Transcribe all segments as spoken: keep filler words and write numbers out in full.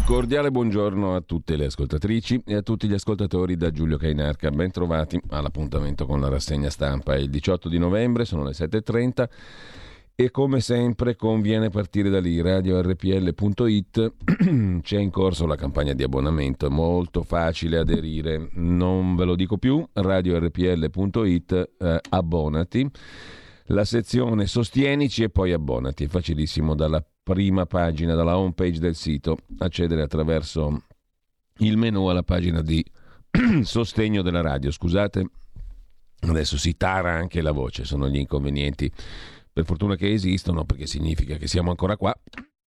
cordiale buongiorno a tutte le ascoltatrici e a tutti gli ascoltatori da Giulio Cainarca. Ben trovati all'appuntamento con la rassegna stampa. È il diciotto di novembre, sono le sette e trenta e come sempre conviene partire da lì, radio erre pi elle punto it. C'è in corso la campagna di abbonamento, è molto facile aderire, non ve lo dico più, radio erre pi elle punto it, eh, abbonati. La sezione sostienici e poi abbonati, è facilissimo, dalla prima pagina, dalla home page del sito, accedere attraverso il menu alla pagina di sostegno della radio. Scusate, adesso si tara anche la voce, sono gli inconvenienti, per fortuna che esistono, perché significa che siamo ancora qua.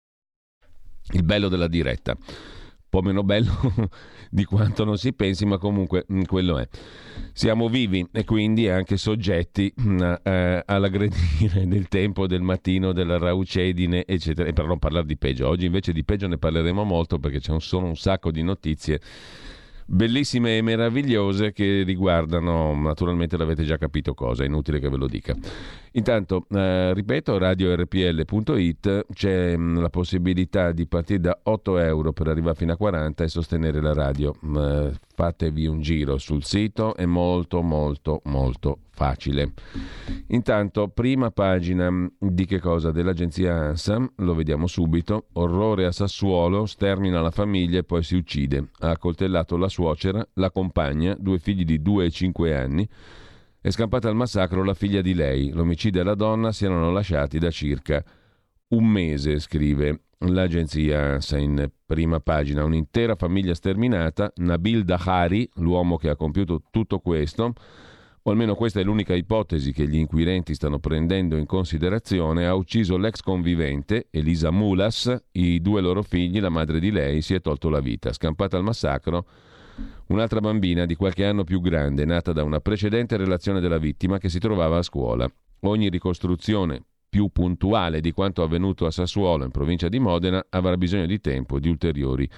Il bello della diretta, un po' meno bello di quanto non si pensi, ma comunque mh, quello è. Siamo vivi e quindi anche soggetti mh, eh, all'aggredire del tempo, del mattino, della raucedine, eccetera. E per non parlare di peggio, oggi invece di peggio ne parleremo molto, perché c'è un, sono un sacco di notizie bellissime e meravigliose che riguardano, naturalmente l'avete già capito cosa, è inutile che ve lo dica. Intanto, eh, ripeto, radio erre pi elle punto it, c'è mh, la possibilità di partire da otto euro per arrivare fino a quaranta e sostenere la radio. Eh, fatevi un giro sul sito, è molto molto molto facile. Intanto, prima pagina di che cosa? Dell'agenzia ANSA, lo vediamo subito. Orrore a Sassuolo, stermina la famiglia e poi si uccide. Ha accoltellato la suocera, la compagna, due figli di due e cinque anni. È scampata al massacro la figlia di lei. L'omicidio e la donna si erano lasciati da circa un mese, scrive l'agenzia ANSA in prima pagina. Un'intera famiglia sterminata. Nabil Dahari, l'uomo che ha compiuto tutto questo, o almeno questa è l'unica ipotesi che gli inquirenti stanno prendendo in considerazione, ha ucciso l'ex convivente, Elisa Mulas, i due loro figli, la madre di lei, si è tolto la vita. Scampata al massacro un'altra bambina di qualche anno più grande, nata da una precedente relazione della vittima che si trovava a scuola. Ogni ricostruzione più puntuale di quanto avvenuto a Sassuolo, in provincia di Modena, avrà bisogno di tempo e di ulteriori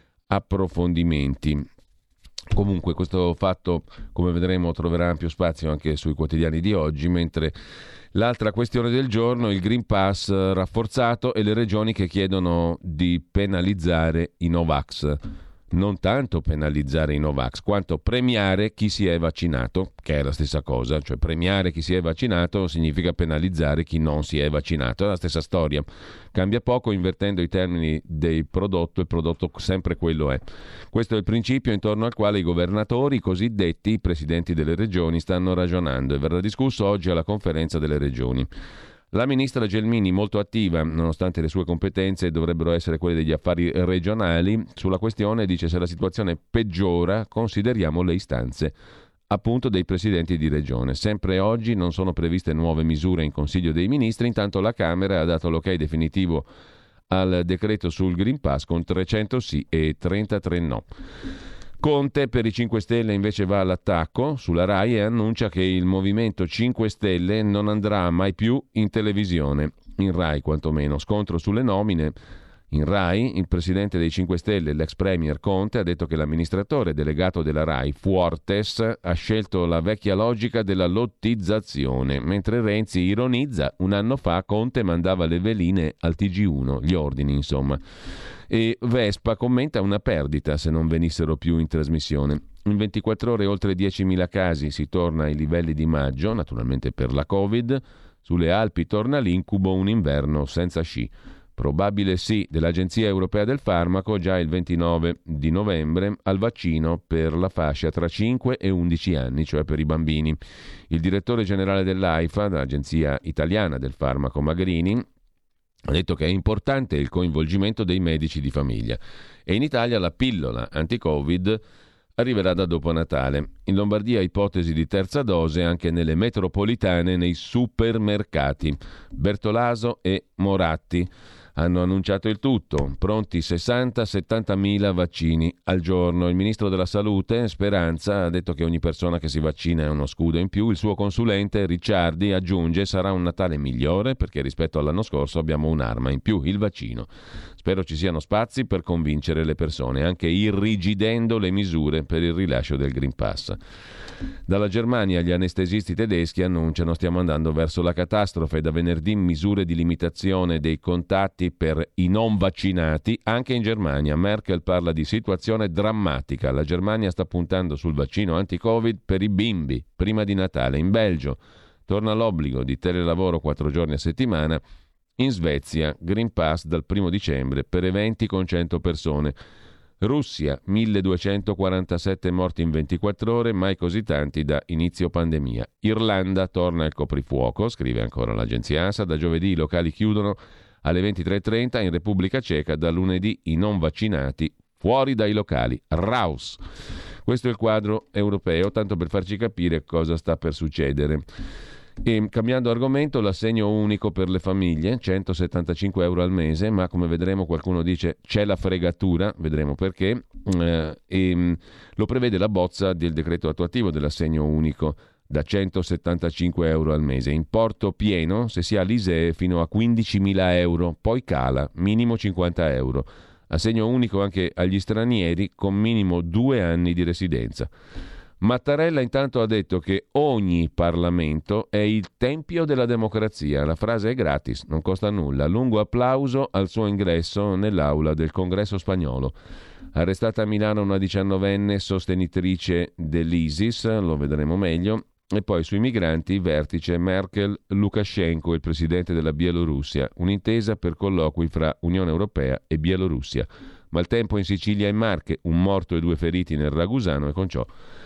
approfondimenti. Comunque questo fatto, come vedremo, troverà ampio spazio anche sui quotidiani di oggi, mentre l'altra questione del giorno, il Green Pass rafforzato e le regioni che chiedono di penalizzare i Novax. Non tanto penalizzare i Novax, quanto premiare chi si è vaccinato, che è la stessa cosa, cioè premiare chi si è vaccinato significa penalizzare chi non si è vaccinato, è la stessa storia, cambia poco invertendo i termini del prodotto, il prodotto sempre quello è. Questo è il principio intorno al quale i governatori, i cosiddetti i presidenti delle regioni, stanno ragionando e verrà discusso oggi alla conferenza delle regioni. La ministra Gelmini, molto attiva, nonostante le sue competenze dovrebbero essere quelle degli affari regionali, sulla questione dice: se la situazione peggiora consideriamo le istanze appunto dei presidenti di regione. Sempre oggi non sono previste nuove misure in Consiglio dei Ministri, intanto la Camera ha dato l'ok definitivo al decreto sul Green Pass con trecento sì e trentatré no. Conte per i cinque Stelle invece va all'attacco sulla Rai e annuncia che il Movimento cinque Stelle non andrà mai più in televisione, in Rai quantomeno. Scontro sulle nomine. In Rai il presidente dei cinque Stelle, l'ex premier Conte, ha detto che l'amministratore delegato della Rai, Fuortes, ha scelto la vecchia logica della lottizzazione, mentre Renzi ironizza: un anno fa Conte mandava le veline al T G uno, gli ordini insomma. E Vespa commenta una perdita se non venissero più in trasmissione. In ventiquattro ore oltre diecimila casi, si torna ai livelli di maggio, naturalmente per la Covid. Sulle Alpi torna l'incubo, un inverno senza sci. Probabile sì dell'Agenzia Europea del Farmaco già il ventinove di novembre al vaccino per la fascia tra cinque e undici anni, cioè per i bambini. Il direttore generale dell'AIFA, l'Agenzia Italiana del Farmaco, Magrini, ha detto che è importante il coinvolgimento dei medici di famiglia e in Italia la pillola anti-Covid arriverà da dopo Natale. In Lombardia ipotesi di terza dose anche nelle metropolitane e nei supermercati. Bertolaso e Moratti hanno annunciato il tutto, pronti sessanta settanta mila vaccini al giorno. Il ministro della Salute, Speranza, ha detto che ogni persona che si vaccina è uno scudo in più. Il suo consulente, Ricciardi, aggiunge: sarà un Natale migliore perché rispetto all'anno scorso abbiamo un'arma in più, il vaccino. Spero ci siano spazi per convincere le persone, anche irrigidendo le misure per il rilascio del Green Pass. Dalla Germania gli anestesisti tedeschi annunciano stiamo andando verso la catastrofe. Da venerdì misure di limitazione dei contatti per i non vaccinati anche in Germania. Merkel parla di situazione drammatica. La Germania sta puntando sul vaccino anti-Covid per i bimbi prima di Natale. In Belgio torna l'obbligo di telelavoro quattro giorni a settimana. In Svezia Green Pass dal primo dicembre per eventi con cento persone. Russia, milleduecentoquarantasette morti in ventiquattro ore, mai così tanti da inizio pandemia. Irlanda torna il coprifuoco, scrive ancora l'agenzia ANSA, da giovedì i locali chiudono alle ventitré e trenta, in Repubblica Ceca da lunedì i non vaccinati fuori dai locali. Raus! Questo è il quadro europeo, tanto per farci capire cosa sta per succedere. E cambiando argomento, l'assegno unico per le famiglie, centosettantacinque euro al mese, ma come vedremo qualcuno dice c'è la fregatura, vedremo perché, eh, e lo prevede la bozza del decreto attuativo dell'assegno unico da centosettantacinque euro al mese, importo pieno se si ha l'I S E E fino a quindicimila euro, poi cala, minimo cinquanta euro, assegno unico anche agli stranieri con minimo due anni di residenza. Mattarella intanto ha detto che ogni Parlamento è il tempio della democrazia. La frase è gratis, non costa nulla. Lungo applauso al suo ingresso nell'aula del Congresso spagnolo. Arrestata a Milano una diciannovenne sostenitrice dell'ISIS, lo vedremo meglio. E poi sui migranti, vertice Merkel-Lukashenko, il presidente della Bielorussia. Un'intesa per colloqui fra Unione Europea e Bielorussia. Maltempo in Sicilia e Marche, un morto e due feriti nel Ragusano, e con ciò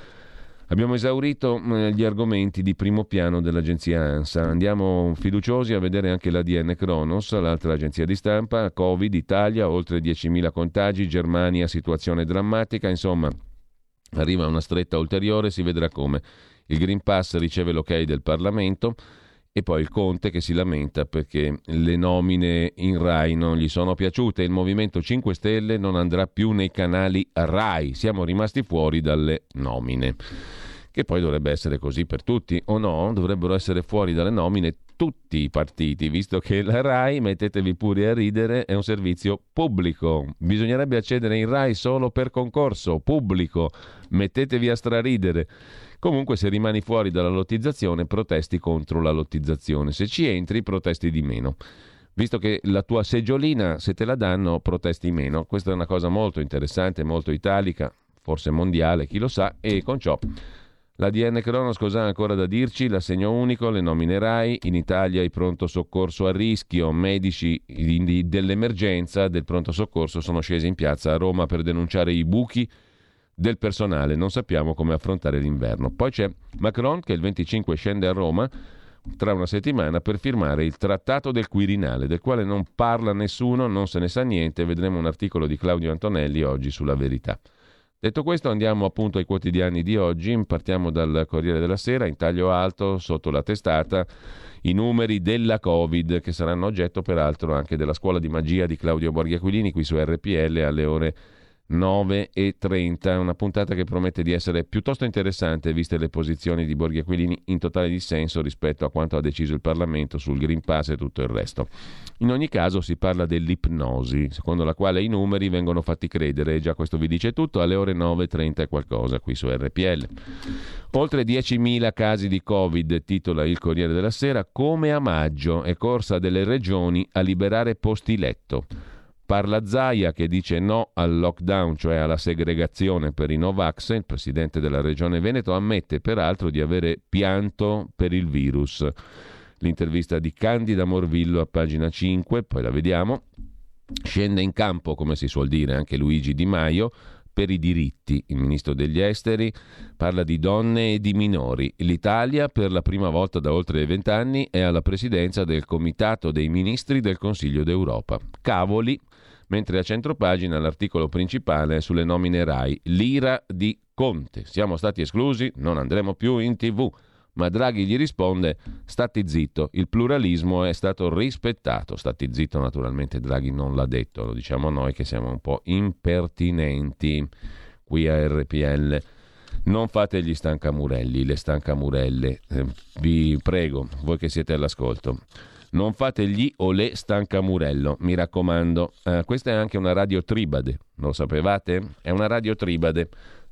abbiamo esaurito gli argomenti di primo piano dell'agenzia ANSA. Andiamo fiduciosi a vedere anche l'A D N Kronos, l'altra agenzia di stampa. Covid, Italia, oltre diecimila contagi, Germania, situazione drammatica. Insomma, arriva una stretta ulteriore, si vedrà come. Il Green Pass riceve l'ok del Parlamento. E poi il Conte che si lamenta perché le nomine in Rai non gli sono piaciute. Il Movimento cinque Stelle non andrà più nei canali Rai. Siamo rimasti fuori dalle nomine. Che poi dovrebbe essere così per tutti, o no? Dovrebbero essere fuori dalle nomine tutti i partiti, visto che la Rai, mettetevi pure a ridere, è un servizio pubblico. Bisognerebbe accedere in Rai solo per concorso pubblico. Mettetevi a straridere. Comunque, se rimani fuori dalla lottizzazione, protesti contro la lottizzazione. Se ci entri, protesti di meno. Visto che la tua seggiolina, se te la danno, protesti meno. Questa è una cosa molto interessante, molto italica, forse mondiale, chi lo sa. E con ciò l'A D N Kronos cosa ha ancora da dirci? L'assegno unico, le nomine Rai, in Italia il pronto soccorso a rischio, medici dell'emergenza del pronto soccorso sono scesi in piazza a Roma per denunciare i buchi del personale, non sappiamo come affrontare l'inverno. Poi c'è Macron che il venticinque scende a Roma tra una settimana per firmare il Trattato del Quirinale, del quale non parla nessuno, non se ne sa niente. Vedremo un articolo di Claudio Antonelli oggi sulla Verità. Detto questo, andiamo appunto ai quotidiani di oggi. Partiamo dal Corriere della Sera, in taglio alto sotto la testata i numeri della Covid, che saranno oggetto peraltro anche della scuola di magia di Claudio Borghi Aquilini qui su R P L alle ore nove e trenta, una puntata che promette di essere piuttosto interessante viste le posizioni di Borghi Aquilini in totale dissenso rispetto a quanto ha deciso il Parlamento sul Green Pass e tutto il resto. In ogni caso si parla dell'ipnosi, secondo la quale i numeri vengono fatti credere, e già questo vi dice tutto, alle ore nove e trenta e qualcosa qui su R P L. Oltre diecimila casi di Covid, titola il Corriere della Sera, come a maggio è corsa delle regioni a liberare posti letto. Parla Zaia che dice no al lockdown, cioè alla segregazione per i Novax. Il presidente della regione Veneto ammette peraltro di avere pianto per il virus. L'intervista di Candida Morvillo a pagina cinque, poi la vediamo. Scende in campo, come si suol dire, anche Luigi Di Maio per i diritti. Il ministro degli esteri parla di donne e di minori. L'Italia per la prima volta da oltre vent'anni è alla presidenza del Comitato dei Ministri del Consiglio d'Europa. Cavoli. Mentre a centropagina l'articolo principale è sulle nomine Rai. L'ira di Conte. Siamo stati esclusi, non andremo più in tivù. Ma Draghi gli risponde: stati zitto, il pluralismo è stato rispettato. Stati zitto, naturalmente Draghi non l'ha detto, lo diciamo noi che siamo un po' impertinenti qui a R P L. Non fate gli stancamurelli, le stancamurelle, eh, vi prego, voi che siete all'ascolto. Non fate gli o le stancamurello, mi raccomando. Eh, questa è anche una radio tribade, lo sapevate? È una radio tribade.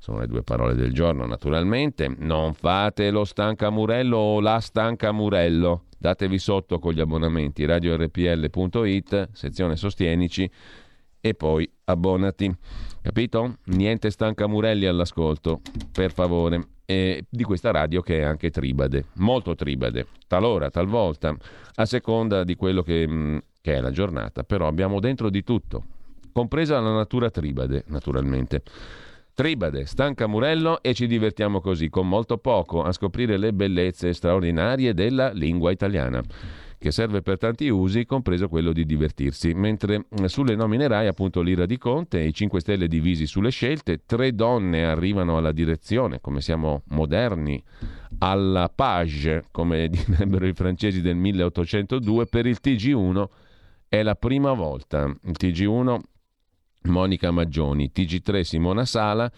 Sono le due parole del giorno, naturalmente. Non fate lo stancamurello o la stancamurello. Datevi sotto con gli abbonamenti radio erre pi elle punto it, sezione Sostienici, e poi abbonati. Capito? Niente stancamurelli all'ascolto, per favore. E di questa radio che è anche tribade, molto tribade, talora, talvolta, a seconda di quello che, che è la giornata. Però abbiamo dentro di tutto, compresa la natura tribade, naturalmente. Tribade, stancamurello, e ci divertiamo così, con molto poco, a scoprire le bellezze straordinarie della lingua italiana, che serve per tanti usi, compreso quello di divertirsi. Mentre sulle nomine Rai, appunto, l'ira di Conte, i cinque Stelle divisi sulle scelte, tre donne arrivano alla direzione, come siamo moderni, alla page, come direbbero i francesi del milleottocentodue, per il T G uno è la prima volta. Il T G uno, Monica Maggioni, T G tre Simona Sala,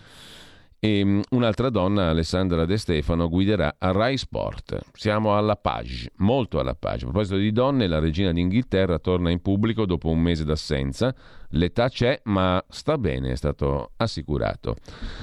e un'altra donna, Alessandra De Stefano, guiderà a Rai Sport. Siamo alla page, molto alla page. A proposito di donne, la regina d'Inghilterra torna in pubblico dopo un mese d'assenza. L'età c'è, ma sta bene, è stato assicurato.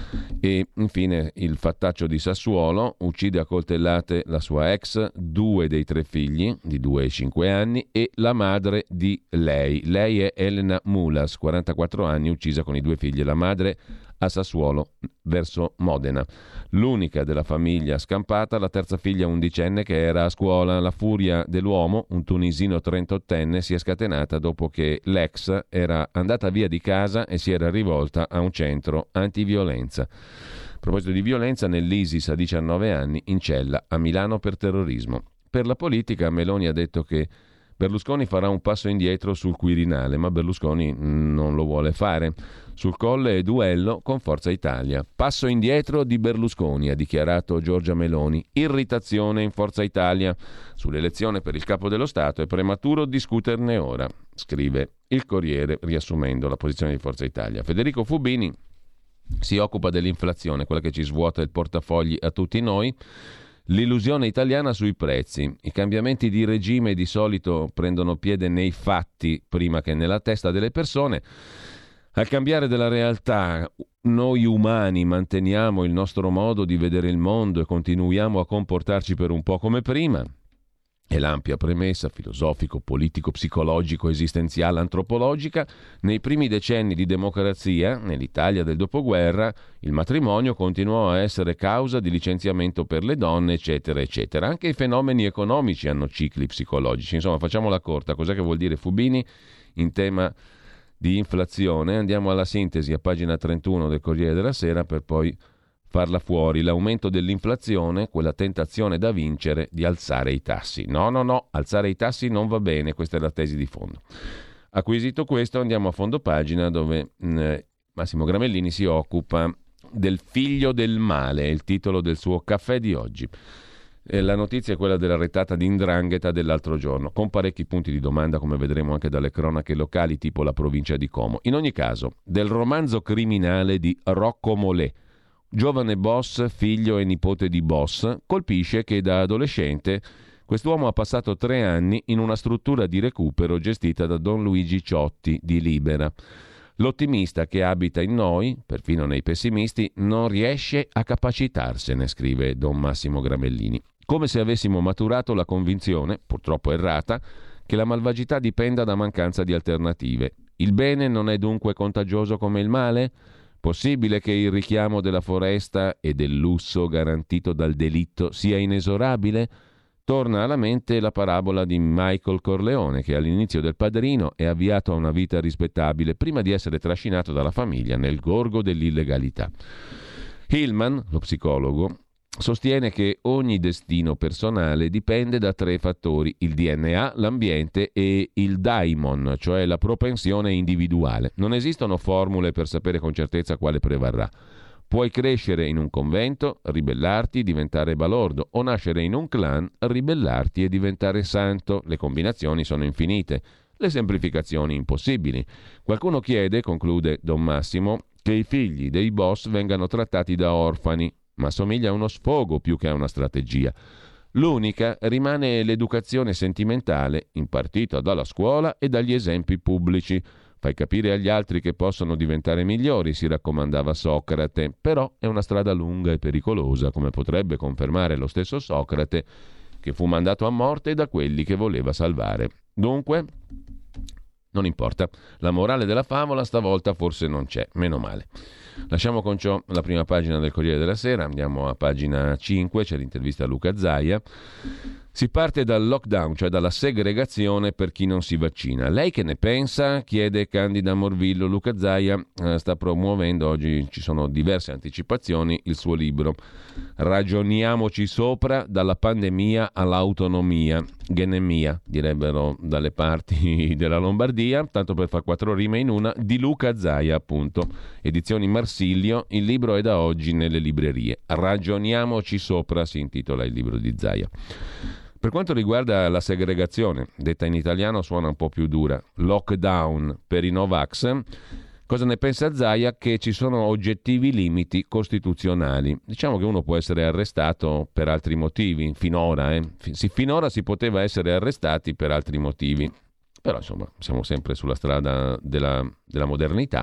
E infine il fattaccio di Sassuolo: uccide a coltellate la sua ex, due dei tre figli di due e cinque anni e la madre di lei. Lei è Elena Mulas, quarantaquattro anni, uccisa con i due figli. La madre a Sassuolo verso Modena. L'unica della famiglia scampata, la terza figlia undicenne che era a scuola. La furia dell'uomo, un tunisino trentottenne, si è scatenata dopo che l'ex era andata via di casa e si era rivolta a un centro antiviolenza. A proposito di violenza, nell'ISIS a diciannove anni, in cella a Milano per terrorismo. Per la politica, Meloni ha detto che Berlusconi farà un passo indietro sul Quirinale, ma Berlusconi non lo vuole fare. Sul Colle e duello con Forza Italia. Passo indietro di Berlusconi, ha dichiarato Giorgia Meloni. Irritazione in Forza Italia. Sull'elezione per il Capo dello Stato è prematuro discuterne ora, scrive il Corriere, riassumendo la posizione di Forza Italia. Federico Fubini si occupa dell'inflazione, quella che ci svuota il portafogli a tutti noi. L'illusione italiana sui prezzi. I cambiamenti di regime di solito prendono piede nei fatti prima che nella testa delle persone. Al cambiare della realtà, noi umani manteniamo il nostro modo di vedere il mondo e continuiamo a comportarci per un po' come prima. È l'ampia premessa filosofico, politico, psicologico, esistenziale, antropologica. Nei primi decenni di democrazia, nell'Italia del dopoguerra, il matrimonio continuò a essere causa di licenziamento per le donne, eccetera, eccetera. Anche i fenomeni economici hanno cicli psicologici. Insomma, facciamola corta. Cos'è che vuol dire Fubini in tema di inflazione? Andiamo alla sintesi a pagina trentuno del Corriere della Sera per poi farla fuori. L'aumento dell'inflazione, quella tentazione da vincere di alzare i tassi. No, no, no, alzare i tassi non va bene, questa è la tesi di fondo. Acquisito questo, andiamo a fondo pagina dove eh, Massimo Gramellini si occupa del figlio del male, è il titolo del suo caffè di oggi. Eh, la notizia è quella della retata di 'ndrangheta dell'altro giorno, con parecchi punti di domanda, come vedremo anche dalle cronache locali, tipo la provincia di Como. In ogni caso, del romanzo criminale di Rocco Molé, giovane boss, figlio e nipote di boss, colpisce che da adolescente quest'uomo ha passato tre anni in una struttura di recupero gestita da Don Luigi Ciotti di Libera. L'ottimista che abita in noi, perfino nei pessimisti, non riesce a capacitarsene, scrive Don Massimo Gramellini. Come se avessimo maturato la convinzione, purtroppo errata, che la malvagità dipenda da mancanza di alternative. Il bene non è dunque contagioso come il male? Possibile che il richiamo della foresta e del lusso garantito dal delitto sia inesorabile? Torna alla mente la parabola di Michael Corleone, che all'inizio del Padrino è avviato a una vita rispettabile prima di essere trascinato dalla famiglia nel gorgo dell'illegalità. Hillman, lo psicologo, sostiene che ogni destino personale dipende da tre fattori: il D N A, l'ambiente e il daimon, cioè la propensione individuale. Non esistono formule per sapere con certezza quale prevarrà. Puoi crescere in un convento, ribellarti, diventare balordo, o nascere in un clan, ribellarti e diventare santo. Le combinazioni sono infinite, le semplificazioni impossibili. Qualcuno chiede, conclude Don Massimo, che i figli dei boss vengano trattati da orfani, ma somiglia a uno sfogo più che a una strategia. L'unica rimane l'educazione sentimentale impartita dalla scuola e dagli esempi pubblici. Fai capire agli altri che possono diventare migliori, si raccomandava Socrate, però è una strada lunga e pericolosa, come potrebbe confermare lo stesso Socrate, che fu mandato a morte da quelli che voleva salvare. Dunque, non importa, la morale della favola stavolta forse non c'è, meno male. Lasciamo con ciò la prima pagina del Corriere della Sera, andiamo a pagina cinque, c'è l'intervista a Luca Zaia. Si parte dal lockdown, cioè dalla segregazione per chi non si vaccina. Lei che ne pensa? Chiede Candida Morvillo. Luca Zaia eh, sta promuovendo, oggi ci sono diverse anticipazioni, il suo libro Ragioniamoci sopra, dalla pandemia all'autonomia. Genemia, direbbero dalle parti della Lombardia, tanto per far quattro rime in una, di Luca Zaia appunto. Edizioni Marsilio, il libro è da oggi nelle librerie. Ragioniamoci sopra si intitola il libro di Zaia. Per quanto riguarda la segregazione, detta in italiano suona un po' più dura, lockdown per i Novax, cosa ne pensa Zaia? Che ci sono oggettivi limiti costituzionali. Diciamo che uno può essere arrestato per altri motivi, finora, eh? finora si poteva essere arrestati per altri motivi, però insomma siamo sempre sulla strada della, della modernità.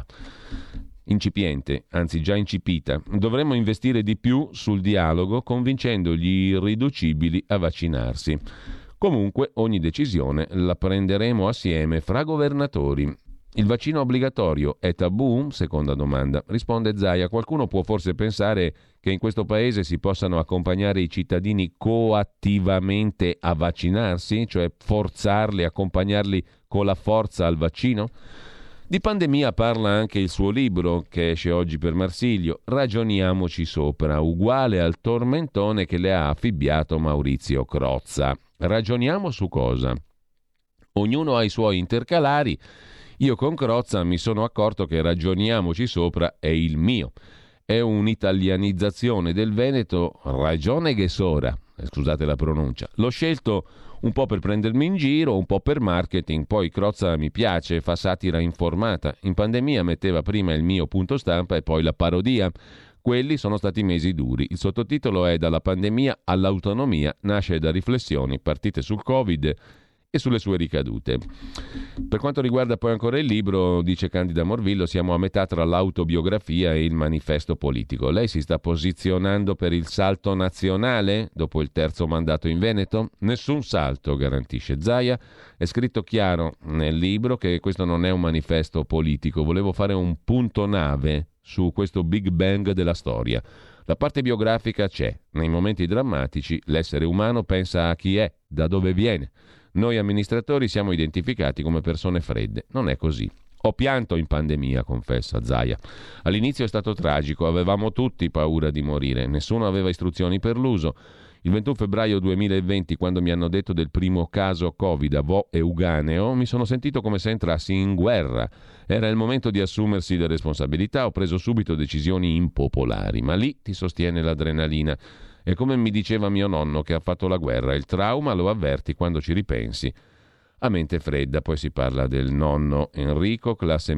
Incipiente, anzi già incipita. Dovremmo investire di più sul dialogo, convincendo gli irriducibili a vaccinarsi. Comunque ogni decisione la prenderemo assieme fra governatori. Il vaccino obbligatorio è tabù? Seconda domanda. Risponde Zaia. Qualcuno può forse pensare che in questo paese si possano accompagnare i cittadini coattivamente a vaccinarsi, cioè forzarli, accompagnarli con la forza al vaccino? Di pandemia parla anche il suo libro, che esce oggi per Marsilio, Ragioniamoci sopra, uguale al tormentone che le ha affibbiato Maurizio Crozza. Ragioniamo su cosa? Ognuno ha i suoi intercalari. Io con Crozza mi sono accorto che Ragioniamoci sopra è il mio. È un'italianizzazione del veneto Ragione Ghesora, scusate la pronuncia. L'ho scelto un po' per prendermi in giro, un po' per marketing, poi Crozza mi piace, fa satira informata. In pandemia metteva prima il mio punto stampa e poi la parodia. Quelli sono stati mesi duri. Il sottotitolo è Dalla pandemia all'autonomia, nasce da riflessioni partite sul Covid e sulle sue ricadute. Per quanto riguarda poi ancora il libro, dice Candida Morvillo, siamo a metà tra l'autobiografia e il manifesto politico. Lei si sta posizionando per il salto nazionale dopo il terzo mandato in Veneto? Nessun salto, garantisce Zaia. È scritto chiaro nel libro che questo non è un manifesto politico. Volevo fare un punto nave su questo Big Bang della storia. La parte biografica c'è. Nei momenti drammatici l'essere umano pensa a chi è, da dove viene. Noi amministratori siamo identificati come persone fredde. Non è così. Ho pianto in pandemia, confessa Zaia. All'inizio è stato tragico, avevamo tutti paura di morire, nessuno aveva istruzioni per l'uso. Il ventuno febbraio duemilaventi, quando mi hanno detto del primo caso Covid a Vo Euganeo, mi sono sentito come se entrassi in guerra. Era il momento di assumersi le responsabilità, ho preso subito decisioni impopolari, ma lì ti sostiene l'adrenalina. È come mi diceva mio nonno che ha fatto la guerra, il trauma lo avverti quando ci ripensi a mente fredda. Poi si parla del nonno Enrico, classe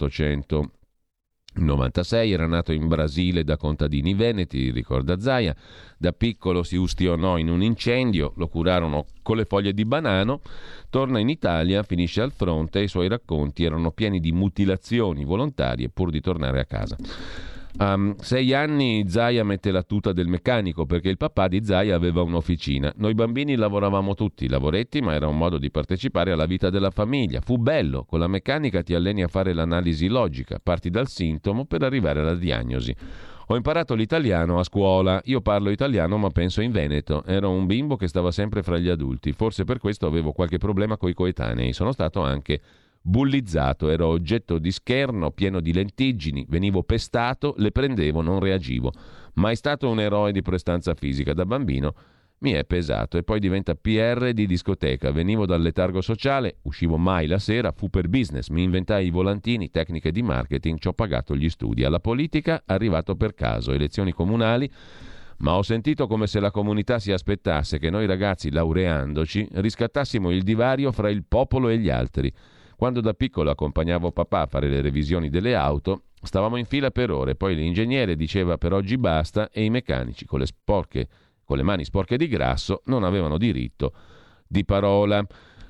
milleottocentonovantasei, era nato in Brasile da contadini veneti, ricorda Zaia. Da piccolo si ustionò in un incendio, lo curarono con le foglie di banano, torna in Italia, finisce al fronte e i suoi racconti erano pieni di mutilazioni volontarie pur di tornare a casa. A um, sei anni Zaia mette la tuta del meccanico perché il papà di Zaia aveva un'officina. Noi bambini lavoravamo tutti, lavoretti, ma era un modo di partecipare alla vita della famiglia. Fu bello, con la meccanica ti alleni a fare l'analisi logica, parti dal sintomo per arrivare alla diagnosi. Ho imparato l'italiano a scuola, io parlo italiano ma penso in veneto, ero un bimbo che stava sempre fra gli adulti, forse per questo avevo qualche problema coi coetanei, sono stato anche bullizzato, ero oggetto di scherno, pieno di lentiggini, venivo pestato, le prendevo, non reagivo. Mai stato un eroe di prestanza fisica, da bambino mi è pesato. E poi diventa P R di discoteca, venivo dal letargo sociale, uscivo mai la sera, fu per business, mi inventai i volantini, tecniche di marketing, ci ho pagato gli studi. Alla politica arrivato per caso, elezioni comunali, ma ho sentito come se la comunità si aspettasse che noi ragazzi, laureandoci, riscattassimo il divario fra il popolo e gli altri. Quando da piccolo accompagnavo papà a fare le revisioni delle auto, stavamo in fila per ore, poi l'ingegnere diceva per oggi basta e i meccanici con le sporche, con le mani sporche di grasso non avevano diritto di parola.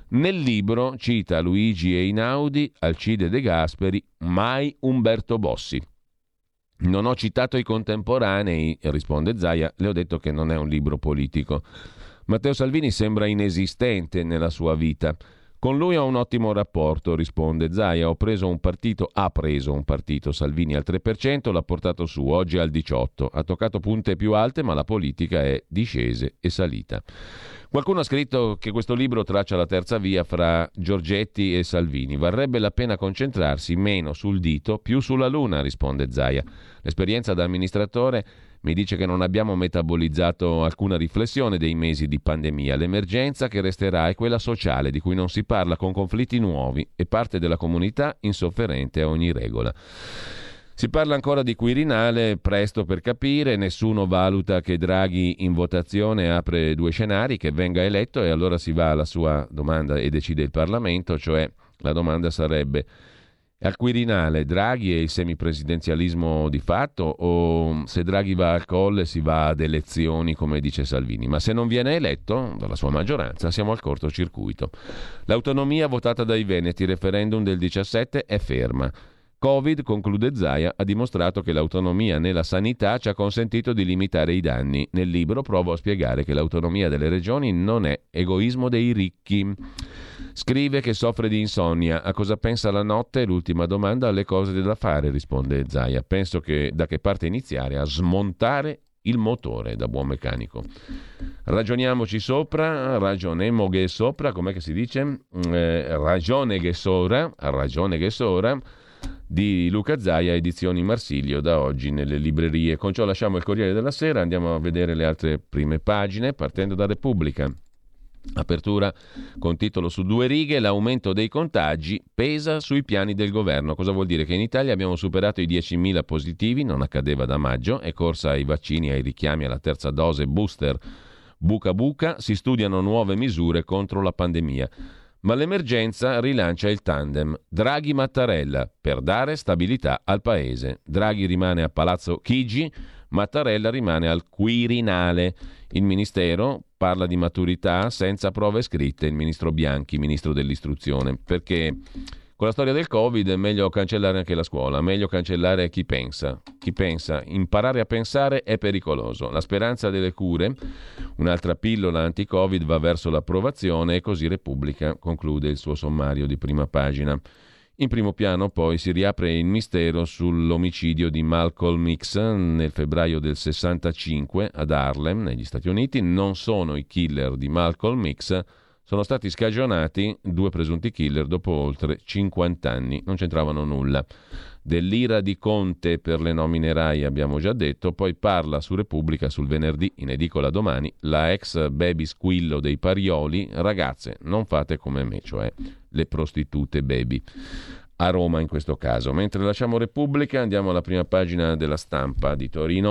Nel libro cita Luigi Einaudi, Alcide De Gasperi, mai Umberto Bossi. Non ho citato i contemporanei, risponde Zaia, le ho detto che non è un libro politico. Matteo Salvini sembra inesistente nella sua vita. Con lui ho un ottimo rapporto, risponde Zaia. Ho preso un partito, ha preso un partito, Salvini al tre per cento, l'ha portato su, oggi al diciotto per cento. Ha toccato punte più alte, ma la politica è discese e salita. Qualcuno ha scritto che questo libro traccia la terza via fra Giorgetti e Salvini. Varrebbe la pena concentrarsi meno sul dito, più sulla luna, risponde Zaia. L'esperienza da amministratore mi dice che non abbiamo metabolizzato alcuna riflessione dei mesi di pandemia. L'emergenza che resterà è quella sociale, di cui non si parla, con conflitti nuovi e parte della comunità insofferente a ogni regola. Si parla ancora di Quirinale, presto per capire, nessuno valuta che Draghi in votazione apre due scenari, che venga eletto e allora si va alla sua domanda e decide il Parlamento, cioè la domanda sarebbe: al Quirinale Draghi e il semipresidenzialismo di fatto, o se Draghi va al colle si va ad elezioni come dice Salvini? Ma se non viene eletto dalla sua maggioranza siamo al cortocircuito. L'autonomia votata dai veneti, referendum del diciassette, è ferma. Covid, conclude Zaia, ha dimostrato che l'autonomia nella sanità ci ha consentito di limitare i danni. Nel libro provo a spiegare che l'autonomia delle regioni non è egoismo dei ricchi. Scrive che soffre di insonnia. A cosa pensa la notte? L'ultima domanda alle cose da fare, risponde Zaia. Penso che da che parte iniziare? A smontare il motore, da buon meccanico. Ragioniamoci sopra, ragionemmo che sopra, com'è che si dice? Eh, ragione che sora, ragione che sora, di Luca Zaia, edizioni Marsilio, da oggi nelle librerie. Con ciò lasciamo il Corriere della Sera, andiamo a vedere le altre prime pagine, partendo da Repubblica. Apertura con titolo su due righe: l'aumento dei contagi pesa sui piani del governo. Cosa vuol dire? Che in Italia abbiamo superato i diecimila positivi, non accadeva da maggio, è corsa ai vaccini, ai richiami alla terza dose booster buca buca, si studiano nuove misure contro la pandemia. Ma l'emergenza rilancia il tandem Draghi-Mattarella per dare stabilità al paese. Draghi rimane a Palazzo Chigi, Mattarella rimane al Quirinale. Il ministero parla di maturità senza prove scritte, il ministro Bianchi, ministro dell'istruzione, perché con la storia del Covid è meglio cancellare anche la scuola, meglio cancellare chi pensa. Chi pensa, imparare a pensare è pericoloso. La speranza delle cure, un'altra pillola anti-Covid, va verso l'approvazione e così Repubblica conclude il suo sommario di prima pagina. In primo piano poi si riapre il mistero sull'omicidio di Malcolm X nel febbraio del sessantacinque ad Harlem, negli Stati Uniti. Non sono i killer di Malcolm X, sono stati scagionati due presunti killer dopo oltre cinquanta anni, non c'entravano nulla. Dell'ira di Conte per le nomine Rai abbiamo già detto, poi parla su Repubblica sul venerdì, in edicola domani, la ex baby squillo dei Parioli: ragazze, non fate come me, cioè le prostitute baby, a Roma in questo caso. Mentre lasciamo Repubblica andiamo alla prima pagina della Stampa di Torino.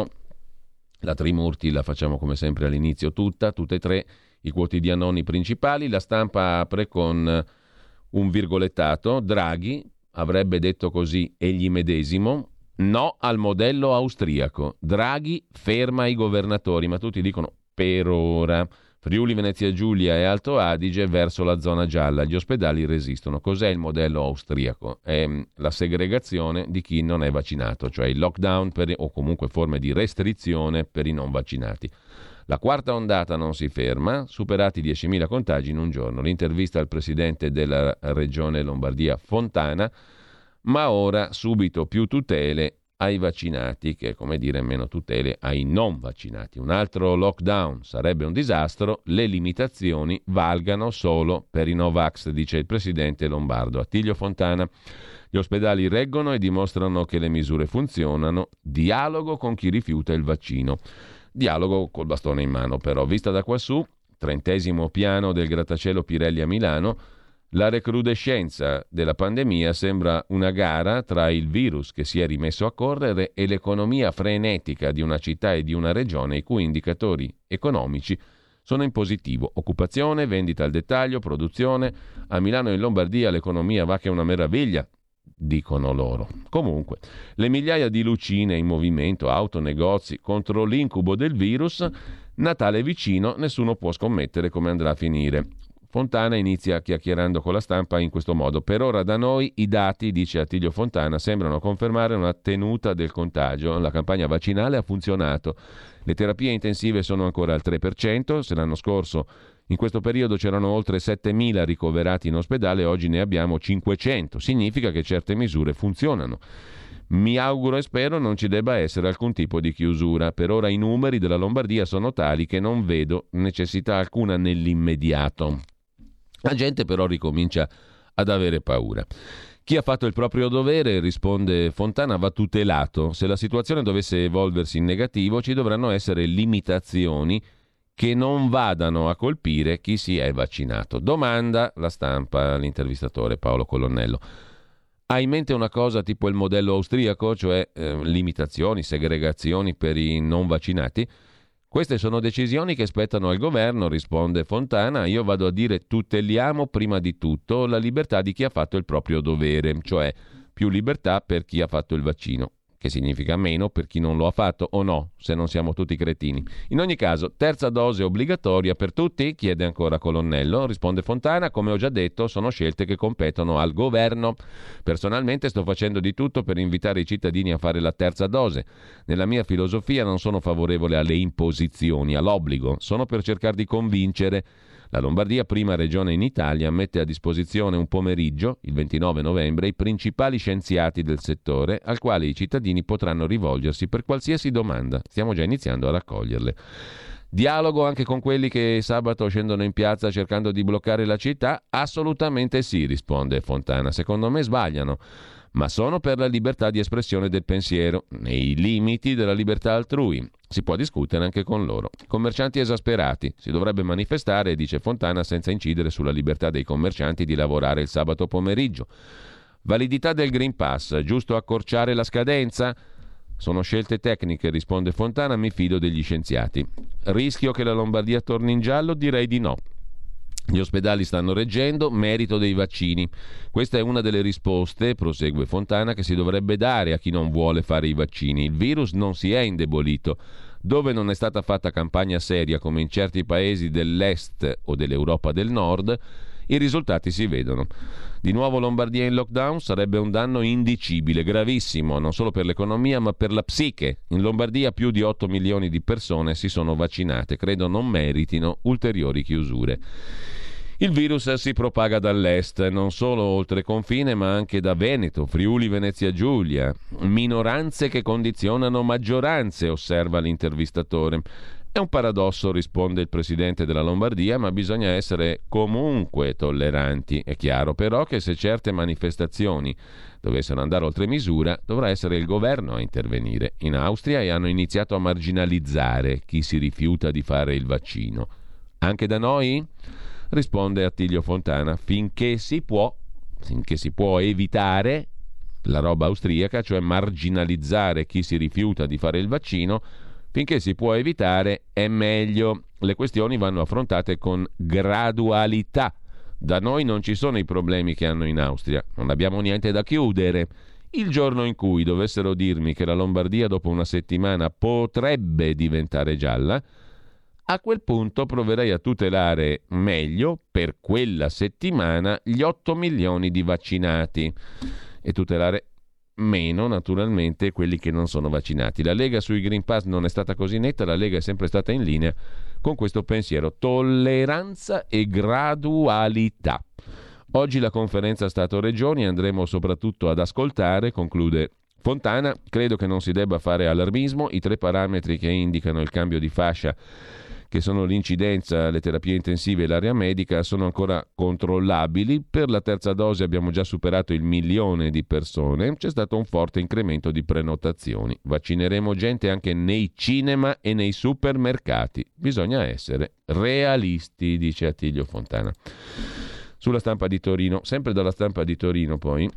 La Trimurti la facciamo come sempre all'inizio tutta, tutte e tre i quotidianoni principali. La Stampa apre con un virgolettato: Draghi avrebbe detto così egli medesimo, no al modello austriaco. Draghi ferma i governatori, ma tutti dicono per ora. Friuli, Venezia Giulia e Alto Adige verso la zona gialla, gli ospedali resistono. Cos'è il modello austriaco? È la segregazione di chi non è vaccinato, cioè il lockdown per, o comunque forme di restrizione per i non vaccinati. La quarta ondata non si ferma, superati diecimila contagi in un giorno. L'intervista al presidente della regione Lombardia Fontana, ma ora subito più tutele ai vaccinati, che è come dire meno tutele ai non vaccinati. Un altro lockdown sarebbe un disastro, le limitazioni valgano solo per i Novax, dice il presidente lombardo Attilio Fontana. Gli ospedali reggono e dimostrano che le misure funzionano, dialogo con chi rifiuta il vaccino. Dialogo col bastone in mano però. Vista da quassù, trentesimo piano del grattacielo Pirelli a Milano, la recrudescenza della pandemia sembra una gara tra il virus che si è rimesso a correre e l'economia frenetica di una città e di una regione i cui indicatori economici sono in positivo. Occupazione, vendita al dettaglio, produzione. A Milano e in Lombardia l'economia va che è una meraviglia, dicono loro. Comunque, le migliaia di lucine in movimento, auto, negozi, contro l'incubo del virus. Natale vicino, nessuno può scommettere come andrà a finire. Fontana inizia chiacchierando con la stampa in questo modo. Per ora da noi i dati, dice Attilio Fontana, sembrano confermare una tenuta del contagio. La campagna vaccinale ha funzionato. Le terapie intensive sono ancora al tre per cento. Se l'anno scorso in questo periodo c'erano oltre settemila ricoverati in ospedale, oggi ne abbiamo cinquecento. Significa che certe misure funzionano. Mi auguro e spero non ci debba essere alcun tipo di chiusura. Per ora i numeri della Lombardia sono tali che non vedo necessità alcuna nell'immediato. La gente però ricomincia ad avere paura. Chi ha fatto il proprio dovere, risponde Fontana, va tutelato. Se la situazione dovesse evolversi in negativo, ci dovranno essere limitazioni che non vadano a colpire chi si è vaccinato. Domanda la stampa all'intervistatore Paolo Colonnello. Ha in mente una cosa tipo il modello austriaco, cioè eh, limitazioni, segregazioni per i non vaccinati? Queste sono decisioni che spettano al governo, risponde Fontana. Io vado a dire tuteliamo prima di tutto la libertà di chi ha fatto il proprio dovere, cioè più libertà per chi ha fatto il vaccino. Che significa meno per chi non lo ha fatto o no, se non siamo tutti cretini. In ogni caso, terza dose obbligatoria per tutti? Chiede ancora Colonnello. Risponde Fontana, come ho già detto, sono scelte che competono al governo. Personalmente sto facendo di tutto per invitare i cittadini a fare la terza dose. Nella mia filosofia non sono favorevole alle imposizioni, all'obbligo. Sono per cercare di convincere. La Lombardia, prima regione in Italia, mette a disposizione un pomeriggio, il ventinove novembre, i principali scienziati del settore, al quale i cittadini potranno rivolgersi per qualsiasi domanda. Stiamo già iniziando a raccoglierle. Dialogo anche con quelli che sabato scendono in piazza cercando di bloccare la città? Assolutamente sì, risponde Fontana. Secondo me sbagliano, ma sono per la libertà di espressione del pensiero, nei limiti della libertà altrui. Si può discutere anche con loro. Commercianti esasperati. Si dovrebbe manifestare, dice Fontana, senza incidere sulla libertà dei commercianti di lavorare il sabato pomeriggio. Validità del Green Pass. Giusto accorciare la scadenza? Sono scelte tecniche, risponde Fontana, mi fido degli scienziati. Rischio che la Lombardia torni in giallo? Direi di no. Gli ospedali stanno reggendo, merito dei vaccini. Questa è una delle risposte, prosegue Fontana, che si dovrebbe dare a chi non vuole fare i vaccini. Il virus non si è indebolito. Dove non è stata fatta campagna seria, come in certi paesi dell'est o dell'Europa del Nord, i risultati si vedono. Di nuovo Lombardia in lockdown sarebbe un danno indicibile, gravissimo, non solo per l'economia ma per la psiche. In Lombardia più di otto milioni di persone si sono vaccinate, credo non meritino ulteriori chiusure. Il virus si propaga dall'est, non solo oltre confine ma anche da Veneto, Friuli, Venezia Giulia. Minoranze che condizionano maggioranze, osserva l'intervistatore. È un paradosso, risponde il presidente della Lombardia, ma bisogna essere comunque tolleranti. È chiaro però che se certe manifestazioni dovessero andare oltre misura, dovrà essere il governo a intervenire. In Austria hanno iniziato a marginalizzare chi si rifiuta di fare il vaccino. Anche da noi? Risponde Attilio Fontana, finché si può, finché si può evitare la roba austriaca, cioè marginalizzare chi si rifiuta di fare il vaccino, finché si può evitare è meglio. Le questioni vanno affrontate con gradualità. Da noi non ci sono i problemi che hanno in Austria, non abbiamo niente da chiudere. Il giorno in cui dovessero dirmi che la Lombardia dopo una settimana potrebbe diventare gialla, a quel punto proverei a tutelare meglio per quella settimana gli otto milioni di vaccinati e tutelare meno naturalmente quelli che non sono vaccinati. La Lega sui Green Pass non è stata così netta, la Lega è sempre stata in linea con questo pensiero: tolleranza e gradualità. Oggi la conferenza Stato-Regioni andremo soprattutto ad ascoltare, conclude Fontana. Credo che non si debba fare allarmismo, i tre parametri che indicano il cambio di fascia, che sono l'incidenza, le terapie intensive e l'area medica, sono ancora controllabili. Per la terza dose abbiamo già superato il milione di persone, c'è stato un forte incremento di prenotazioni. Vaccineremo gente anche nei cinema e nei supermercati. Bisogna essere realisti, dice Attilio Fontana. Sulla Stampa di Torino, sempre dalla Stampa di Torino poi,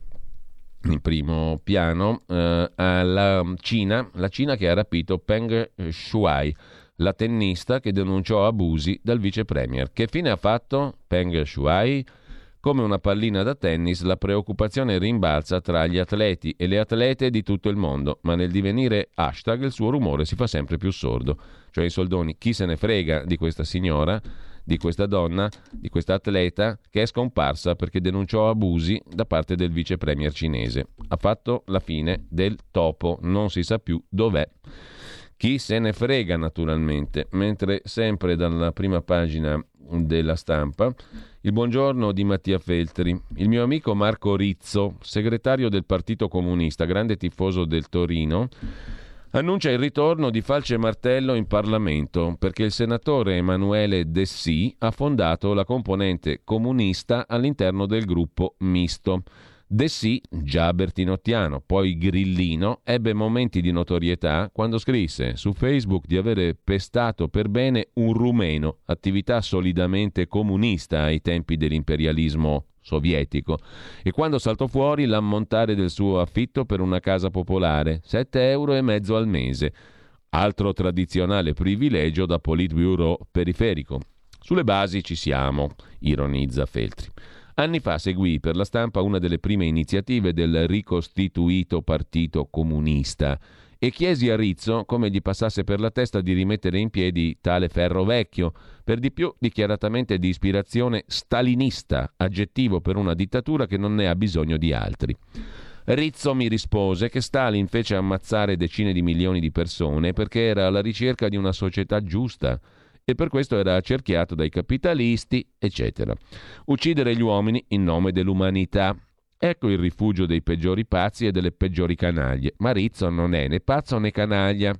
in primo piano, eh, alla Cina, la Cina che ha rapito Peng Shuai, la tennista che denunciò abusi dal vice premier. Che fine ha fatto Peng Shuai? Come una pallina da tennis, la preoccupazione rimbalza tra gli atleti e le atlete di tutto il mondo, ma nel divenire hashtag il suo rumore si fa sempre più sordo. Cioè in soldoni, chi se ne frega di questa signora? di questa donna, di questa atleta, che è scomparsa perché denunciò abusi da parte del vice premier cinese. Ha fatto la fine del topo, non si sa più dov'è. Chi se ne frega, naturalmente. Mentre sempre dalla prima pagina della Stampa, il buongiorno di Mattia Feltri. Il mio amico Marco Rizzo, segretario del Partito Comunista, grande tifoso del Torino, annuncia il ritorno di falce e martello in Parlamento perché il senatore Emanuele Dessì ha fondato la componente comunista all'interno del gruppo misto. Dessì, già bertinottiano, poi grillino, ebbe momenti di notorietà quando scrisse su Facebook di avere pestato per bene un rumeno, attività solidamente comunista ai tempi dell'imperialismo sovietico, e quando saltò fuori l'ammontare del suo affitto per una casa popolare, sette euro e mezzo al mese, altro tradizionale privilegio da Politburo periferico. Sulle basi ci siamo, ironizza Feltri. Anni fa seguì per la Stampa una delle prime iniziative del ricostituito Partito Comunista e chiesi a Rizzo come gli passasse per la testa di rimettere in piedi tale ferro vecchio, per di più dichiaratamente di ispirazione stalinista, aggettivo per una dittatura che non ne ha bisogno di altri. Rizzo mi rispose che Stalin fece ammazzare decine di milioni di persone perché era alla ricerca di una società giusta, e per questo era accerchiato dai capitalisti, eccetera. Uccidere gli uomini in nome dell'umanità. Ecco il rifugio dei peggiori pazzi e delle peggiori canaglie. Ma Rizzo non è né pazzo né canaglia.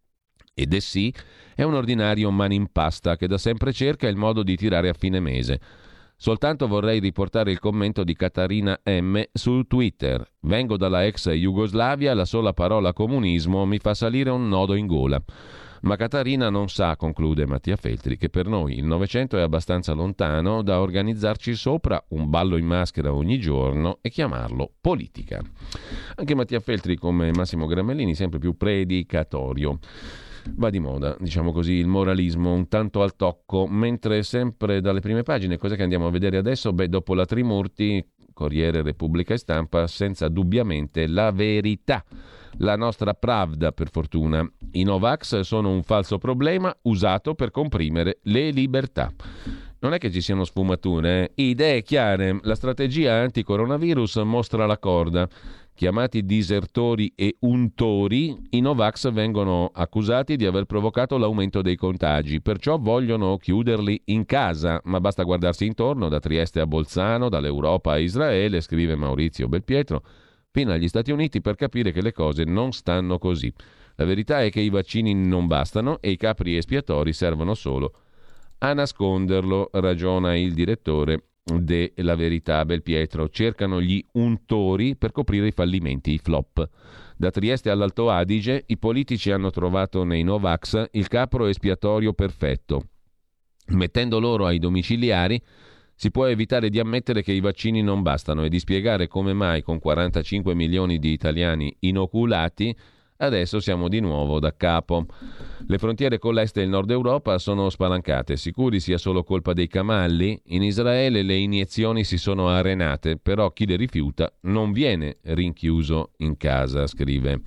Ed è sì, è un ordinario manimpasta che da sempre cerca il modo di tirare a fine mese. Soltanto vorrei riportare il commento di Catarina M su Twitter. Vengo dalla ex Jugoslavia, la sola parola comunismo mi fa salire un nodo in gola. Ma Catarina non sa, conclude Mattia Feltri, che per noi il Novecento è abbastanza lontano da organizzarci sopra un ballo in maschera ogni giorno e chiamarlo politica. Anche Mattia Feltri, come Massimo Gramellini, sempre più predicatorio. Va di moda, diciamo così, il moralismo un tanto al tocco, mentre sempre dalle prime pagine, cosa che andiamo a vedere adesso? Beh, dopo la Trimurti, Corriere, Repubblica e Stampa, senza dubbiamente La Verità. La nostra Pravda, per fortuna. I Novax sono un falso problema usato per comprimere le libertà. Non è che ci siano sfumature, eh? Idee chiare. La strategia anti-coronavirus mostra la corda. Chiamati disertori e untori, i Novax vengono accusati di aver provocato l'aumento dei contagi, perciò vogliono chiuderli in casa, ma basta guardarsi intorno, da Trieste a Bolzano, dall'Europa a Israele, scrive Maurizio Belpietro, fino agli Stati Uniti, per capire che le cose non stanno così. La verità è che i vaccini non bastano e i capri espiatori servono solo a nasconderlo, ragiona il direttore della Verità Belpietro. Cercano gli untori per coprire i fallimenti, i flop. Da Trieste all'Alto Adige i politici hanno trovato nei Novax il capro espiatorio perfetto. Mettendo loro ai domiciliari si può evitare di ammettere che i vaccini non bastano e di spiegare come mai con quarantacinque milioni di italiani inoculati adesso siamo di nuovo da capo. Le frontiere con l'est e il nord Europa sono spalancate, sicuri sia solo colpa dei camalli? In Israele le iniezioni si sono arenate, però chi le rifiuta non viene rinchiuso in casa, scrive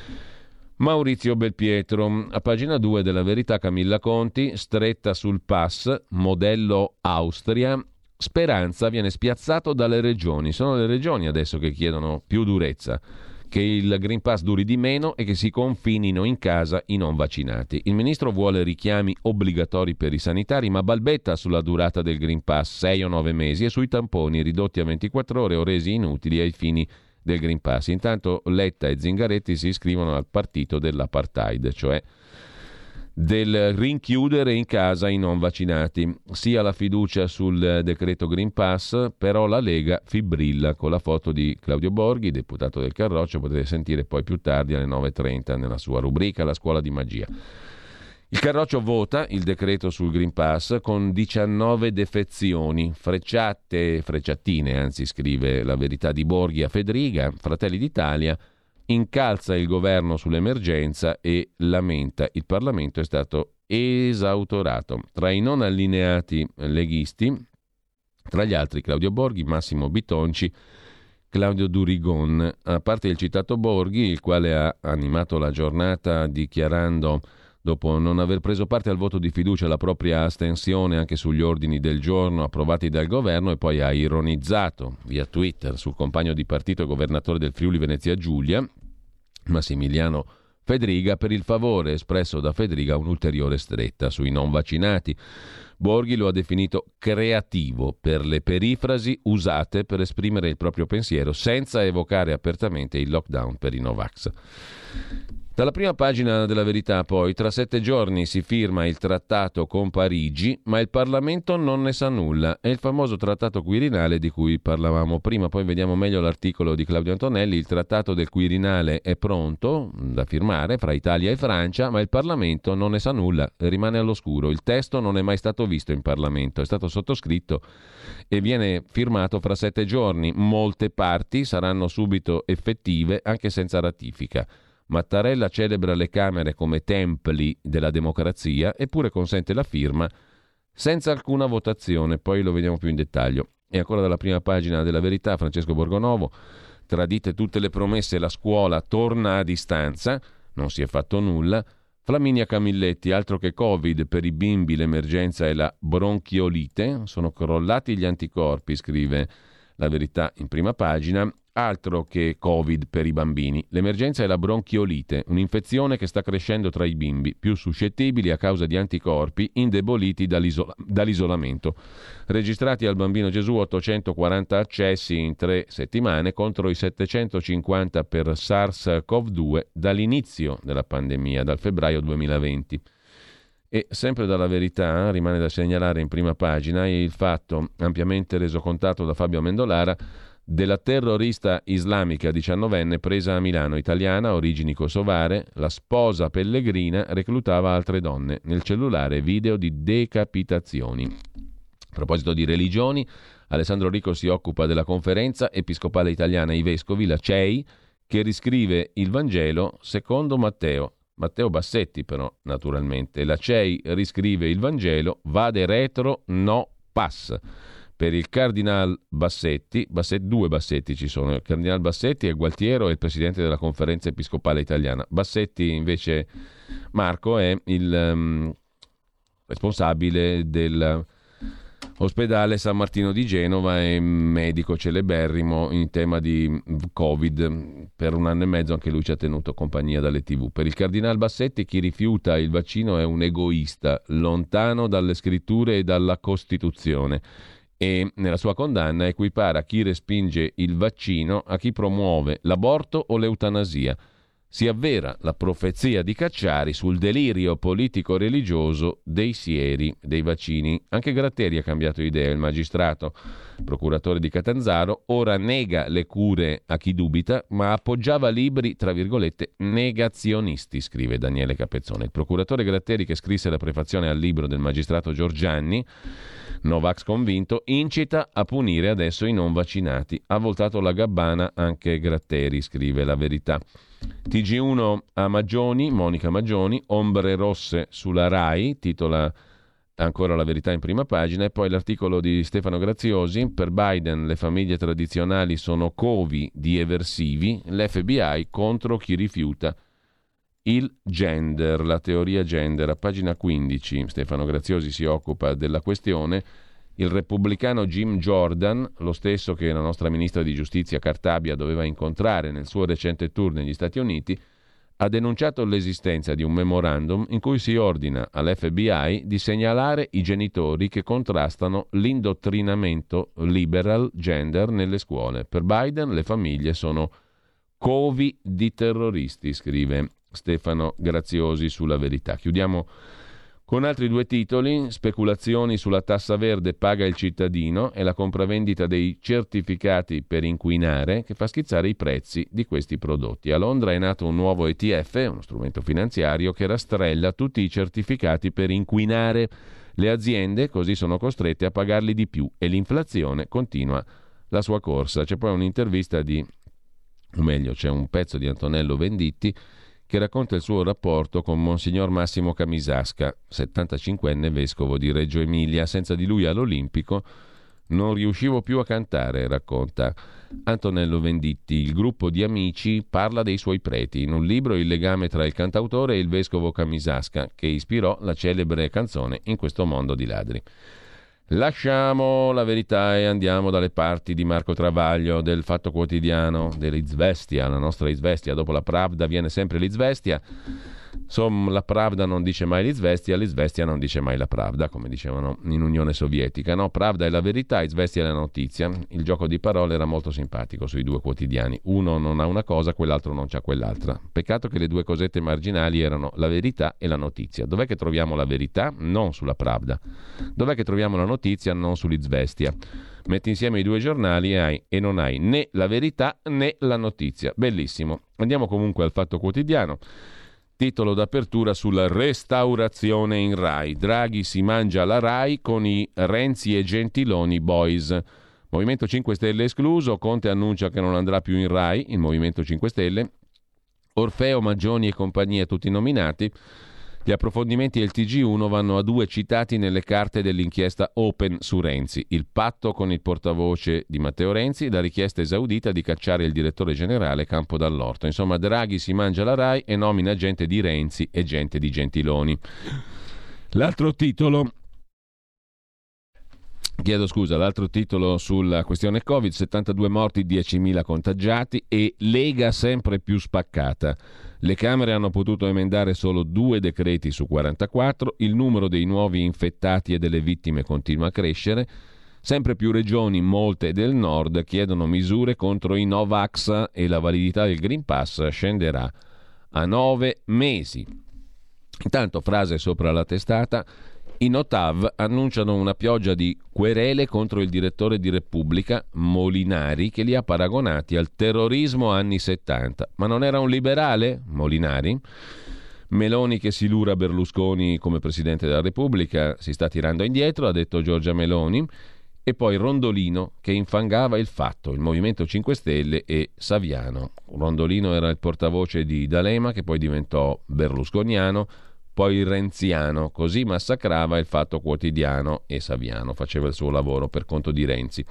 Maurizio Belpietro. A pagina due della Verità Camilla Conti, stretta sul pass, modello Austria, Speranza viene spiazzato dalle regioni. Sono le regioni adesso che chiedono più durezza, che il Green Pass duri di meno e che si confinino in casa i non vaccinati. Il ministro vuole richiami obbligatori per i sanitari, ma balbetta sulla durata del Green Pass, sei o nove mesi, e sui tamponi ridotti a ventiquattro ore o resi inutili ai fini del Green Pass. Intanto Letta e Zingaretti si iscrivono al partito dell'apartheid, cioè del rinchiudere in casa i non vaccinati. Sia la fiducia sul decreto Green Pass, però la Lega fibrilla con la foto di Claudio Borghi, deputato del Carroccio. Potete sentire poi più tardi alle nove e trenta nella sua rubrica La Scuola di Magia. Il Carroccio vota il decreto sul Green Pass con diciannove defezioni, frecciate, frecciatine, anzi, scrive La Verità di Borghi a Fedriga. Fratelli d'Italia incalza il governo sull'emergenza e lamenta il Parlamento è stato esautorato. Tra i non allineati leghisti, tra gli altri Claudio Borghi, Massimo Bitonci, Claudio Durigon. A parte il citato Borghi, il quale ha animato la giornata dichiarando dopo non aver preso parte al voto di fiducia, la propria astensione anche sugli ordini del giorno approvati dal governo, e poi ha ironizzato via Twitter sul compagno di partito e governatore del Friuli Venezia Giulia, Massimiliano Fedriga, per il favore espresso da Fedriga a un'ulteriore stretta sui non vaccinati. Borghi lo ha definito creativo per le perifrasi usate per esprimere il proprio pensiero senza evocare apertamente il lockdown per i Novax. Dalla prima pagina della Verità, poi, tra sette giorni si firma il trattato con Parigi, ma il Parlamento non ne sa nulla. È il famoso trattato Quirinale di cui parlavamo prima. Poi vediamo meglio l'articolo di Claudio Antonelli. Il trattato del Quirinale è pronto da firmare fra Italia e Francia, ma il Parlamento non ne sa nulla, rimane all'oscuro. Il testo non è mai stato visto in Parlamento, è stato sottoscritto e viene firmato fra sette giorni. Molte parti saranno subito effettive anche senza ratifica. Mattarella celebra le Camere come templi della democrazia, eppure consente la firma senza alcuna votazione. Poi lo vediamo più in dettaglio. E ancora dalla prima pagina della Verità, Francesco Borgonovo: tradite tutte le promesse, la scuola torna a distanza, non si è fatto nulla. Flaminia Camilletti: altro che Covid, per i bimbi l'emergenza è la bronchiolite, sono crollati gli anticorpi, scrive la Verità in prima pagina. Altro che Covid per i bambini. L'emergenza è la bronchiolite, un'infezione che sta crescendo tra i bimbi, più suscettibili a causa di anticorpi indeboliti dall'isola- dall'isolamento. Registrati al Bambino Gesù ottocentoquaranta accessi in tre settimane contro i settecentocinquanta per SARS-CoV due dall'inizio della pandemia, dal febbraio duemilaventi. E sempre dalla Verità rimane da segnalare in prima pagina il fatto ampiamente reso contato da Fabio Amendolara della terrorista islamica diciannovenne presa a Milano, italiana, origini kosovare. La sposa pellegrina reclutava altre donne. Nel cellulare video di decapitazioni. A proposito di religioni, Alessandro Rico si occupa della Conferenza Episcopale Italiana I Vescovi, la C E I, che riscrive il Vangelo secondo Matteo. Matteo Bassetti però, naturalmente. La C E I riscrive il Vangelo, vade retro, no pass. Per il Cardinal Bassetti, Bassetti, due Bassetti ci sono, il Cardinal Bassetti è Gualtiero, è il presidente della Conferenza Episcopale Italiana. Bassetti invece, Marco, è il um, responsabile dell'ospedale San Martino di Genova, è medico celeberrimo in tema di Covid. Per un anno e mezzo anche lui ci ha tenuto compagnia dalle tivù. Per il Cardinal Bassetti chi rifiuta il vaccino è un egoista, lontano dalle scritture e dalla Costituzione. E nella sua condanna equipara chi respinge il vaccino a chi promuove l'aborto o l'eutanasia. Si avvera la profezia di Cacciari sul delirio politico-religioso dei sieri dei vaccini. Anche Gratteri ha cambiato idea. Il magistrato, procuratore di Catanzaro, ora nega le cure a chi dubita, ma appoggiava libri, tra virgolette, negazionisti, scrive Daniele Capezzone. Il procuratore Gratteri, che scrisse la prefazione al libro del magistrato Giorgianni, Novax convinto, incita a punire adesso i non vaccinati. Ha voltato la gabbana anche Gratteri, scrive La Verità. T G uno a Maggioni, Monica Maggioni, ombre rosse sulla Rai, titola ancora La Verità in prima pagina. E poi l'articolo di Stefano Graziosi: per Biden le famiglie tradizionali sono covi di eversivi, l'F B I contro chi rifiuta il gender, la teoria gender. A pagina quindici Stefano Graziosi si occupa della questione. Il repubblicano Jim Jordan, lo stesso che la nostra ministra di giustizia Cartabia doveva incontrare nel suo recente tour negli Stati Uniti, ha denunciato l'esistenza di un memorandum in cui si ordina all'F B I di segnalare i genitori che contrastano l'indottrinamento liberal gender nelle scuole. Per Biden le famiglie sono covi di terroristi, scrive Stefano Graziosi sulla Verità. Chiudiamo con altri due titoli: speculazioni sulla tassa verde paga il cittadino e la compravendita dei certificati per inquinare che fa schizzare i prezzi di questi prodotti. A Londra è nato un nuovo E T F, uno strumento finanziario che rastrella tutti i certificati per inquinare. Le aziende così sono costrette a pagarli di più e l'inflazione continua la sua corsa. C'è poi un'intervista di, o meglio c'è un pezzo di Antonello Venditti che racconta il suo rapporto con Monsignor Massimo Camisasca, settantacinquenne vescovo di Reggio Emilia. Senza di lui all'Olimpico Non riuscivo più a cantare, racconta Antonello Venditti. Il gruppo di amici parla dei suoi preti. In un libro il legame tra il cantautore e il vescovo Camisasca, che ispirò la celebre canzone In questo mondo di ladri. Lasciamo la verità e andiamo dalle parti di Marco Travaglio, del Fatto Quotidiano, dell'Izvestia, la nostra Izvestia. Dopo la Pravda viene sempre l'Izvestia. Insomma, la Pravda non dice mai l'Izvestia, l'Izvestia non dice mai la Pravda, come dicevano in Unione Sovietica, no? Pravda è la verità, Izvestia è la notizia. Il gioco di parole era molto simpatico sui due quotidiani. Uno non ha una cosa, quell'altro non c'ha quell'altra. Peccato che le due cosette marginali erano la verità e la notizia. Dov'è che troviamo la verità? Non sulla Pravda. Dov'è che troviamo la notizia? Non sull'Izvestia. Metti insieme i due giornali e, hai, e non hai né la verità né la notizia. Bellissimo. Andiamo comunque al Fatto Quotidiano. Titolo d'apertura sulla restaurazione in Rai. Draghi si mangia la Rai con i Renzi e Gentiloni boys. Movimento cinque Stelle escluso, Conte annuncia che non andrà più in Rai, il Movimento cinque Stelle. Orfeo, Maggioni e compagnia tutti nominati. Gli approfondimenti del T G uno vanno a due citati nelle carte dell'inchiesta Open su Renzi. Il patto con il portavoce di Matteo Renzi, la richiesta esaudita di cacciare il direttore generale Campo Dall'Orto. Insomma, Draghi si mangia la Rai e nomina gente di Renzi e gente di Gentiloni. L'altro titolo... Chiedo scusa, l'altro titolo sulla questione Covid, settantadue morti, diecimila contagiati e Lega sempre più spaccata. Le Camere hanno potuto emendare solo due decreti su quarantaquattro, il numero dei nuovi infettati e delle vittime continua a crescere, sempre più regioni, molte del nord, chiedono misure contro i Novax e la validità del Green Pass scenderà a nove mesi. Intanto, frase sopra la testata, i Notav annunciano una pioggia di querele contro il direttore di Repubblica, Molinari, che li ha paragonati al terrorismo anni settanta. Ma non era un liberale, Molinari? Meloni che si lura Berlusconi come Presidente della Repubblica si sta tirando indietro, ha detto Giorgia Meloni. E poi Rondolino che infangava il Fatto, il Movimento cinque Stelle e Saviano. Rondolino era il portavoce di D'Alema, che poi diventò berlusconiano, poi renziano, così massacrava il Fatto Quotidiano e Saviano faceva il suo lavoro per conto di Renzi.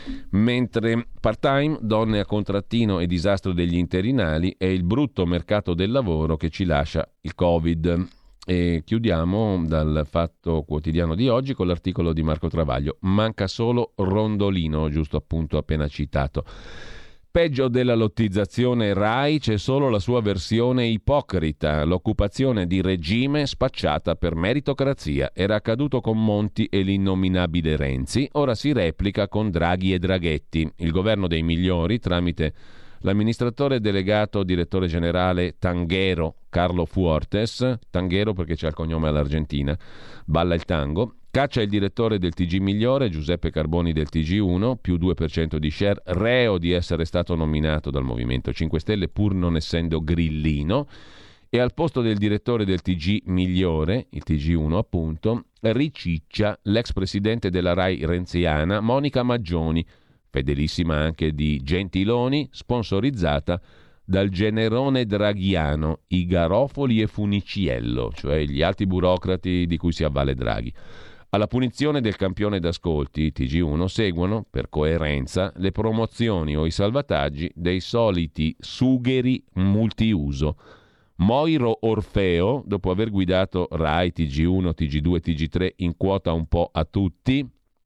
Mentre part-time, donne a contrattino e disastro degli interinali è il brutto mercato del lavoro che ci lascia il Covid. E chiudiamo dal Fatto Quotidiano di oggi con l'articolo di Marco Travaglio. Manca solo Rondolino, giusto appunto appena citato. Peggio della lottizzazione Rai c'è solo la sua versione ipocrita, l'occupazione di regime spacciata per meritocrazia. Era accaduto con Monti e l'innominabile Renzi, ora si replica con Draghi e Draghetti. Il governo dei migliori, tramite l'amministratore delegato direttore generale Tanghero Carlo Fuortes, Tanghero perché c'è il cognome all'Argentina, balla il tango, caccia il direttore del T G migliore Giuseppe Carboni del T G uno, più due per cento di share, reo di essere stato nominato dal Movimento cinque Stelle pur non essendo grillino, e al posto del direttore del T G migliore, il T G uno appunto, riciccia l'ex presidente della Rai renziana Monica Maggioni, fedelissima anche di Gentiloni, sponsorizzata dal generone draghiano, i Garofoli e Funiciello, cioè gli alti burocrati di cui si avvale Draghi. Alla punizione del campione d'ascolti, T G uno, seguono, per coerenza, le promozioni o i salvataggi dei soliti sugheri multiuso. Moiro Orfeo, dopo aver guidato Rai, T G uno, T G due, T G tre in quota un po' a tutti,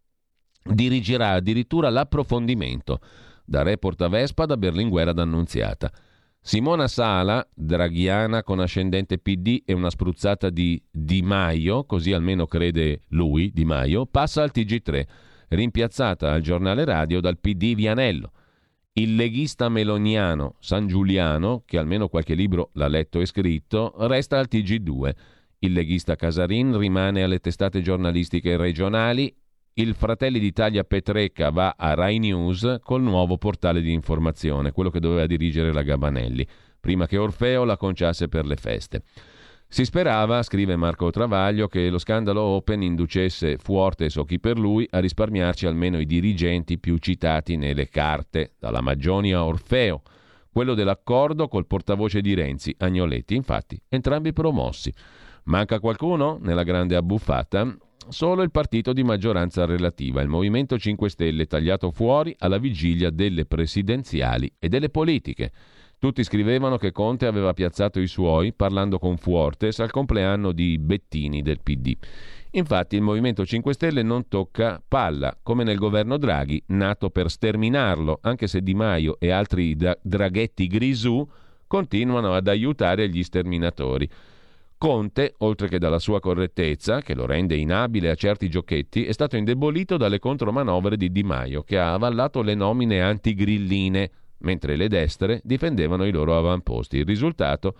dirigerà addirittura l'approfondimento, da Report a Vespa, da Berlinguer ad Annunziata. Simona Sala, draghiana con ascendente P D e una spruzzata di Di Maio, così almeno crede lui, Di Maio, passa al T G tre, rimpiazzata al giornale radio dal P D Vianello. Il leghista meloniano San Giuliano, che almeno qualche libro l'ha letto e scritto, resta al T G due. Il leghista Casarin rimane alle testate giornalistiche regionali. Il Fratelli d'Italia Petrecca va a Rai News col nuovo portale di informazione, quello che doveva dirigere la Gabanelli, prima che Orfeo la conciasse per le feste. Si sperava, scrive Marco Travaglio, che lo scandalo Open inducesse Fuortes o chi per lui a risparmiarci almeno i dirigenti più citati nelle carte, dalla Maggioni a Orfeo, quello dell'accordo col portavoce di Renzi, Agnoletti, infatti entrambi promossi. Manca qualcuno nella grande abbuffata? Solo il partito di maggioranza relativa, il Movimento cinque Stelle, tagliato fuori alla vigilia delle presidenziali e delle politiche. Tutti scrivevano che Conte aveva piazzato i suoi parlando con Fuortes al compleanno di Bettini del P D. Infatti il Movimento cinque Stelle non tocca palla, come nel governo Draghi, nato per sterminarlo, anche se Di Maio e altri dra- draghetti grisù continuano ad aiutare gli sterminatori. Conte, oltre che dalla sua correttezza, che lo rende inabile a certi giochetti, è stato indebolito dalle contromanovre di Di Maio, che ha avallato le nomine antigrilline, mentre le destre difendevano i loro avamposti. Il risultato?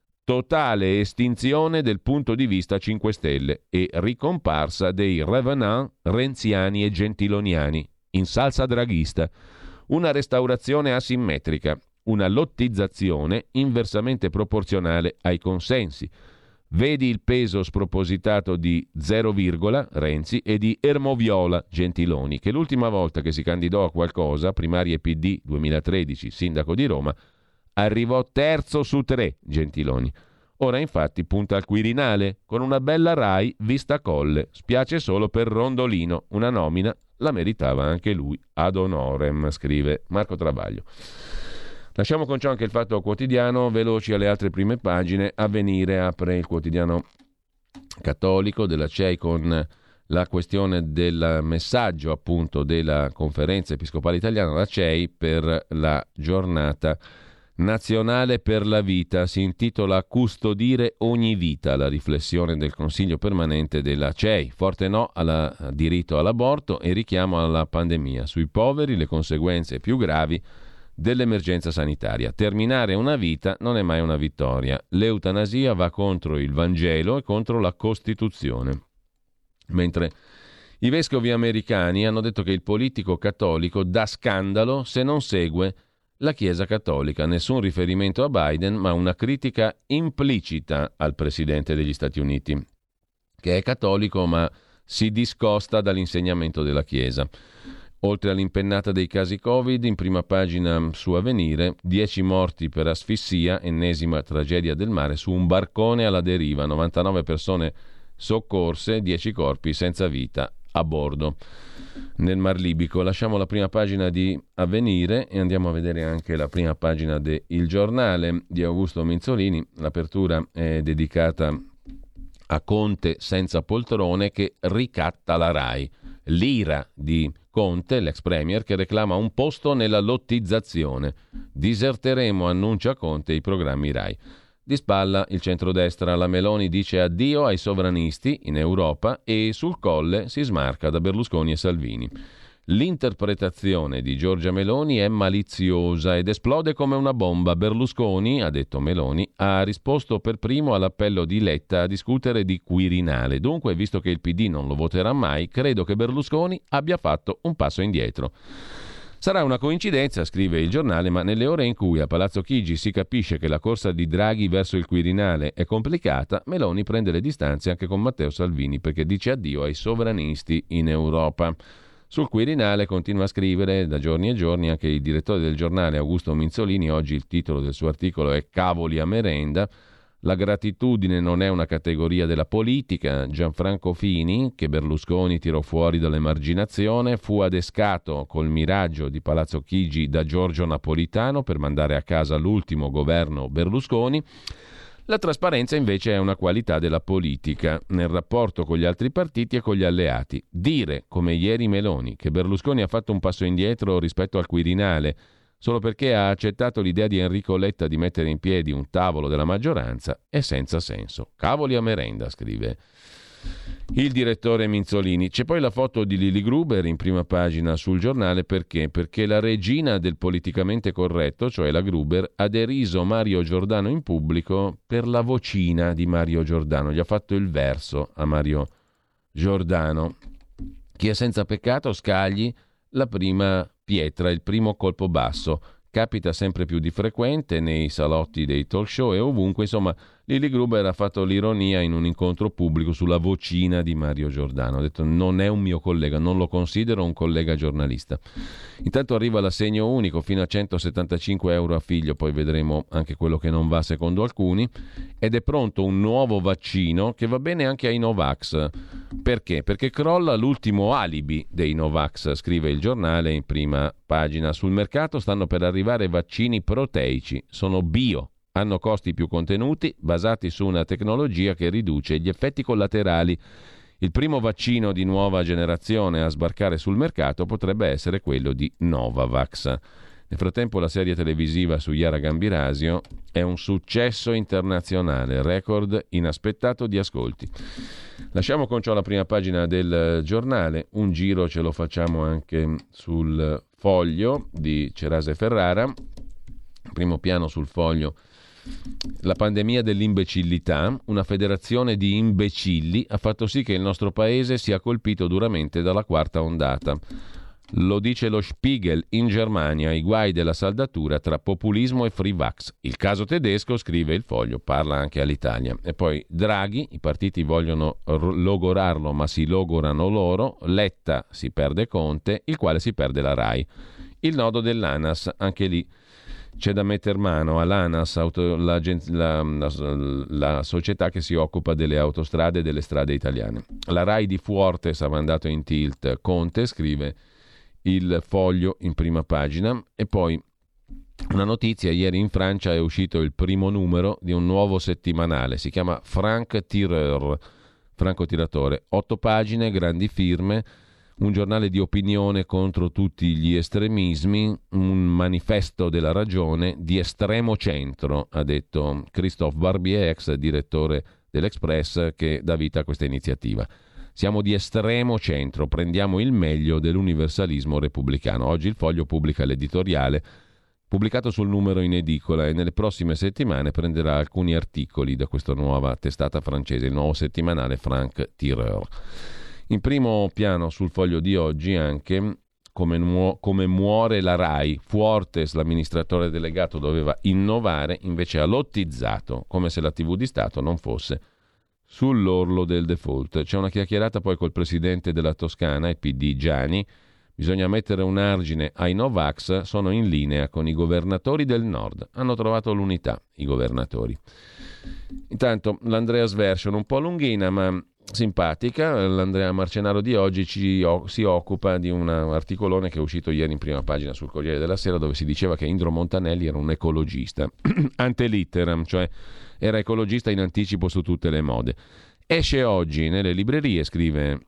Totale estinzione del punto di vista cinque Stelle e ricomparsa dei revenant renziani e gentiloniani, in salsa draghista. Una restaurazione asimmetrica, una lottizzazione inversamente proporzionale ai consensi. Vedi il peso spropositato di zero, Renzi e di Ermoviola Gentiloni, che l'ultima volta che si candidò a qualcosa, primarie P D duemilatredici, sindaco di Roma, arrivò terzo su tre Gentiloni. Ora infatti punta al Quirinale con una bella Rai vista Colle. Spiace solo per Rondolino, una nomina la meritava anche lui ad honorem, scrive Marco Travaglio. Lasciamo con ciò anche il Fatto Quotidiano, veloci alle altre prime pagine. Avvenire apre il quotidiano cattolico della C E I con la questione del messaggio appunto della Conferenza Episcopale Italiana, la C E I, per la giornata nazionale per la vita. Si intitola Custodire ogni vita, la riflessione del Consiglio permanente della C E I. Forte no al diritto all'aborto e richiamo alla pandemia. Sui poveri le conseguenze più gravi dell'emergenza sanitaria. Terminare una vita non è mai una vittoria. L'eutanasia va contro il Vangelo e contro la Costituzione. Mentre i vescovi americani hanno detto che il politico cattolico dà scandalo se non segue la Chiesa cattolica. Nessun riferimento a Biden, ma una critica implicita al presidente degli Stati Uniti, che è cattolico ma si discosta dall'insegnamento della Chiesa. Oltre all'impennata dei casi Covid, in prima pagina su Avvenire, dieci morti per asfissia, ennesima tragedia del mare su un barcone alla deriva, novantanove persone soccorse, dieci corpi senza vita a bordo nel Mar Libico. Lasciamo la prima pagina di Avvenire e andiamo a vedere anche la prima pagina de Il Giornale di Augusto Minzolini. L'apertura è dedicata a Conte senza poltrone che ricatta la Rai. L'ira di Conte, l'ex premier, che reclama un posto nella lottizzazione. Diserteremo, annuncia Conte, i programmi Rai. Di spalla il centrodestra, la Meloni dice addio ai sovranisti in Europa e sul Colle si smarca da Berlusconi e Salvini. L'interpretazione di Giorgia Meloni è maliziosa ed esplode come una bomba. Berlusconi, ha detto Meloni, ha risposto per primo all'appello di Letta a discutere di Quirinale. Dunque, visto che il P D non lo voterà mai, credo che Berlusconi abbia fatto un passo indietro. Sarà una coincidenza, scrive il Giornale, ma nelle ore in cui a Palazzo Chigi si capisce che la corsa di Draghi verso il Quirinale è complicata, Meloni prende le distanze anche con Matteo Salvini perché dice addio ai sovranisti in Europa. Sul Quirinale continua a scrivere da giorni e giorni anche il direttore del Giornale Augusto Minzolini. Oggi il titolo del suo articolo è Cavoli a merenda. La gratitudine non è una categoria della politica. Gianfranco Fini, che Berlusconi tirò fuori dall'emarginazione, fu adescato col miraggio di Palazzo Chigi da Giorgio Napolitano per mandare a casa l'ultimo governo Berlusconi. La trasparenza invece è una qualità della politica nel rapporto con gli altri partiti e con gli alleati. Dire, come ieri Meloni, che Berlusconi ha fatto un passo indietro rispetto al Quirinale solo perché ha accettato l'idea di Enrico Letta di mettere in piedi un tavolo della maggioranza è senza senso. Cavoli a merenda, scrive il direttore Minzolini. C'è poi la foto di Lili Gruber in prima pagina sul Giornale. Perché? Perché la regina del politicamente corretto, cioè la Gruber, ha deriso Mario Giordano in pubblico per la vocina di Mario Giordano. Gli ha fatto il verso a Mario Giordano. Chi è senza peccato scagli la prima pietra, il primo colpo basso. Capita sempre più di frequente nei salotti dei talk show e ovunque. Insomma, Lili Gruber ha fatto l'ironia in un incontro pubblico sulla vocina di Mario Giordano. Ha detto: non è un mio collega, non lo considero un collega giornalista. Intanto arriva l'assegno unico fino a centosettantacinque euro a figlio, poi vedremo anche quello che non va secondo alcuni, ed è pronto un nuovo vaccino che va bene anche ai Novax. Perché? Perché crolla l'ultimo alibi dei Novax, scrive il giornale in prima pagina. Sul mercato stanno per arrivare vaccini proteici, sono bio, hanno costi più contenuti, basati su una tecnologia che riduce gli effetti collaterali. Il primo vaccino di nuova generazione a sbarcare sul mercato potrebbe essere quello di Novavax. Nel frattempo la serie televisiva su Yara Gambirasio è un successo internazionale, record inaspettato di ascolti. Lasciamo con ciò la prima pagina del giornale, un giro ce lo facciamo anche sul Foglio di Cerase Ferrara. Primo piano sul Foglio: la pandemia dell'imbecillità, una federazione di imbecilli ha fatto sì che il nostro paese sia colpito duramente dalla quarta ondata. Lo dice lo Spiegel in Germania, i guai della saldatura tra populismo e free vax. Il caso tedesco, scrive il Foglio, parla anche all'Italia. E poi Draghi, i partiti vogliono logorarlo ma si logorano loro, Letta si perde Conte, il quale si perde la RAI. Il nodo dell'ANAS, anche lì c'è da metter mano all'ANAS, auto, la, la, la, la società che si occupa delle autostrade e delle strade italiane. La RAI di Fuortes ha mandato in tilt Conte, scrive il Foglio in prima pagina. E poi una notizia: ieri in Francia è uscito il primo numero di un nuovo settimanale, si chiama Frank Tireur, Franco Tiratore, otto pagine, grandi firme, un giornale di opinione contro tutti gli estremismi, un manifesto della ragione di estremo centro, ha detto Christophe Barbier, ex direttore dell'Express, che dà vita a questa iniziativa. Siamo di estremo centro, prendiamo il meglio dell'universalismo repubblicano. Oggi il Foglio pubblica l'editoriale pubblicato sul numero in edicola e nelle prossime settimane prenderà alcuni articoli da questa nuova testata francese, il nuovo settimanale Frank Tireur. In primo piano sul Foglio di oggi anche come, mu- come muore la RAI. Fuortes, l'amministratore delegato, doveva innovare, invece ha lottizzato, come se la tivù di Stato non fosse sull'orlo del default. C'è una chiacchierata poi col presidente della Toscana, il P D Gianni. Bisogna mettere un argine ai Novax, sono in linea con i governatori del Nord. Hanno trovato l'unità, i governatori. Intanto l'Andreas Version, un po' lunghina ma simpatica. L'Andrea Marcenaro di oggi ci, si occupa di un articolone che è uscito ieri in prima pagina sul Corriere della Sera, dove si diceva che Indro Montanelli era un ecologista ante litteram, cioè era ecologista in anticipo su tutte le mode. Esce oggi nelle librerie, scrive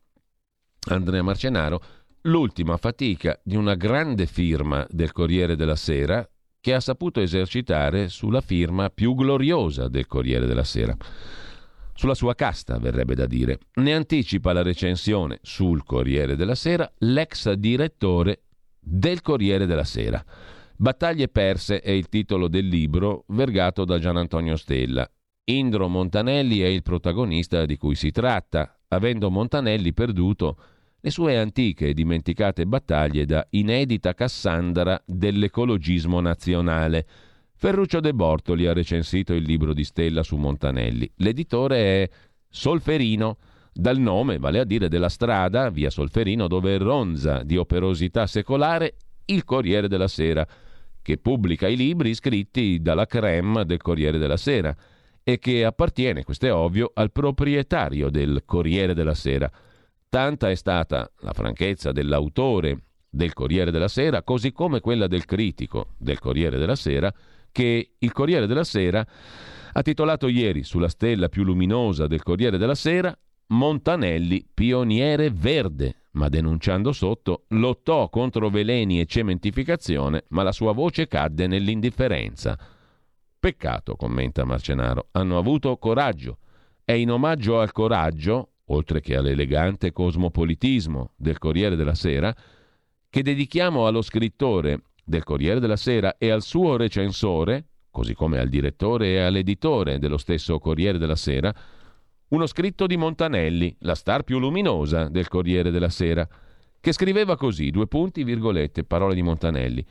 Andrea Marcenaro, l'ultima fatica di una grande firma del Corriere della Sera che ha saputo esercitare sulla firma più gloriosa del Corriere della Sera. Sulla sua casta, verrebbe da dire. Ne anticipa la recensione sul Corriere della Sera l'ex direttore del Corriere della Sera. Battaglie perse è il titolo del libro vergato da Gian Antonio Stella. Indro Montanelli è il protagonista di cui si tratta, avendo Montanelli perduto le sue antiche e dimenticate battaglie da inedita Cassandra dell'ecologismo nazionale. Ferruccio De Bortoli ha recensito il libro di Stella su Montanelli. L'editore è Solferino, dal nome, vale a dire della strada, via Solferino, dove ronza di operosità secolare il Corriere della Sera, che pubblica i libri scritti dalla crème del Corriere della Sera e che appartiene, questo è ovvio, al proprietario del Corriere della Sera. Tanta è stata la franchezza dell'autore del Corriere della Sera, così come quella del critico del Corriere della Sera, che il Corriere della Sera ha titolato ieri, sulla stella più luminosa del Corriere della Sera, Montanelli pioniere verde, ma denunciando sotto lottò contro veleni e cementificazione, ma la sua voce cadde nell'indifferenza. Peccato, commenta Marcenaro, hanno avuto coraggio. È in omaggio al coraggio, oltre che all'elegante cosmopolitismo del Corriere della Sera, che dedichiamo allo scrittore del Corriere della Sera e al suo recensore, così come al direttore e all'editore dello stesso Corriere della Sera, uno scritto di Montanelli, la star più luminosa del Corriere della Sera, che scriveva così, due punti, virgolette, parole di Montanelli: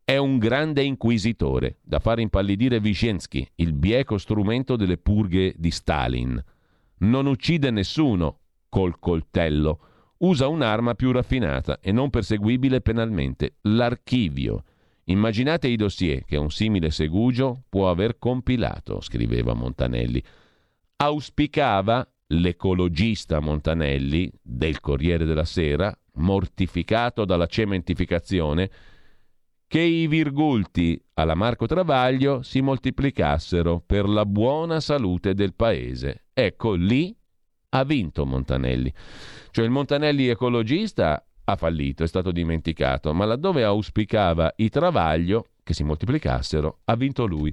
È un grande inquisitore, da fare impallidire Wyszynski, il bieco strumento delle purghe di Stalin. Non uccide nessuno col coltello, usa un'arma più raffinata e non perseguibile penalmente, l'archivio. Immaginate i dossier che un simile segugio può aver compilato, scriveva Montanelli. Auspicava l'ecologista Montanelli, del Corriere della Sera, mortificato dalla cementificazione, che i virgulti alla Marco Travaglio si moltiplicassero per la buona salute del paese. Ecco, lì ha vinto Montanelli. Cioè il Montanelli ecologista ha fallito, è stato dimenticato, ma laddove auspicava i Travaglio che si moltiplicassero, ha vinto lui.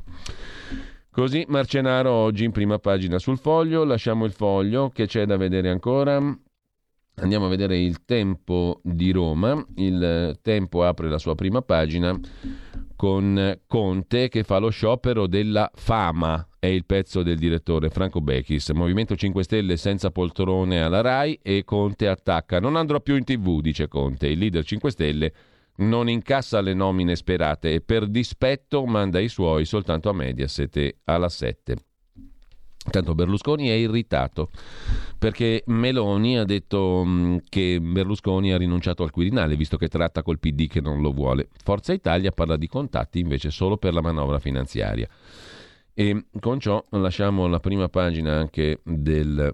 Così Marcenaro oggi in prima pagina sul Foglio. Lasciamo il Foglio, che c'è da vedere ancora. Andiamo a vedere il Tempo di Roma. Il Tempo apre la sua prima pagina con Conte che fa lo sciopero della fama. È il pezzo del direttore Franco Bechis. Movimento cinque Stelle senza poltrone alla Rai e Conte attacca. Non andrò più in tv, dice Conte. Il leader cinque Stelle non incassa le nomine sperate e per dispetto manda i suoi soltanto a Mediaset e alla sette. Tanto Berlusconi è irritato perché Meloni ha detto mh, che Berlusconi ha rinunciato al Quirinale visto che tratta col P D che non lo vuole. Forza Italia parla di contatti invece solo per la manovra finanziaria. E con ciò lasciamo la prima pagina anche del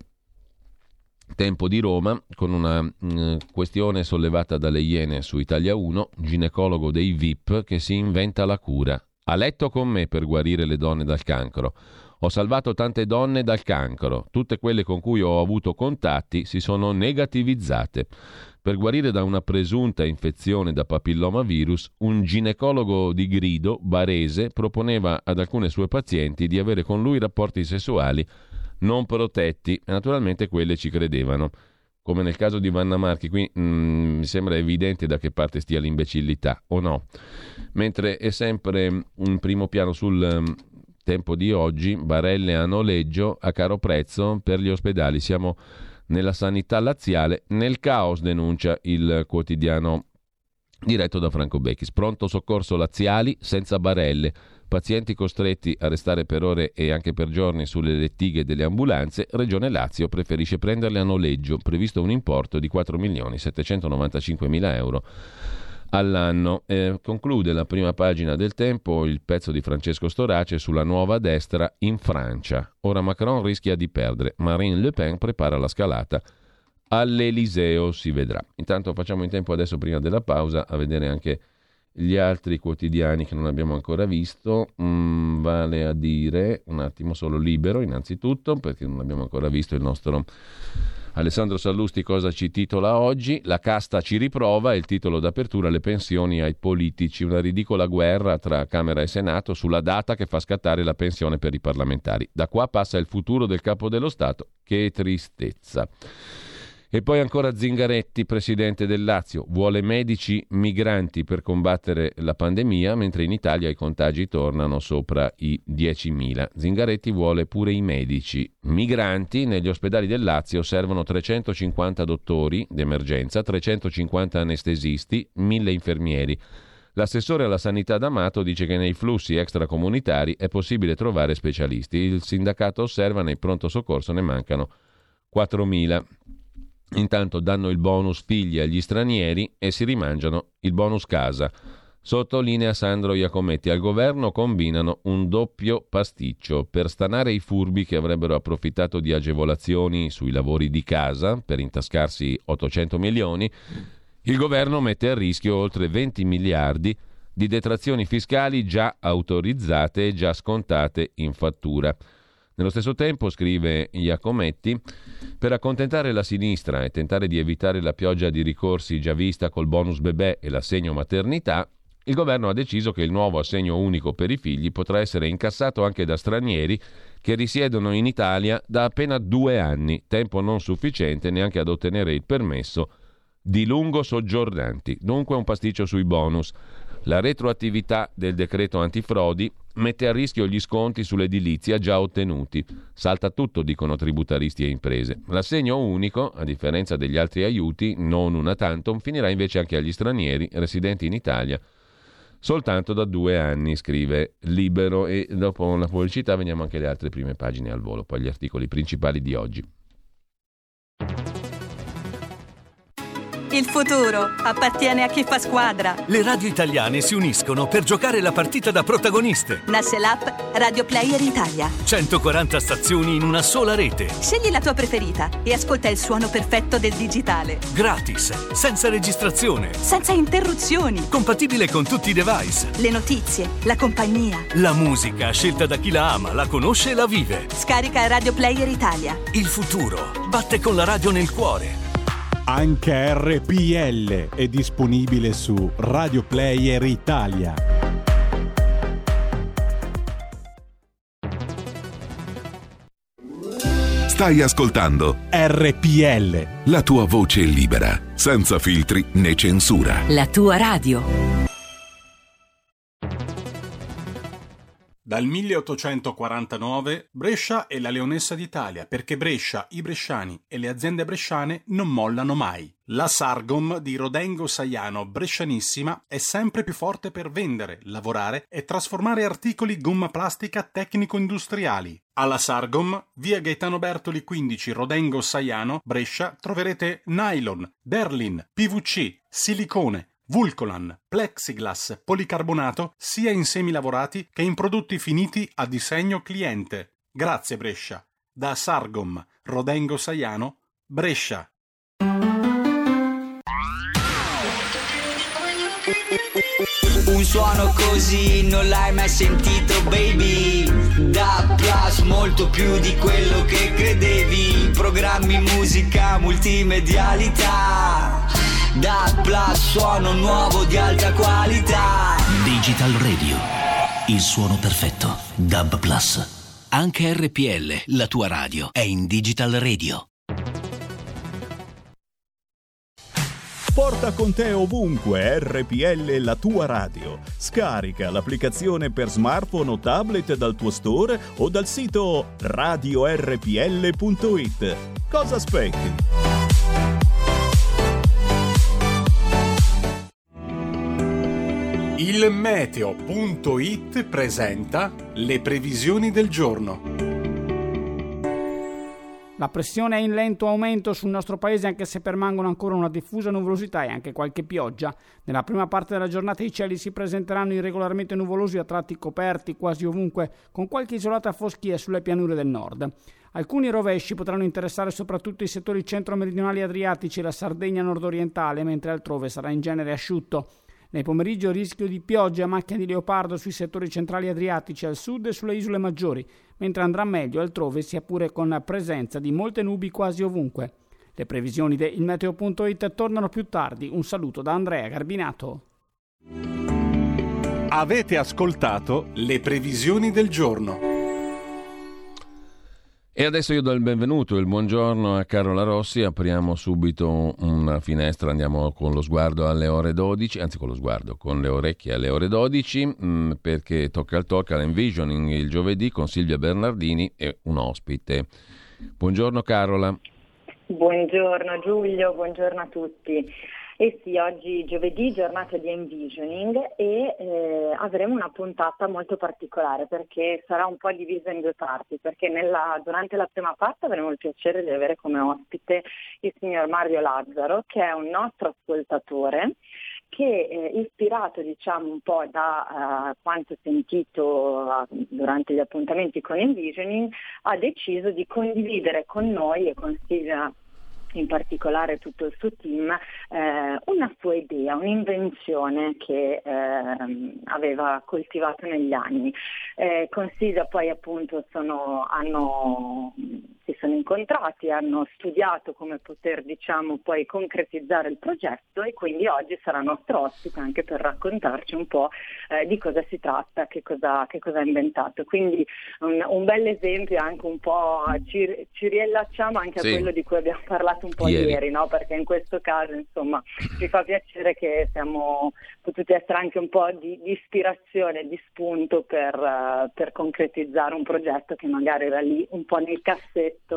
Tempo di Roma con una mh, questione sollevata dalle Iene su Italia uno, ginecologo dei V I P che si inventa la cura. Ha letto con me per guarire le donne dal cancro. Ho salvato tante donne dal cancro. Tutte quelle con cui ho avuto contatti si sono negativizzate. Per guarire da una presunta infezione da papillomavirus, un ginecologo di grido, barese, proponeva ad alcune sue pazienti di avere con lui rapporti sessuali non protetti e naturalmente quelle ci credevano. Come nel caso di Vanna Marchi, qui mh, mi sembra evidente da che parte stia l'imbecillità, o no? Mentre è sempre in primo piano sul um, Tempo di oggi, barelle a noleggio a caro prezzo per gli ospedali. Siamo nella sanità laziale, nel caos, denuncia il quotidiano diretto da Franco Bechis. Pronto soccorso laziali senza barelle. Pazienti costretti a restare per ore e anche per giorni sulle lettighe delle ambulanze. Regione Lazio preferisce prenderle a noleggio, previsto un importo di quattro milioni settecentonovantacinquemila euro all'anno. Eh, conclude la prima pagina del Tempo il pezzo di Francesco Storace sulla nuova destra in Francia. Ora Macron rischia di perdere, Marine Le Pen prepara la scalata all'Eliseo, si vedrà. Intanto facciamo in tempo adesso, prima della pausa, a vedere anche gli altri quotidiani che non abbiamo ancora visto, mm, vale a dire un attimo solo Libero innanzitutto, perché non abbiamo ancora visto il nostro Alessandro Sallusti cosa ci titola oggi. La casta ci riprova, è il titolo d'apertura, le pensioni ai politici, una ridicola guerra tra Camera e Senato sulla data che fa scattare la pensione per i parlamentari. Da qua passa il futuro del capo dello Stato, che tristezza. E poi ancora Zingaretti, presidente del Lazio, vuole medici migranti per combattere la pandemia, mentre in Italia i contagi tornano sopra i diecimila. Zingaretti vuole pure i medici migranti. Negli ospedali del Lazio servono trecentocinquanta dottori d'emergenza, trecentocinquanta anestesisti, mille infermieri. L'assessore alla sanità D'Amato dice che nei flussi extracomunitari è possibile trovare specialisti. Il sindacato osserva nei pronto soccorso ne mancano quattromila. Intanto danno il bonus figli agli stranieri e si rimangiano il bonus casa. Sottolinea Sandro Iacometti, al governo combinano un doppio pasticcio. Per stanare i furbi che avrebbero approfittato di agevolazioni sui lavori di casa per intascarsi ottocento milioni, il governo mette a rischio oltre venti miliardi di detrazioni fiscali già autorizzate e già scontate in fattura. Nello stesso tempo, scrive Iacometti, per accontentare la sinistra e tentare di evitare la pioggia di ricorsi già vista col bonus bebè e l'assegno maternità, il governo ha deciso che il nuovo assegno unico per i figli potrà essere incassato anche da stranieri che risiedono in Italia da appena due anni, tempo non sufficiente neanche ad ottenere il permesso di lungo soggiornanti. Dunque un pasticcio sui bonus. La retroattività del decreto antifrodi mette a rischio gli sconti sull'edilizia già ottenuti. Salta tutto, dicono tributaristi e imprese. L'assegno unico, a differenza degli altri aiuti, non una tantum, finirà invece anche agli stranieri residenti in Italia soltanto da due anni, scrive Libero. E dopo la pubblicità veniamo anche alle altre prime pagine al volo, poi gli articoli principali di oggi. Il futuro appartiene a chi fa squadra. Le radio italiane si uniscono per giocare la partita da protagoniste. Nasce l'app Radio Player Italia. centoquaranta stazioni in una sola rete. Scegli la tua preferita e ascolta il suono perfetto del digitale. Gratis, senza registrazione. Senza interruzioni. Compatibile con tutti i device. Le notizie, la compagnia. La musica, scelta da chi la ama, la conosce e la vive. Scarica Radio Player Italia. Il futuro batte con la radio nel cuore. Anche R P L è disponibile su Radio Player Italia. Stai ascoltando R P L, la tua voce libera, senza filtri né censura. La tua radio. Dal milleottocentoquarantanove Brescia è la leonessa d'Italia, perché Brescia, i bresciani e le aziende bresciane non mollano mai. La Sargom di Rodengo Saiano, brescianissima, è sempre più forte per vendere, lavorare e trasformare articoli gomma plastica tecnico-industriali. Alla Sargom, via Gaetano Bertoli quindici, Rodengo Saiano, Brescia, troverete nylon, Berlin, P V C, silicone, Vulcolan, plexiglass, policarbonato, sia in semilavorati che in prodotti finiti a disegno cliente. Grazie Brescia. Da Sargom, Rodengo Saiano, Brescia. Un suono così non l'hai mai sentito, baby. Da Plus, molto più di quello che credevi. Programmi, musica, multimedialità. Da Plus, suono nuovo di alta qualità. Digital Radio, il suono perfetto. D A B Plus. Anche R P L, la tua radio, è in Digital Radio. Porta con te ovunque R P L, la tua radio. Scarica l'applicazione per smartphone o tablet dal tuo store o dal sito radio erre pi elle punto it. Cosa aspetti? Il meteo punto it presenta le previsioni del giorno. La pressione è in lento aumento sul nostro paese, anche se permangono ancora una diffusa nuvolosità e anche qualche pioggia. Nella prima parte della giornata i cieli si presenteranno irregolarmente nuvolosi, a tratti coperti quasi ovunque, con qualche isolata foschia sulle pianure del nord. Alcuni rovesci potranno interessare soprattutto i settori centro-meridionali adriatici e la Sardegna nord-orientale, mentre altrove sarà in genere asciutto. Nel pomeriggio rischio di pioggia a macchia di leopardo sui settori centrali adriatici al sud e sulle isole maggiori, mentre andrà meglio altrove, sia pure con presenza di molte nubi quasi ovunque. Le previsioni di il meteo punto it tornano più tardi. Un saluto da Andrea Garbinato. Avete ascoltato le previsioni del giorno. E adesso io do il benvenuto e il buongiorno a Carola Rossi. Apriamo subito una finestra, andiamo con lo sguardo alle ore dodici, anzi con lo sguardo, con le orecchie alle ore dodici, mh, perché tocca al tocca l'Envisioning il giovedì con Silvia Bernardini e un ospite. Buongiorno Carola. Buongiorno Giulio, buongiorno a tutti. E sì, oggi giovedì, giornata di Envisioning e eh, avremo una puntata molto particolare perché sarà un po' divisa in due parti, perché nella, durante la prima parte avremo il piacere di avere come ospite il signor Mario Lazzaro, che è un nostro ascoltatore che eh, ispirato diciamo un po' da uh, quanto sentito uh, durante gli appuntamenti con Envisioning, ha deciso di condividere con noi e con Silvia in particolare tutto il suo team, eh, una sua idea, un'invenzione che eh, aveva coltivato negli anni. Eh, con Silvia poi appunto sono, hanno, si sono incontrati, hanno studiato come poter diciamo poi concretizzare il progetto e quindi oggi sarà nostro ospite anche per raccontarci un po' eh, di cosa si tratta, che cosa, che cosa ha inventato. Quindi un, un bel esempio anche un po', ci, ci riallacciamo anche sì. a quello di cui abbiamo parlato un po' ieri, ieri no? Perché in questo caso insomma ci fa piacere che siamo potuti essere anche un po' di, di ispirazione, di spunto per, uh, per concretizzare un progetto che magari era lì un po' nel cassetto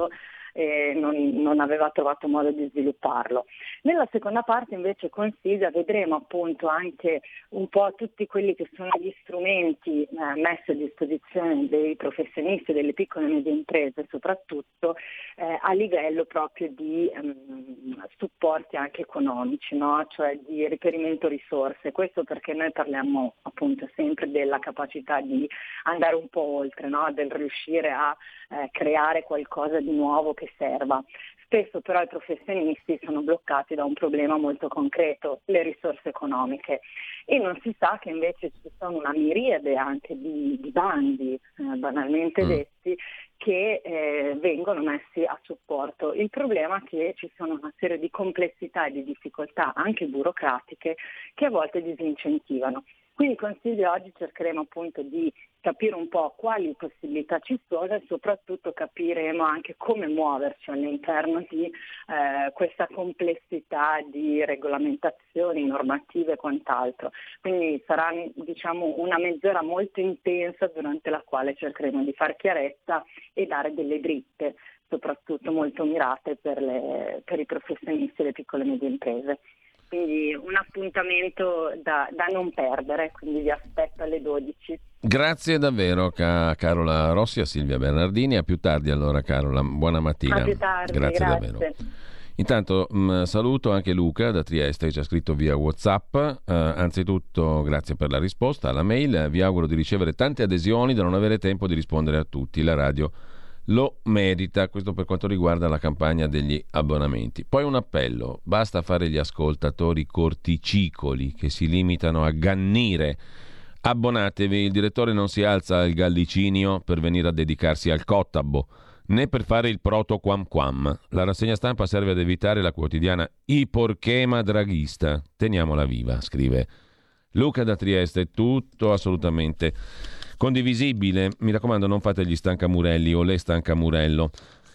e non, non aveva trovato modo di svilupparlo. Nella seconda parte invece con Silvia vedremo appunto anche un po' tutti quelli che sono gli strumenti eh, messi a disposizione dei professionisti delle piccole e medie imprese, soprattutto eh, a livello proprio di ehm, supporti anche economici, no? Cioè di riperimento risorse. Questo perché noi parliamo appunto sempre della capacità di andare un po' oltre, no? Del riuscire a eh, creare qualcosa di nuovo che serva. Spesso però i professionisti sono bloccati da un problema molto concreto, le risorse economiche, e non si sa che invece ci sono una miriade anche di, di bandi, eh, banalmente mm. detti, che eh, vengono messi a supporto. Il problema è che ci sono una serie di complessità e di difficoltà anche burocratiche che a volte disincentivano. Quindi con Silvia oggi cercheremo appunto di capire un po' quali possibilità ci sono e soprattutto capiremo anche come muoverci all'interno di eh, questa complessità di regolamentazioni, normative e quant'altro. Quindi sarà, diciamo, una mezz'ora molto intensa durante la quale cercheremo di far chiarezza e dare delle dritte, soprattutto molto mirate per, le, per i professionisti e le piccole e medie imprese. Quindi un appuntamento da, da non perdere, quindi vi aspetto alle dodici. Grazie davvero ca- Carola Rossi, a Silvia Bernardini. A più tardi allora Carola, buona mattina. A più tardi, grazie, grazie. davvero. Intanto mh, saluto anche Luca da Trieste che ci ha scritto via WhatsApp. Uh, anzitutto grazie per la risposta alla mail, vi auguro di ricevere tante adesioni da non avere tempo di rispondere a tutti. La radio lo merita, questo per quanto riguarda la campagna degli abbonamenti. Poi un appello: basta fare gli ascoltatori corticicoli che si limitano a gannire. Abbonatevi, il direttore non si alza al Gallicinio per venire a dedicarsi al Cottabbo, né per fare il proto quam quam. La rassegna stampa serve ad evitare la quotidiana iporchema draghista. Teniamola viva, scrive Luca da Trieste. Tutto assolutamente condivisibile. Mi raccomando, non fate gli stancamurelli o le stancamurello.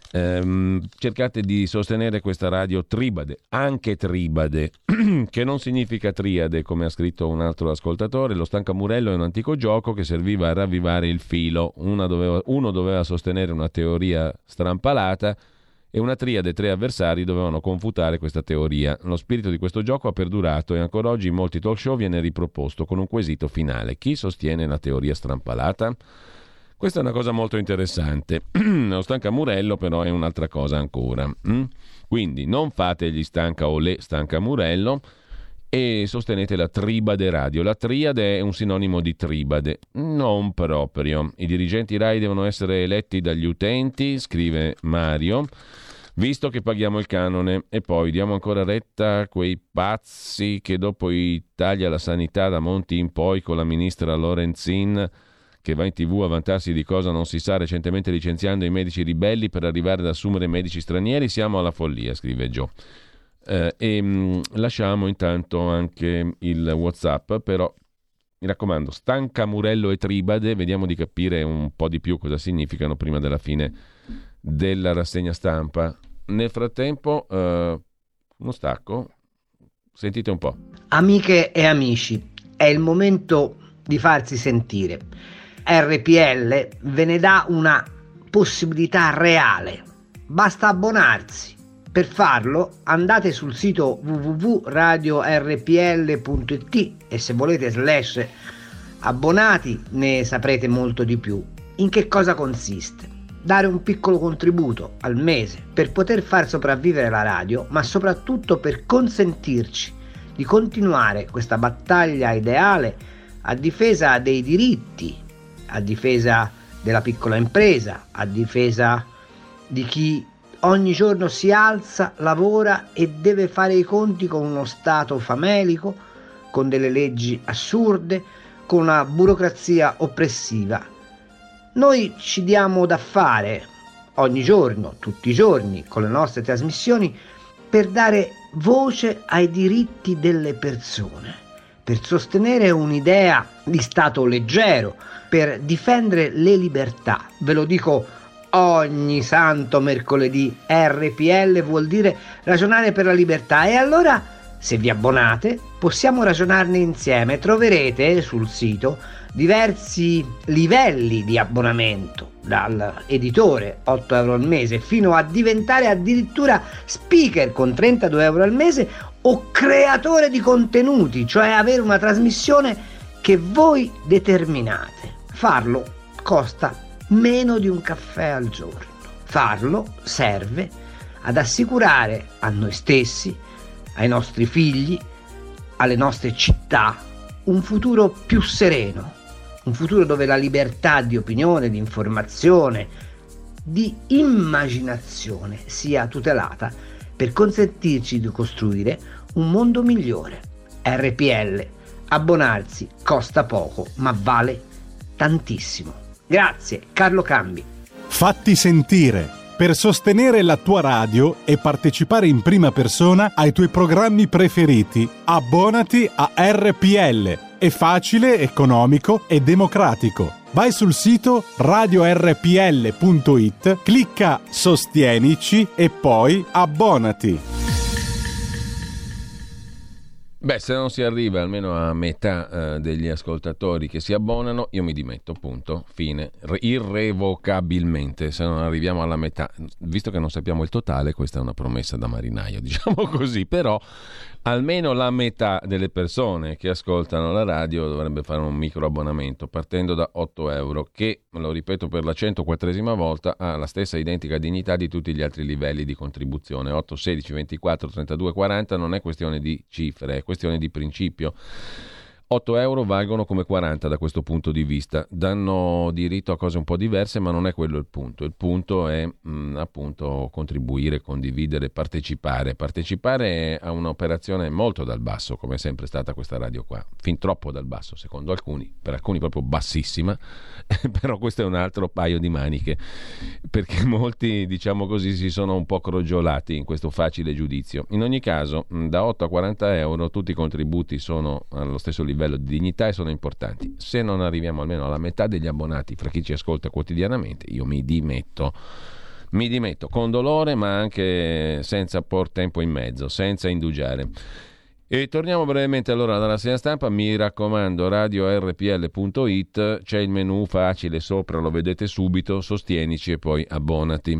Ehm, cercate di sostenere questa radio tribade, anche tribade, che non significa triade, come ha scritto un altro ascoltatore. Lo stancamurello è un antico gioco che serviva a ravvivare il filo. Una doveva, uno doveva sostenere una teoria strampalata e una triade, tre avversari, dovevano confutare questa teoria. Lo spirito di questo gioco ha perdurato e ancora oggi in molti talk show viene riproposto con un quesito finale: chi sostiene la teoria strampalata? Questa è una cosa molto interessante. Lo stancamurello però è un'altra cosa ancora. Mm? Quindi non fate gli stanca o le stancamurello e sostenete la tribade radio. La triade è un sinonimo di tribade. Non proprio. I dirigenti Rai devono essere eletti dagli utenti, scrive Mario, visto che paghiamo il canone, e poi diamo ancora retta a quei pazzi che dopo i tagli alla sanità da Monti in poi con la ministra Lorenzin, che va in tv a vantarsi di cosa non si sa, recentemente licenziando i medici ribelli per arrivare ad assumere medici stranieri. Siamo alla follia, scrive Gio. Eh, e mh, lasciamo intanto anche il WhatsApp, però mi raccomando, stancamurello e tribade, vediamo di capire un po' di più cosa significano prima della fine della rassegna stampa. Nel frattempo eh, uno stacco, sentite un po'. Amiche e amici, è il momento di farsi sentire. R P L ve ne dà una possibilità reale, basta abbonarsi. Per farlo andate sul sito w w w punto radio r p l punto i t e se volete slash abbonati ne saprete molto di più. In che cosa consiste? Dare un piccolo contributo al mese per poter far sopravvivere la radio, ma soprattutto per consentirci di continuare questa battaglia ideale a difesa dei diritti, a difesa della piccola impresa, a difesa di chi ogni giorno si alza, lavora e deve fare i conti con uno Stato famelico, con delle leggi assurde, con una burocrazia oppressiva. Noi ci diamo da fare ogni giorno, tutti i giorni, con le nostre trasmissioni, per dare voce ai diritti delle persone, per sostenere un'idea di Stato leggero, per difendere le libertà. Ve lo dico ogni santo mercoledì, R P L vuol dire ragionare per la libertà. E allora Se vi abbonate, possiamo ragionarne insieme. Troverete sul sito diversi livelli di abbonamento, dal editore otto euro al mese fino a diventare addirittura speaker con trentadue euro al mese o creatore di contenuti, cioè avere una trasmissione che voi determinate. Farlo costa meno di un caffè al giorno. Farlo serve ad assicurare a noi stessi, ai nostri figli, alle nostre città, un futuro più sereno, un futuro dove la libertà di opinione, di informazione, di immaginazione sia tutelata per consentirci di costruire un mondo migliore. R P L, abbonarsi costa poco, ma vale tantissimo. Grazie, Carlo Cambi. Fatti sentire. Per sostenere la tua radio e partecipare in prima persona ai tuoi programmi preferiti, abbonati a R P L. È facile, economico e democratico. Vai sul sito radio erre pi elle punto it, clicca Sostienici e poi abbonati. Beh, se non si arriva almeno a metà eh, degli ascoltatori che si abbonano, io mi dimetto, punto, fine, Re- irrevocabilmente. Se non arriviamo alla metà, visto che non sappiamo il totale, questa è una promessa da marinaio, diciamo così, però almeno la metà delle persone che ascoltano la radio dovrebbe fare un micro abbonamento partendo da otto euro, che, lo ripeto per la centoquattresima volta, ha la stessa identica dignità di tutti gli altri livelli di contribuzione. Otto, sedici, ventiquattro, trentadue, quaranta non è questione di cifre, è questione di principio. otto euro valgono come quaranta da questo punto di vista, danno diritto a cose un po' diverse, ma non è quello il punto. Il punto è mh, appunto contribuire, condividere, partecipare. Partecipare a un'operazione molto dal basso, come è sempre stata questa radio qua, fin troppo dal basso secondo alcuni, per alcuni proprio bassissima, però questo è un altro paio di maniche, perché molti, diciamo così, si sono un po' crogiolati in questo facile giudizio. In ogni caso, mh, da otto a quaranta euro tutti i contributi sono allo stesso livello livello di dignità e sono importanti. Se non arriviamo almeno alla metà degli abbonati fra chi ci ascolta quotidianamente, io mi dimetto mi dimetto con dolore, ma anche senza por tempo in mezzo, senza indugiare. E torniamo brevemente allora dalla rassegna stampa. Mi raccomando, radio erre pi elle punto it, c'è il menu facile sopra, lo vedete subito, sostienici e poi abbonati.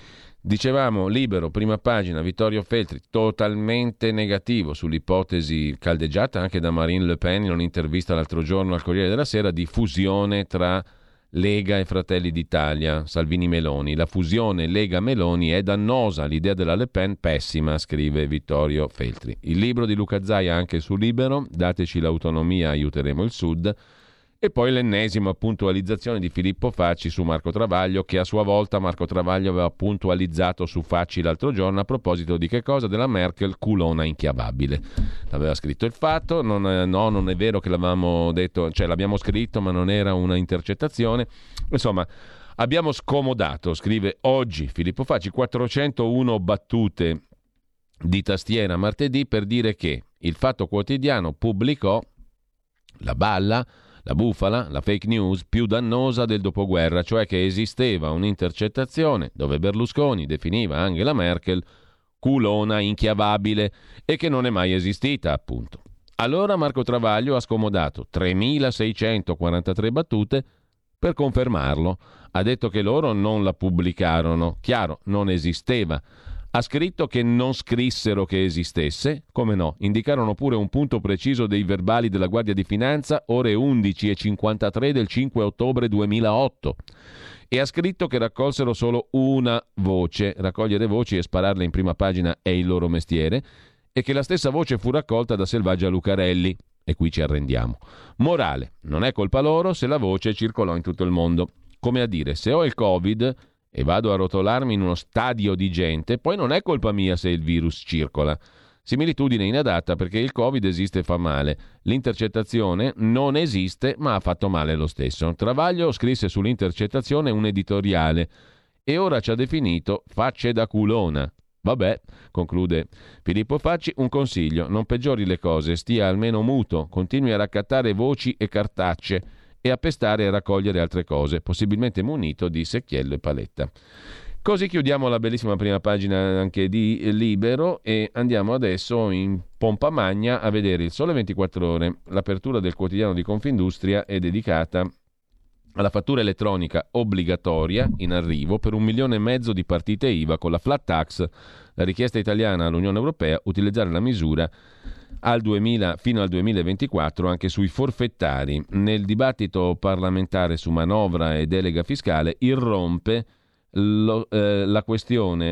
Dicevamo, Libero, prima pagina, Vittorio Feltri, totalmente negativo sull'ipotesi caldeggiata anche da Marine Le Pen in un'intervista l'altro giorno al Corriere della Sera di fusione tra Lega e Fratelli d'Italia, Salvini-Meloni. La fusione Lega-Meloni è dannosa, l'idea della Le Pen pessima, scrive Vittorio Feltri. Il libro di Luca Zaia anche su Libero, dateci l'autonomia, aiuteremo il Sud. E poi l'ennesima puntualizzazione di Filippo Facci su Marco Travaglio, che a sua volta Marco Travaglio aveva puntualizzato su Facci l'altro giorno a proposito di che cosa? Della Merkel culona inchiavabile. L'aveva scritto Il Fatto, non è, no, non è vero che l'avevamo detto, cioè l'abbiamo scritto ma non era una intercettazione. Insomma, abbiamo scomodato, scrive oggi Filippo Facci, quattrocentouno battute di tastiera martedì per dire che il Fatto Quotidiano pubblicò la balla, la bufala, la fake news più dannosa del dopoguerra, cioè che esisteva un'intercettazione dove Berlusconi definiva Angela Merkel culona inchiavabile e che non è mai esistita, appunto. Allora Marco Travaglio ha scomodato tremilaseicentoquarantatré battute per confermarlo. Ha detto che loro non la pubblicarono, chiaro, non esisteva. Ha scritto che non scrissero che esistesse, come no, indicarono pure un punto preciso dei verbali della Guardia di Finanza, ore undici e cinquantatré del cinque ottobre duemilaotto. E ha scritto che raccolsero solo una voce, raccogliere voci e spararle in prima pagina è il loro mestiere, e che la stessa voce fu raccolta da Selvaggia Lucarelli. E qui ci arrendiamo. Morale, non è colpa loro se la voce circolò in tutto il mondo. Come a dire, se ho il Covid e vado a rotolarmi in uno stadio di gente, poi non è colpa mia se il virus circola. Similitudine inadatta perché il Covid esiste e fa male. L'intercettazione non esiste ma ha fatto male lo stesso. Travaglio scrisse sull'intercettazione un editoriale e ora ci ha definito facce da culona. Vabbè, conclude Filippo Facci, un consiglio, non peggiori le cose, stia almeno muto, continui a raccattare voci e cartacce e a pestare e a raccogliere altre cose, possibilmente munito di secchiello e paletta. Così chiudiamo la bellissima prima pagina anche di Libero e andiamo adesso in pompa magna a vedere il Sole ventiquattro Ore. L'apertura del quotidiano di Confindustria è dedicata alla fattura elettronica obbligatoria in arrivo per un milione e mezzo di partite I V A con la flat tax. La richiesta italiana all'Unione Europea utilizzare la misura al duemila, fino al duemilaventiquattro anche sui forfettari. Nel dibattito parlamentare su manovra e delega fiscale irrompe lo, eh, la questione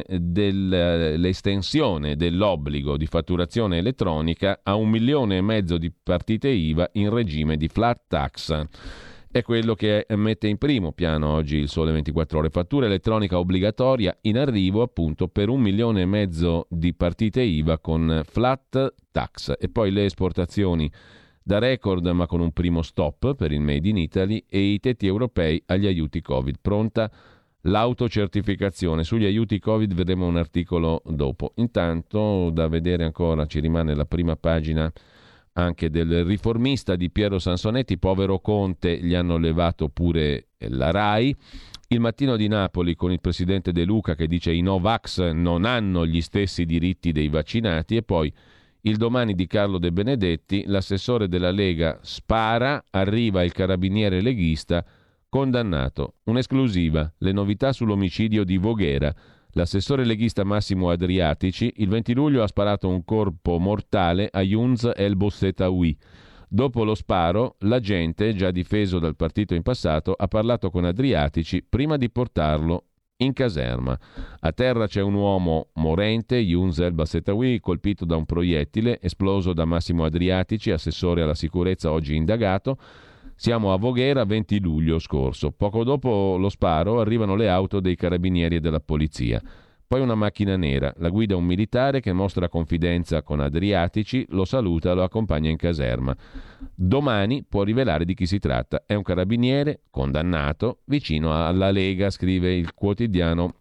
dell'estensione dell'obbligo di fatturazione elettronica a un milione e mezzo di partite I V A in regime di flat tax. È quello che mette in primo piano oggi il Sole ventiquattro Ore. Fattura elettronica obbligatoria in arrivo appunto per un milione e mezzo di partite I V A con flat tax. E poi le esportazioni da record ma con un primo stop per il Made in Italy e i tetti europei agli aiuti Covid. Pronta l'autocertificazione. Sugli aiuti Covid vedremo un articolo dopo. Intanto da vedere ancora ci rimane la prima pagina anche del Riformista di Piero Sansonetti. Povero Conte, gli hanno levato pure la RAI. Il Mattino di Napoli con il presidente De Luca che dice i Novax non hanno gli stessi diritti dei vaccinati. E poi il Domani di Carlo De Benedetti, l'assessore della Lega spara, arriva il carabiniere leghista condannato. Un'esclusiva, le novità sull'omicidio di Voghera. L'assessore leghista Massimo Adriatici il venti luglio ha sparato un colpo mortale a Younes El Bossetaoui. Dopo lo sparo, l'agente, già difeso dal partito in passato, ha parlato con Adriatici prima di portarlo in caserma. A terra c'è un uomo morente, Younes El Bossetaoui, colpito da un proiettile esploso da Massimo Adriatici, assessore alla sicurezza oggi indagato. Siamo a Voghera, venti luglio scorso. Poco dopo lo sparo arrivano le auto dei carabinieri e della polizia. Poi una macchina nera, la guida un militare che mostra confidenza con Adriatici, lo saluta, lo accompagna in caserma. Domani può rivelare di chi si tratta. È un carabiniere condannato vicino alla Lega, scrive il quotidiano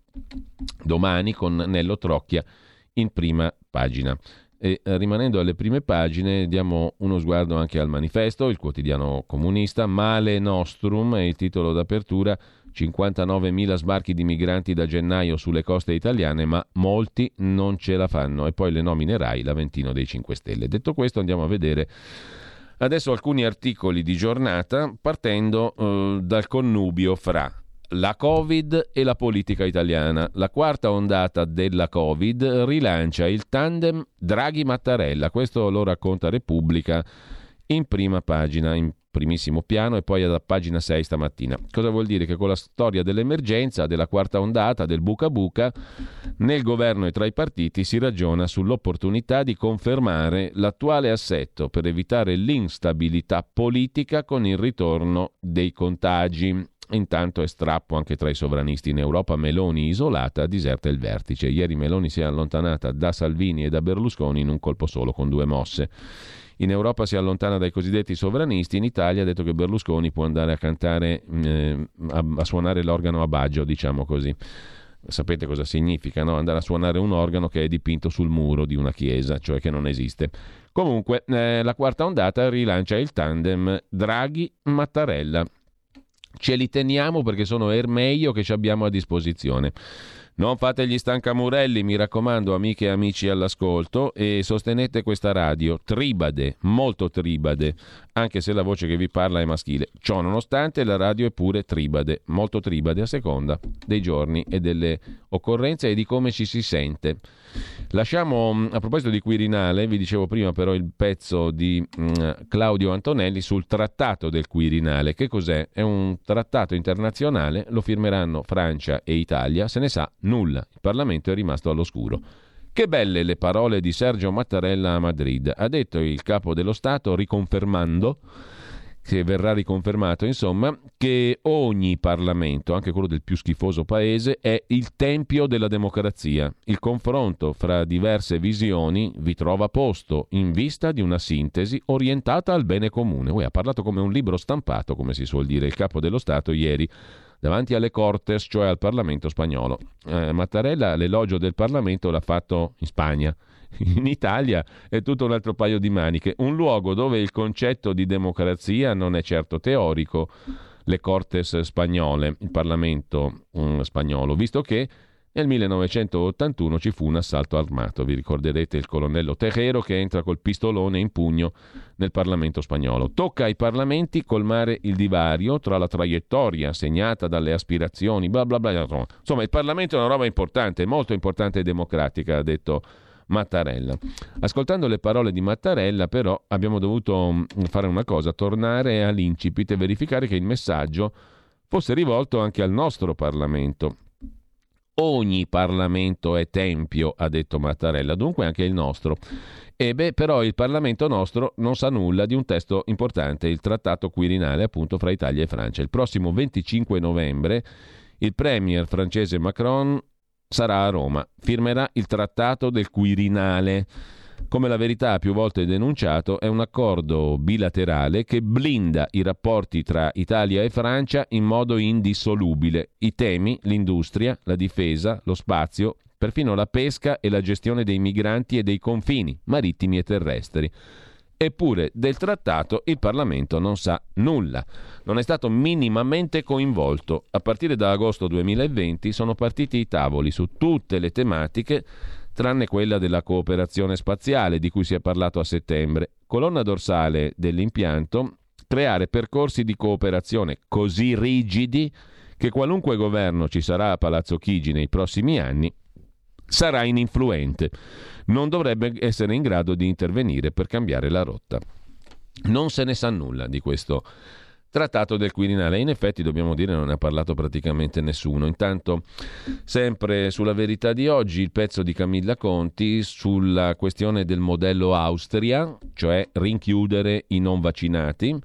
Domani con Nello Trocchia in prima pagina. E rimanendo alle prime pagine diamo uno sguardo anche al Manifesto, il quotidiano comunista. Male Nostrum è il titolo d'apertura, cinquantanovemila sbarchi di migranti da gennaio sulle coste italiane, ma molti non ce la fanno. E poi le nomine RAI, l'Aventino dei cinque Stelle. Detto questo andiamo a vedere adesso alcuni articoli di giornata partendo eh, dal connubio fra la Covid e la politica italiana. La quarta ondata della Covid rilancia il tandem Draghi-Mattarella. Questo lo racconta Repubblica in prima pagina, in primissimo piano, e poi alla pagina sei stamattina. Cosa vuol dire? Che con la storia dell'emergenza, della quarta ondata, del buca buca, nel governo e tra i partiti si ragiona sull'opportunità di confermare l'attuale assetto per evitare l'instabilità politica con il ritorno dei contagi. Intanto è strappo anche tra i sovranisti in Europa. Meloni isolata, diserta il vertice. Ieri Meloni si è allontanata da Salvini e da Berlusconi in un colpo solo, con due mosse. In Europa si allontana dai cosiddetti sovranisti, in Italia ha detto che Berlusconi può andare a cantare, eh, a, a suonare l'organo a Baggio, diciamo così. Sapete cosa significa, no? Andare a suonare un organo che è dipinto sul muro di una chiesa, cioè che non esiste. Comunque, eh, la quarta ondata rilancia il tandem Draghi-Mattarella. Ce li teniamo perché sono il meglio che ci abbiamo a disposizione. Non fate gli stancamurelli, mi raccomando, amiche e amici all'ascolto, e sostenete questa radio tribade, molto tribade, anche se la voce che vi parla è maschile. Ciò nonostante la radio è pure tribade, molto tribade a seconda dei giorni e delle occorrenze e di come ci si sente. Lasciamo, a proposito di Quirinale, vi dicevo prima però il pezzo di mh, Claudio Antonelli sul trattato del Quirinale. Che cos'è? È un trattato internazionale, lo firmeranno Francia e Italia, se ne sa nulla, il Parlamento è rimasto all'oscuro. Che belle le parole di Sergio Mattarella a Madrid, ha detto il capo dello Stato, riconfermando, che verrà riconfermato insomma, che ogni Parlamento, anche quello del più schifoso paese, è il tempio della democrazia. Il confronto fra diverse visioni vi trova posto in vista di una sintesi orientata al bene comune. Uè, ha parlato come un libro stampato, come si suol dire, il capo dello Stato ieri davanti alle Cortes, cioè al Parlamento spagnolo. Eh, Mattarella l'elogio del Parlamento l'ha fatto in Spagna. In Italia è tutto un altro paio di maniche, un luogo dove il concetto di democrazia non è certo teorico, le Cortes spagnole, il Parlamento um, spagnolo, visto che Nel millenovecentottantuno ci fu un assalto armato, vi ricorderete il colonnello Tejero che entra col pistolone in pugno nel Parlamento spagnolo. Tocca ai parlamenti colmare il divario tra la traiettoria segnata dalle aspirazioni, bla bla bla. Insomma, il Parlamento è una roba importante, molto importante e democratica, ha detto Mattarella. Ascoltando le parole di Mattarella, però, abbiamo dovuto fare una cosa, tornare all'incipit e verificare che il messaggio fosse rivolto anche al nostro Parlamento. Ogni Parlamento è tempio, ha detto Mattarella, dunque anche il nostro. E beh, però il Parlamento nostro non sa nulla di un testo importante, il trattato Quirinale, appunto, fra Italia e Francia. Il prossimo venticinque novembre il premier francese Macron sarà a Roma, firmerà il trattato del Quirinale. Come La Verità ha più volte denunciato, è un accordo bilaterale che blinda i rapporti tra Italia e Francia in modo indissolubile. I temi, l'industria, la difesa, lo spazio, perfino la pesca e la gestione dei migranti e dei confini marittimi e terrestri. Eppure del trattato il Parlamento non sa nulla, non è stato minimamente coinvolto. A partire da agosto duemilaventi sono partiti i tavoli su tutte le tematiche tranne quella della cooperazione spaziale di cui si è parlato a settembre. Colonna dorsale dell'impianto, creare percorsi di cooperazione così rigidi che qualunque governo ci sarà a Palazzo Chigi nei prossimi anni sarà ininfluente, non dovrebbe essere in grado di intervenire per cambiare la rotta. Non se ne sa nulla di questo trattato del Quirinale. In effetti, dobbiamo dire, non ne ha parlato praticamente nessuno. Intanto, sempre sulla Verità di oggi, il pezzo di Camilla Conti sulla questione del modello Austria, cioè rinchiudere i non vaccinati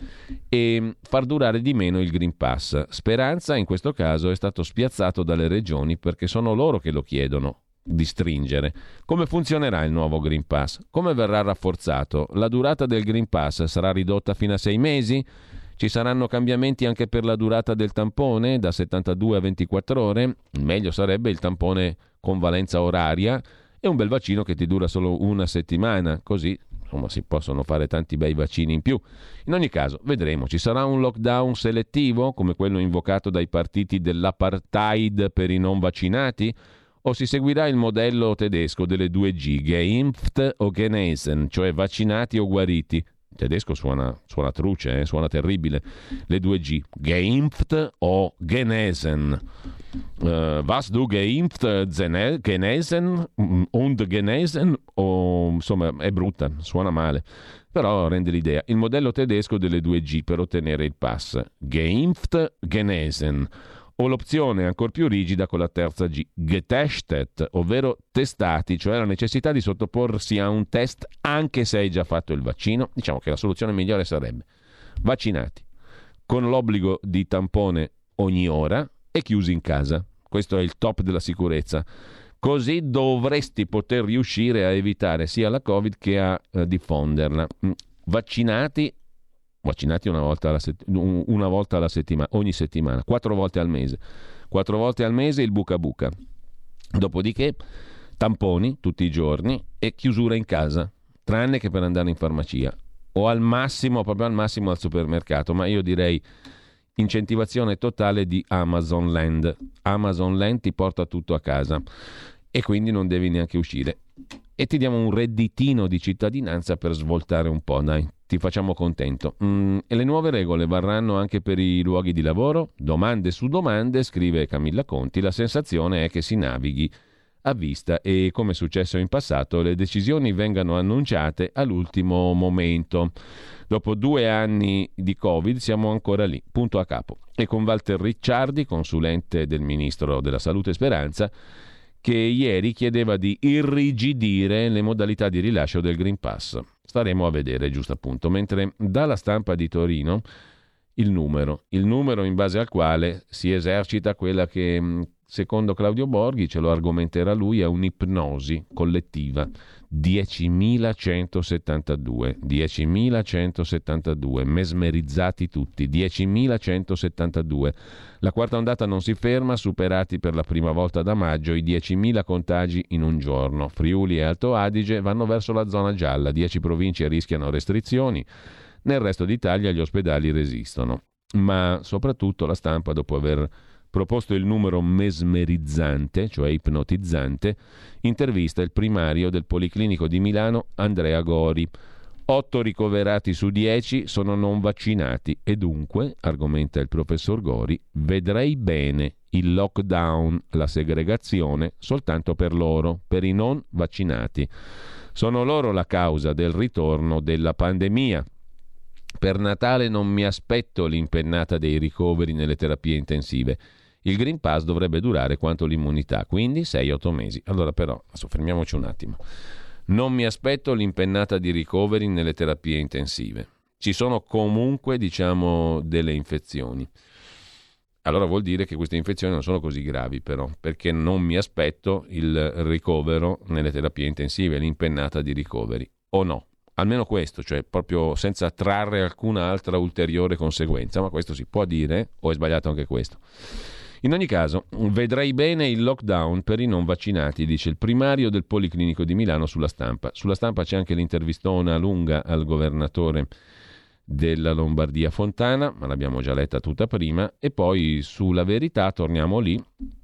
e far durare di meno il Green Pass. Speranza, in questo caso, è stato spiazzato dalle regioni perché sono loro che lo chiedono di stringere. Come funzionerà il nuovo Green Pass? Come verrà rafforzato? La durata del Green Pass sarà ridotta fino a sei mesi? Ci saranno cambiamenti anche per la durata del tampone, da settantadue a ventiquattro ore? Meglio sarebbe il tampone con valenza oraria e un bel vaccino che ti dura solo una settimana, così insomma si possono fare tanti bei vaccini in più. In ogni caso, vedremo, ci sarà un lockdown selettivo come quello invocato dai partiti dell'apartheid per i non vaccinati? O si seguirà il modello tedesco delle due G, geimpft o genesen, cioè vaccinati o guariti? Il tedesco suona, suona truce, eh? Suona terribile. Le due G, geimpft o genesen. Uh, was du geimpft, zene, genesen und genesen? O, insomma, è brutta, suona male. Però rende l'idea. Il modello tedesco delle due G per ottenere il pass. Geimpft, genesen. O l'opzione ancora più rigida con la terza G, getestet, ovvero testati, cioè la necessità di sottoporsi a un test anche se hai già fatto il vaccino. Diciamo che la soluzione migliore sarebbe vaccinati, con l'obbligo di tampone ogni ora e chiusi in casa. Questo è il top della sicurezza. Così dovresti poter riuscire a evitare sia la Covid che a eh, diffonderla. Vaccinati Vaccinati una volta alla, sett- una volta alla settimana, ogni settimana, quattro volte al mese. Quattro volte al mese il buca buca. Dopodiché tamponi tutti i giorni e chiusura in casa, tranne che per andare in farmacia o al massimo, proprio al massimo al supermercato. Ma io direi incentivazione totale di Amazon Land. Amazon Land ti porta tutto a casa e quindi non devi neanche uscire. E ti diamo un redditino di cittadinanza per svoltare un po', dai, ti facciamo contento. Mm, e le nuove regole varranno anche per i luoghi di lavoro? Domande su domande, scrive Camilla Conti, la sensazione è che si navighi a vista e, come è successo in passato, le decisioni vengano annunciate all'ultimo momento. Dopo due anni di Covid siamo ancora lì, punto a capo. E con Walter Ricciardi, consulente del Ministro della Salute Speranza, che ieri chiedeva di irrigidire le modalità di rilascio del Green Pass. Staremo a vedere, giusto appunto. Mentre dalla Stampa di Torino il numero, il numero in base al quale si esercita quella che, secondo Claudio Borghi, ce lo argomenterà lui, è un'ipnosi collettiva. diecimilacentosettantadue, diecimilacentosettantadue, mesmerizzati tutti, diecimilacentosettantadue. La quarta ondata non si ferma, superati per la prima volta da maggio i diecimila contagi in un giorno. Friuli e Alto Adige vanno verso la zona gialla, dieci province rischiano restrizioni, nel resto d'Italia gli ospedali resistono. Ma soprattutto la Stampa, dopo aver Proposto il numero mesmerizzante, cioè ipnotizzante, intervista il primario del Policlinico di Milano Andrea Gori. Otto ricoverati su dieci sono non vaccinati e dunque, argomenta il professor Gori, vedrei bene il lockdown, la segregazione, soltanto per loro, per i non vaccinati. Sono loro la causa del ritorno della pandemia. Per Natale non mi aspetto l'impennata dei ricoveri nelle terapie intensive. Il Green Pass dovrebbe durare quanto l'immunità, quindi sei otto mesi. Allora però, soffermiamoci un attimo. Non mi aspetto l'impennata di ricoveri nelle terapie intensive. Ci sono comunque, diciamo, delle infezioni. Allora vuol dire che queste infezioni non sono così gravi, però, perché non mi aspetto il ricovero nelle terapie intensive, l'impennata di ricoveri, o no? Almeno questo, cioè proprio senza trarre alcuna altra ulteriore conseguenza, ma questo si può dire, o è sbagliato anche questo? In ogni caso, vedrei bene il lockdown per i non vaccinati, dice il primario del Policlinico di Milano sulla Stampa. Sulla Stampa c'è anche l'intervistona lunga al governatore della Lombardia Fontana, ma l'abbiamo già letta tutta prima, e poi sulla Verità, torniamo lì,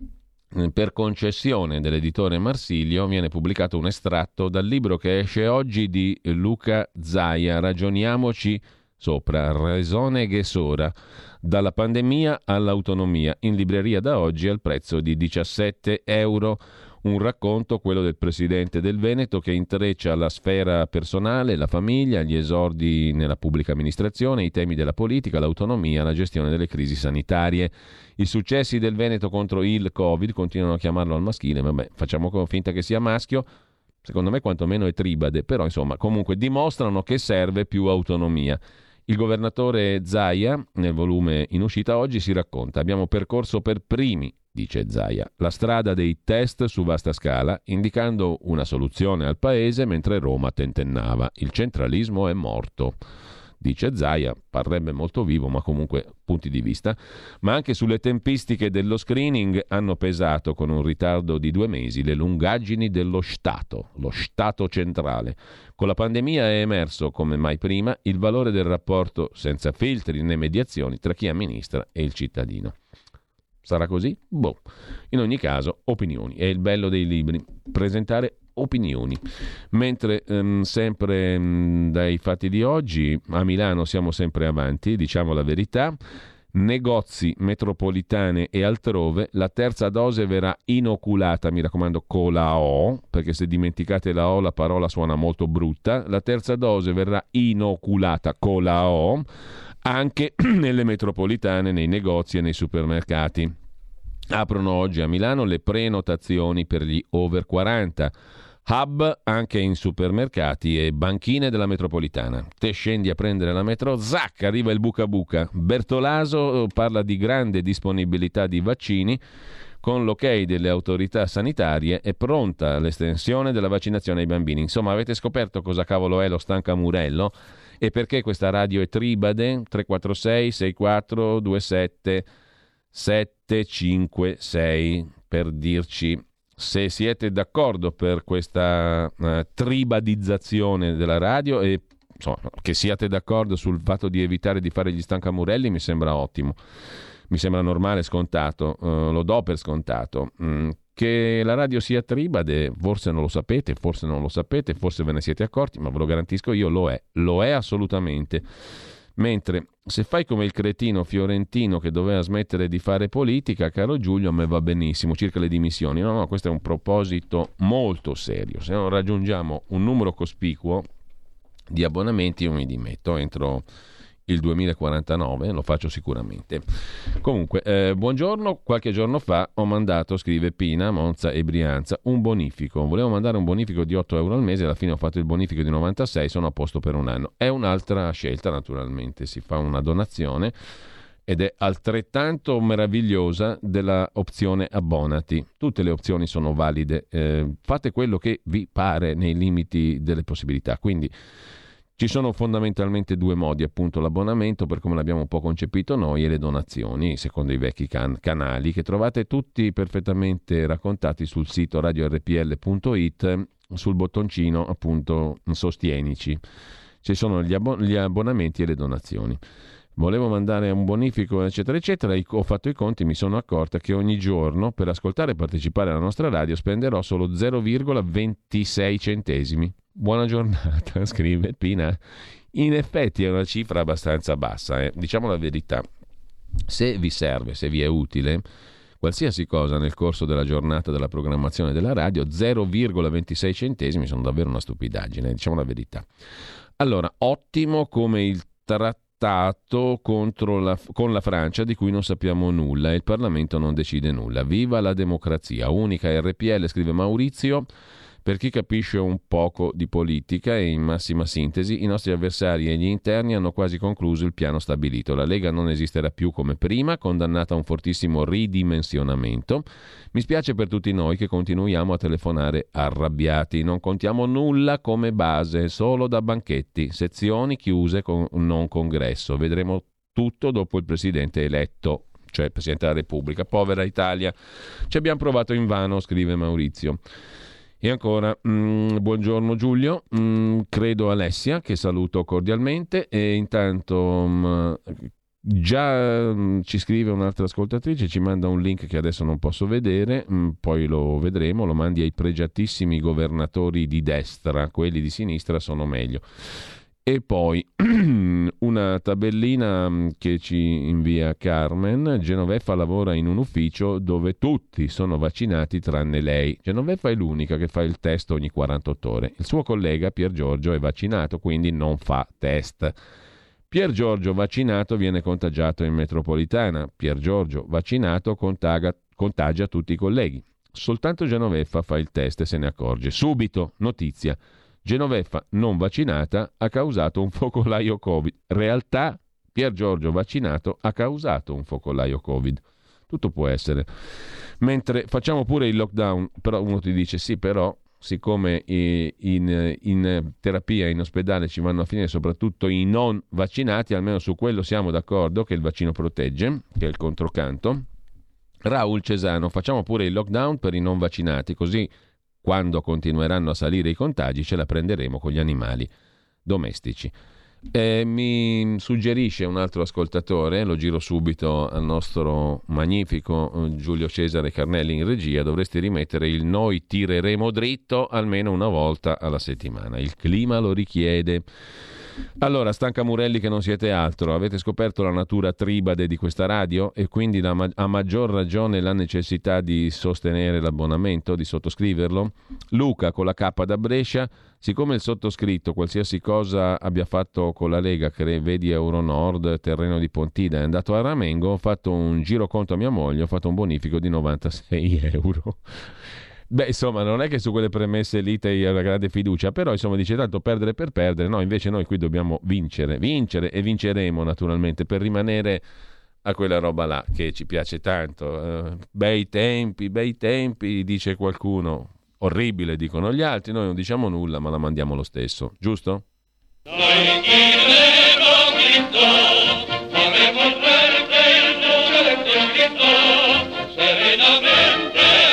per concessione dell'editore Marsilio viene pubblicato un estratto dal libro che esce oggi di Luca Zaia, Ragioniamoci sopra, Ragione Gesora, dalla pandemia all'autonomia, in libreria da oggi al prezzo di diciassette euro. Un racconto, quello del presidente del Veneto, che intreccia la sfera personale, la famiglia, gli esordi nella pubblica amministrazione, i temi della politica, l'autonomia, la gestione delle crisi sanitarie. I successi del Veneto contro il Covid, continuano a chiamarlo al maschile, vabbè, facciamo finta che sia maschio, secondo me quantomeno è tribade, però insomma comunque dimostrano che serve più autonomia. Il governatore Zaia, nel volume in uscita oggi, si racconta: abbiamo percorso per primi, dice Zaia, la strada dei test su vasta scala, indicando una soluzione al paese mentre Roma tentennava. Il centralismo è morto, dice Zaia, parrebbe molto vivo, ma comunque punti di vista. Ma anche sulle tempistiche dello screening hanno pesato con un ritardo di due mesi le lungaggini dello Stato, lo Stato centrale. Con la pandemia è emerso, come mai prima, il valore del rapporto senza filtri né mediazioni tra chi amministra e il cittadino. Sarà così? Boh. In ogni caso, opinioni. È il bello dei libri, presentare opinioni. Mentre ehm, sempre ehm, dai fatti di oggi, a Milano siamo sempre avanti, diciamo la verità. Negozi, metropolitane e altrove, la terza dose verrà inoculata, mi raccomando con la O, perché se dimenticate la O la parola suona molto brutta. La terza dose verrà inoculata con la O anche nelle metropolitane, nei negozi e nei supermercati. Aprono oggi a Milano le prenotazioni per gli over quaranta. Hub anche in supermercati e banchine della metropolitana. Te scendi a prendere la metro, zac, arriva il buca buca. Bertolaso parla di grande disponibilità di vaccini. Con l'ok delle autorità sanitarie è pronta l'estensione della vaccinazione ai bambini. Insomma, avete scoperto cosa cavolo è lo Stancamurello e perché questa radio è tribade? tre quattro sei sei quattro due sette sette cinque sei per dirci se siete d'accordo per questa uh, tribadizzazione della radio e insomma, che siate d'accordo sul fatto di evitare di fare gli Stancamurelli mi sembra ottimo, mi sembra normale, scontato, uh, lo do per scontato. Mm, che la radio sia tribade, forse non lo sapete, forse non lo sapete, forse ve ne siete accorti, ma ve lo garantisco io, lo è, lo è assolutamente. Mentre se fai come il cretino fiorentino che doveva smettere di fare politica, caro Giulio, a me va benissimo, circa le dimissioni. No, no, questo è un proposito molto serio. Se non raggiungiamo un numero cospicuo di abbonamenti io mi dimetto entro il duemilaquarantanove, lo faccio sicuramente. Comunque, eh, buongiorno, qualche giorno fa ho mandato, scrive Pina, Monza e Brianza, un bonifico. Volevo mandare un bonifico di otto euro al mese, alla fine ho fatto il bonifico di novantasei, sono a posto per un anno. È un'altra scelta, naturalmente, si fa una donazione ed è altrettanto meravigliosa della opzione abbonati. Tutte le opzioni sono valide, eh, fate quello che vi pare nei limiti delle possibilità, quindi ci sono fondamentalmente due modi, appunto l'abbonamento per come l'abbiamo un po' concepito noi e le donazioni secondo i vecchi can- canali che trovate tutti perfettamente raccontati sul sito radio erre pi elle punto it, sul bottoncino appunto sostienici. Ci sono gli, abbon- gli abbonamenti e le donazioni. volevo mandare un bonifico eccetera eccetera, ho fatto i conti, mi sono accorta che ogni giorno per ascoltare e partecipare alla nostra radio spenderò solo zero virgola ventisei centesimi. Buona giornata, scrive Pina. In effetti è una cifra abbastanza bassa, eh. Diciamo la verità. Se vi serve, se vi è utile, qualsiasi cosa nel corso della giornata della programmazione della radio, zero virgola ventisei centesimi sono davvero una stupidaggine, diciamo la verità. Allora, ottimo come il trattato contro la, con la Francia di cui non sappiamo nulla e il Parlamento non decide nulla. Viva la democrazia, unica R P L, scrive Maurizio. Per chi capisce un poco di politica e in massima sintesi, i nostri avversari e gli interni hanno quasi concluso il piano stabilito. La Lega non esisterà più come prima, condannata a un fortissimo ridimensionamento. Mi spiace per tutti noi che continuiamo a telefonare arrabbiati. Non contiamo nulla come base, solo da banchetti, sezioni chiuse con non congresso. Vedremo tutto dopo il presidente eletto, cioè il Presidente della Repubblica. Povera Italia. Ci abbiamo provato invano, scrive Maurizio. E ancora, mh, buongiorno Giulio, mh, credo Alessia, che saluto cordialmente, e intanto mh, già mh, ci scrive un'altra ascoltatrice, ci manda un link che adesso non posso vedere, mh, poi lo vedremo, lo mandi ai pregiatissimi governatori di destra, quelli di sinistra sono meglio. E poi una tabellina che ci invia Carmen. Genoveffa lavora in un ufficio dove tutti sono vaccinati tranne lei. Genoveffa è l'unica che fa il test ogni quarantotto ore. Il suo collega Pier Giorgio è vaccinato, quindi non fa test. Pier Giorgio vaccinato viene contagiato in metropolitana. Pier Giorgio vaccinato contaga, contagia tutti i colleghi. Soltanto Genoveffa fa il test e se ne accorge. Subito, notizia. Genoveffa non vaccinata ha causato un focolaio Covid. Realtà, Pier Giorgio vaccinato ha causato un focolaio Covid. Tutto può essere. Mentre facciamo pure il lockdown, però uno ti dice sì, però siccome in, in terapia, in ospedale ci vanno a finire soprattutto i non vaccinati, almeno su quello siamo d'accordo che il vaccino protegge, che è il controcanto. Raul Cesano, facciamo pure il lockdown per i non vaccinati, così quando continueranno a salire i contagi ce la prenderemo con gli animali domestici. Eh, mi suggerisce un altro ascoltatore, lo giro subito al nostro magnifico Giulio Cesare Carnelli in regia, dovresti rimettere il noi tireremo dritto almeno una volta alla settimana. Il clima lo richiede. Allora, Stanca Murelli che non siete altro, avete scoperto la natura tribade di questa radio e quindi la, a maggior ragione la necessità di sostenere l'abbonamento, di sottoscriverlo? Luca con la K da Brescia, siccome il sottoscritto qualsiasi cosa abbia fatto con la Lega, che vedi Euronord, terreno di Pontida, è andato a Ramengo, ho fatto un giroconto a mia moglie, ho fatto un bonifico di novantasei euro. Beh, insomma, non è che su quelle premesse lì te hai una grande fiducia, però insomma dice tanto perdere per perdere, no, invece noi qui dobbiamo vincere, vincere e vinceremo naturalmente per rimanere a quella roba là che ci piace tanto. Uh, bei tempi, bei tempi, dice qualcuno, orribile dicono gli altri, noi non diciamo nulla ma la mandiamo lo stesso, giusto? Noi tireremo dritto, faremo verde il giusto scritto, serenamente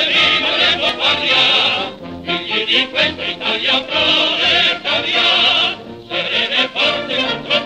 figli di questa Italia proletaria, serene forte contro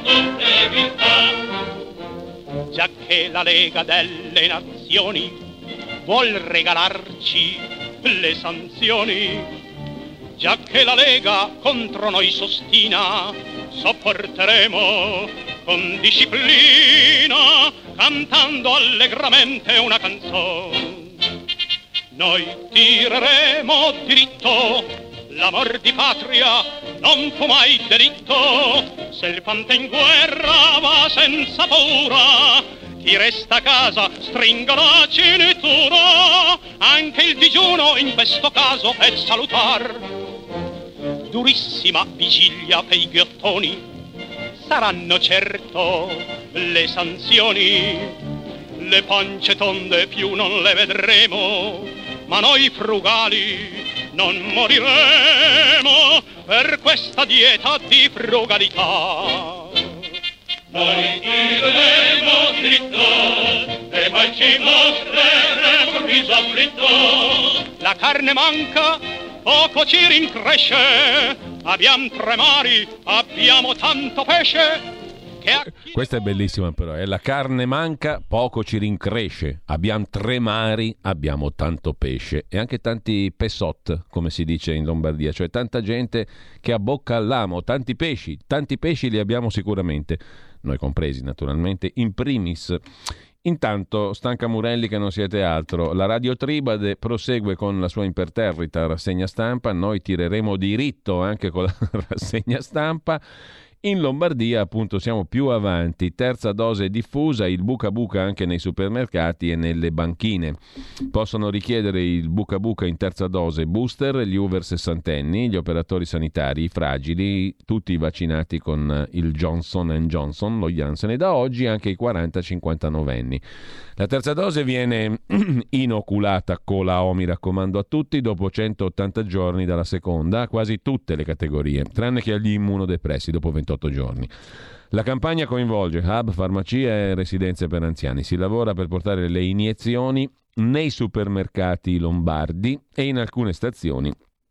tutte viltà. Già che la Lega delle Nazioni vuol regalarci le sanzioni, già che la Lega contro noi s'ostina, sopporteremo con disciplina, cantando allegramente una canzone. Noi tireremo dritto, l'amor di patria non fu mai delitto. Se il fante in guerra va senza paura, chi resta a casa stringa la cintura. Anche il digiuno in questo caso è salutar. Durissima vigilia per i ghiottoni, saranno certo le sanzioni. Le pance tonde più non le vedremo, ma noi frugali non moriremo per questa dieta di frugalità. Noi tireremo dritto e mai ci mostreremo il viso afflitto. La carne manca, poco ci rincresce, abbiamo tre mari, abbiamo tanto pesce, che a chi Questa è bellissima però, eh? La carne manca, poco ci rincresce. Abbiamo tre mari, abbiamo tanto pesce e anche tanti pesot, come si dice in Lombardia, cioè tanta gente che ha bocca all'amo, tanti pesci, tanti pesci li abbiamo sicuramente, noi compresi naturalmente, in primis. Intanto, stanca Murelli che non siete altro, la Radio Tribade prosegue con la sua imperterrita rassegna stampa, noi tireremo diritto anche con la rassegna stampa. In Lombardia appunto siamo più avanti, terza dose diffusa, il buca buca anche nei supermercati e nelle banchine. Possono richiedere il buca buca in terza dose booster gli over sessantenni, gli operatori sanitari, i fragili, tutti vaccinati con il Johnson and Johnson, lo Janssen, e da oggi anche i quaranta cinquantanove. La terza dose viene inoculata con la O, mi raccomando a tutti, dopo centottanta giorni dalla seconda, a quasi tutte le categorie, tranne che agli immunodepressi dopo ventotto giorni. La campagna coinvolge hub, farmacie e residenze per anziani. Si lavora per portare le iniezioni nei supermercati lombardi e in alcune stazioni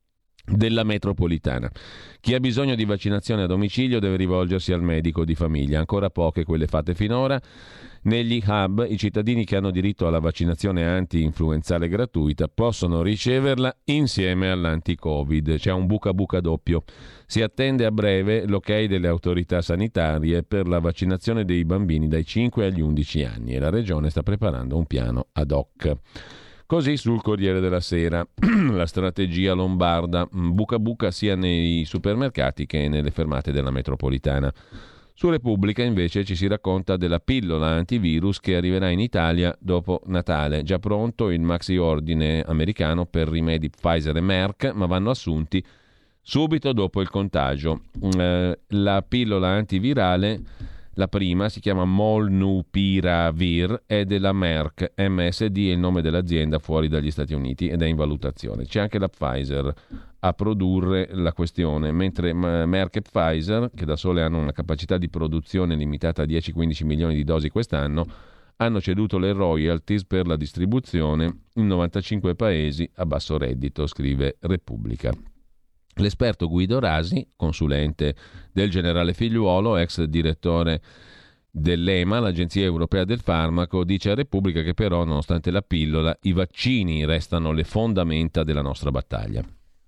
della metropolitana. Chi ha bisogno di vaccinazione a domicilio deve rivolgersi al medico di famiglia, ancora poche quelle fatte finora. Negli hub i cittadini che hanno diritto alla vaccinazione anti-influenzale gratuita possono riceverla insieme all'anti-Covid. C'è un buca buca doppio. Si attende a breve l'ok delle autorità sanitarie per la vaccinazione dei bambini dai cinque agli undici anni e la Regione sta preparando un piano ad hoc. Così sul Corriere della Sera, la strategia lombarda, buca buca sia nei supermercati che nelle fermate della metropolitana. Su Repubblica invece ci si racconta della pillola antivirus che arriverà in Italia dopo Natale. Già pronto il maxi ordine americano per rimedi Pfizer e Merck, ma vanno assunti subito dopo il contagio. Eh, la pillola antivirale, la prima, si chiama Molnupiravir, è della Merck. M S D è il nome dell'azienda fuori dagli Stati Uniti ed è in valutazione. C'è anche la Pfizer a produrre la questione, mentre Merck e Pfizer, che da sole hanno una capacità di produzione limitata a dieci quindici milioni di dosi quest'anno, hanno ceduto le royalties per la distribuzione in novantacinque paesi a basso reddito, scrive Repubblica. L'esperto Guido Rasi, consulente del generale Figliuolo, ex direttore dell'E M A, l'Agenzia Europea del Farmaco, dice a Repubblica che però, nonostante la pillola, i vaccini restano le fondamenta della nostra battaglia.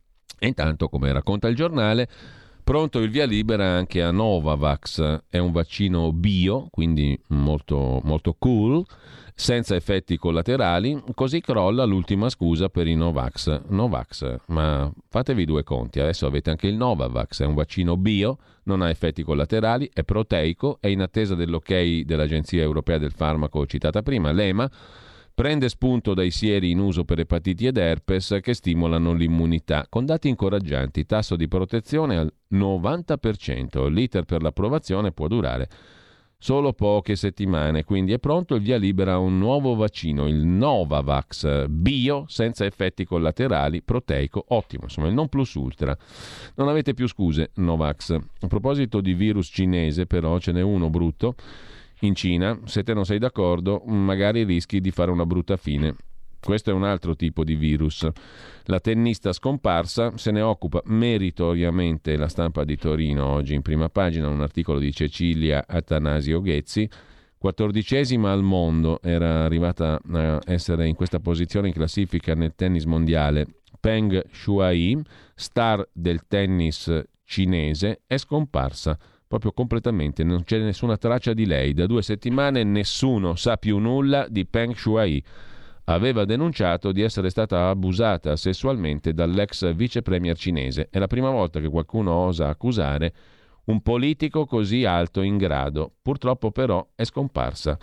E intanto, come racconta il giornale, pronto il via libera anche a Novavax. È un vaccino bio, quindi molto, molto cool, senza effetti collaterali, così crolla l'ultima scusa per i Novax. Novax, ma fatevi due conti, adesso avete anche il Novavax, è un vaccino bio, non ha effetti collaterali, è proteico, è in attesa dell'ok dell'Agenzia Europea del Farmaco citata prima, l'E M A, prende spunto dai sieri in uso per epatiti ed herpes che stimolano l'immunità, con dati incoraggianti, tasso di protezione al novanta per cento, l'iter per l'approvazione può durare solo poche settimane, quindi è pronto il via libera a un nuovo vaccino, il Novavax bio, senza effetti collaterali, proteico, ottimo, insomma il non plus ultra. Non avete più scuse, Novax. A proposito di virus cinese, però, ce n'è uno brutto in Cina, se te non sei d'accordo, magari rischi di fare una brutta fine. Questo è un altro tipo di virus. La tennista scomparsa se ne occupa meritoriamente la Stampa di Torino oggi in prima pagina, un articolo di Cecilia Atanasio Ghezzi, quattordicesima al mondo, era arrivata a essere in questa posizione in classifica nel tennis mondiale. Peng Shuai, star del tennis cinese, è scomparsa proprio completamente, non c'è nessuna traccia di lei. Da due settimane nessuno sa più nulla di Peng Shuai. Aveva denunciato di essere stata abusata sessualmente dall'ex vice premier cinese. È la prima volta che qualcuno osa accusare un politico così alto in grado. Purtroppo però è scomparsa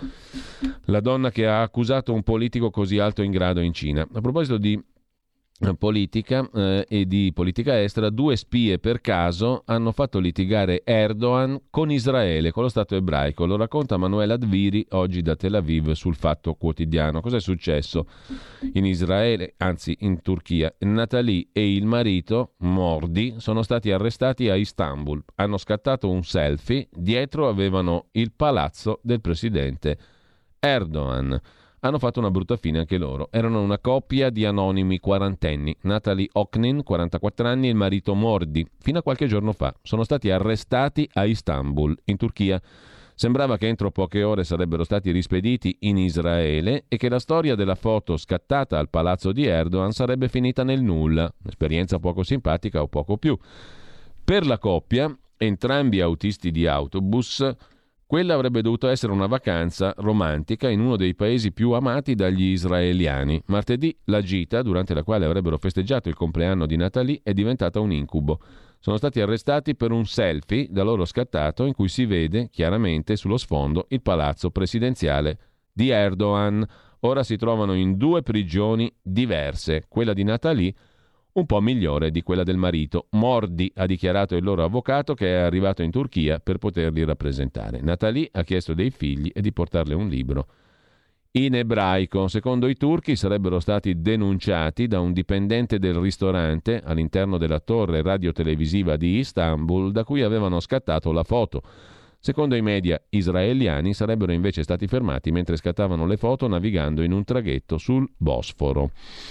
la donna che ha accusato un politico così alto in grado in Cina. A proposito di politica eh, e di politica estera, due spie per caso hanno fatto litigare Erdogan con Israele, con lo Stato ebraico. Lo racconta Manuela Dviri oggi da Tel Aviv sul Fatto Quotidiano. Cos'è successo in Israele, anzi in Turchia? Nathalie e il marito Mordi sono stati arrestati a Istanbul, hanno scattato un selfie, dietro avevano il palazzo del presidente Erdogan. Hanno fatto una brutta fine anche loro. Erano una coppia di anonimi quarantenni. Nathalie Oknin, quarantaquattro anni, e il marito Mordi. Fino a qualche giorno fa sono stati arrestati a Istanbul, in Turchia. Sembrava che entro poche ore sarebbero stati rispediti in Israele e che la storia della foto scattata al palazzo di Erdogan sarebbe finita nel nulla, un'esperienza poco simpatica o poco più. Per la coppia, entrambi autisti di autobus, quella avrebbe dovuto essere una vacanza romantica in uno dei paesi più amati dagli israeliani. Martedì la gita, durante la quale avrebbero festeggiato il compleanno di Nathalie, è diventata un incubo. Sono stati arrestati per un selfie da loro scattato in cui si vede chiaramente sullo sfondo il palazzo presidenziale di Erdogan. Ora si trovano in due prigioni diverse, quella di Nathalie un po' migliore di quella del marito. Mordi ha dichiarato il loro avvocato, che è arrivato in Turchia per poterli rappresentare. Nathalie ha chiesto dei figli e di portarle un libro in ebraico. Secondo i turchi sarebbero stati denunciati da un dipendente del ristorante all'interno della torre radiotelevisiva di Istanbul da cui avevano scattato la foto. Secondo i media israeliani sarebbero invece stati fermati mentre scattavano le foto navigando in un traghetto sul Bosforo.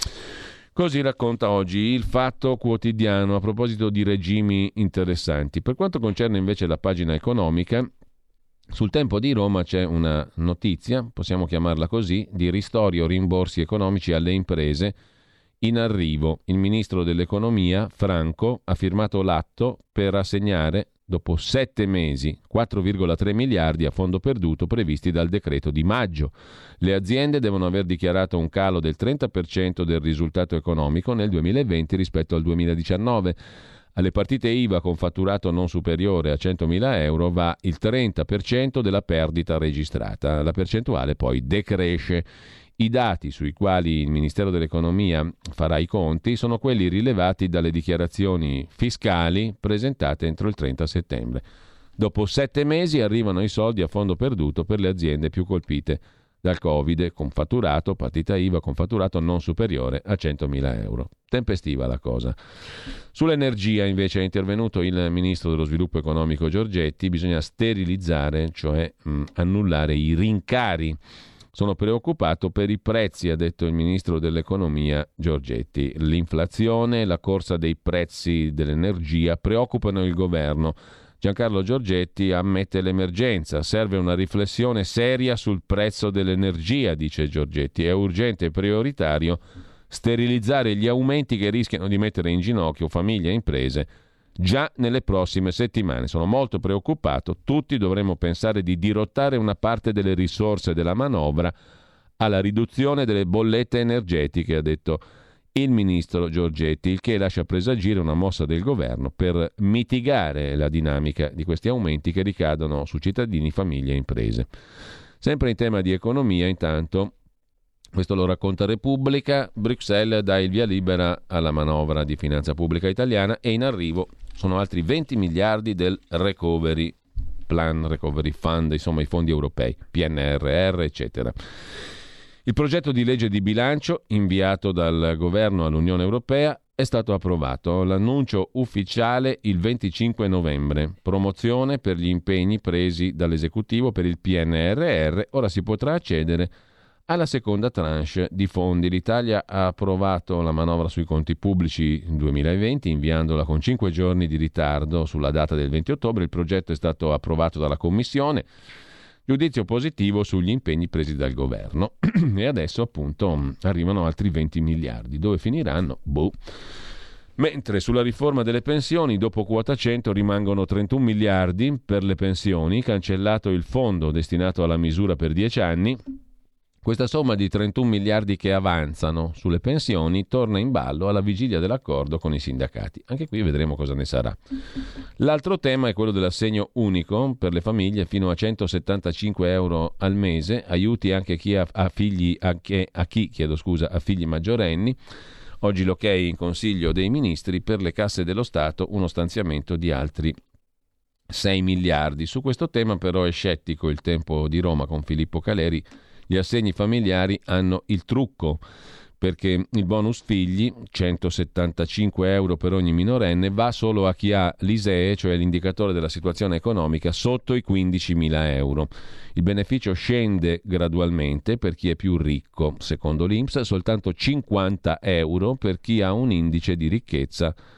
Così racconta oggi il Fatto Quotidiano a proposito di regimi interessanti. Per quanto concerne invece la pagina economica, sul Tempo di Roma c'è una notizia, possiamo chiamarla così, di ristori o rimborsi economici alle imprese in arrivo. Il ministro dell'economia, Franco, ha firmato l'atto per assegnare, dopo sette mesi, quattro virgola tre miliardi a fondo perduto previsti dal decreto di maggio. Le aziende devono aver dichiarato un calo del trenta per cento del risultato economico nel duemilaventi rispetto al duemiladiciannove. Alle partite I V A con fatturato non superiore a centomila euro va il trenta per cento della perdita registrata. La percentuale poi decresce. I dati sui quali il Ministero dell'Economia farà i conti sono quelli rilevati dalle dichiarazioni fiscali presentate entro il trenta settembre. Dopo sette mesi arrivano i soldi a fondo perduto per le aziende più colpite dal Covid, con fatturato, partita I V A con fatturato non superiore a centomila euro. Tempestiva la cosa. Sull'energia invece è intervenuto il Ministro dello Sviluppo Economico Giorgetti. Bisogna sterilizzare, cioè mh, annullare i rincari. Sono preoccupato per i prezzi, ha detto il Ministro dell'Economia Giorgetti. L'inflazione e la corsa dei prezzi dell'energia preoccupano il governo. Giancarlo Giorgetti ammette l'emergenza. Serve una riflessione seria sul prezzo dell'energia, dice Giorgetti. È urgente e prioritario sterilizzare gli aumenti che rischiano di mettere in ginocchio famiglie e imprese già nelle prossime settimane. Sono molto preoccupato. Tutti dovremmo pensare di dirottare una parte delle risorse della manovra alla riduzione delle bollette energetiche, ha detto il ministro Giorgetti, il che lascia presagire una mossa del governo per mitigare la dinamica di questi aumenti che ricadono su cittadini, famiglie e imprese. Sempre in tema di economia, intanto, questo lo racconta Repubblica, Bruxelles dà il via libera alla manovra di finanza pubblica italiana e in arrivo sono altri venti miliardi del Recovery Plan, Recovery Fund, insomma i fondi europei, P N R R, eccetera. Il progetto di legge di bilancio inviato dal governo all'Unione Europea è stato approvato. L'annuncio ufficiale il venticinque novembre. Promozione per gli impegni presi dall'esecutivo per il P N R R. Ora si potrà accedere alla seconda tranche di fondi. L'Italia ha approvato la manovra sui conti pubblici duemilaventi, inviandola con cinque giorni di ritardo sulla data del venti ottobre. Il progetto è stato approvato dalla Commissione. Giudizio positivo sugli impegni presi dal governo. E adesso appunto arrivano altri venti miliardi. Dove finiranno? Boh. Mentre sulla riforma delle pensioni, dopo quota cento rimangono trentuno miliardi per le pensioni, cancellato il fondo destinato alla misura per dieci anni. Questa somma di trentuno miliardi che avanzano sulle pensioni torna in ballo alla vigilia dell'accordo con i sindacati. Anche qui vedremo cosa ne sarà. L'altro tema è quello dell'assegno unico per le famiglie fino a centosettantacinque euro al mese, aiuti anche chi ha, ha figli, anche a chi chiedo scusa, ha figli maggiorenni. Oggi l'ok in Consiglio dei Ministri, per le casse dello Stato uno stanziamento di altri sei miliardi. Su questo tema però è scettico il Tempo di Roma con Filippo Caleri. Gli assegni familiari hanno il trucco, perché il bonus figli, centosettantacinque euro per ogni minorenne, va solo a chi ha l'I S E E, cioè l'indicatore della situazione economica, sotto i quindicimila euro. Il beneficio scende gradualmente per chi è più ricco. Secondo l'I N P S soltanto cinquanta euro per chi ha un indice di ricchezza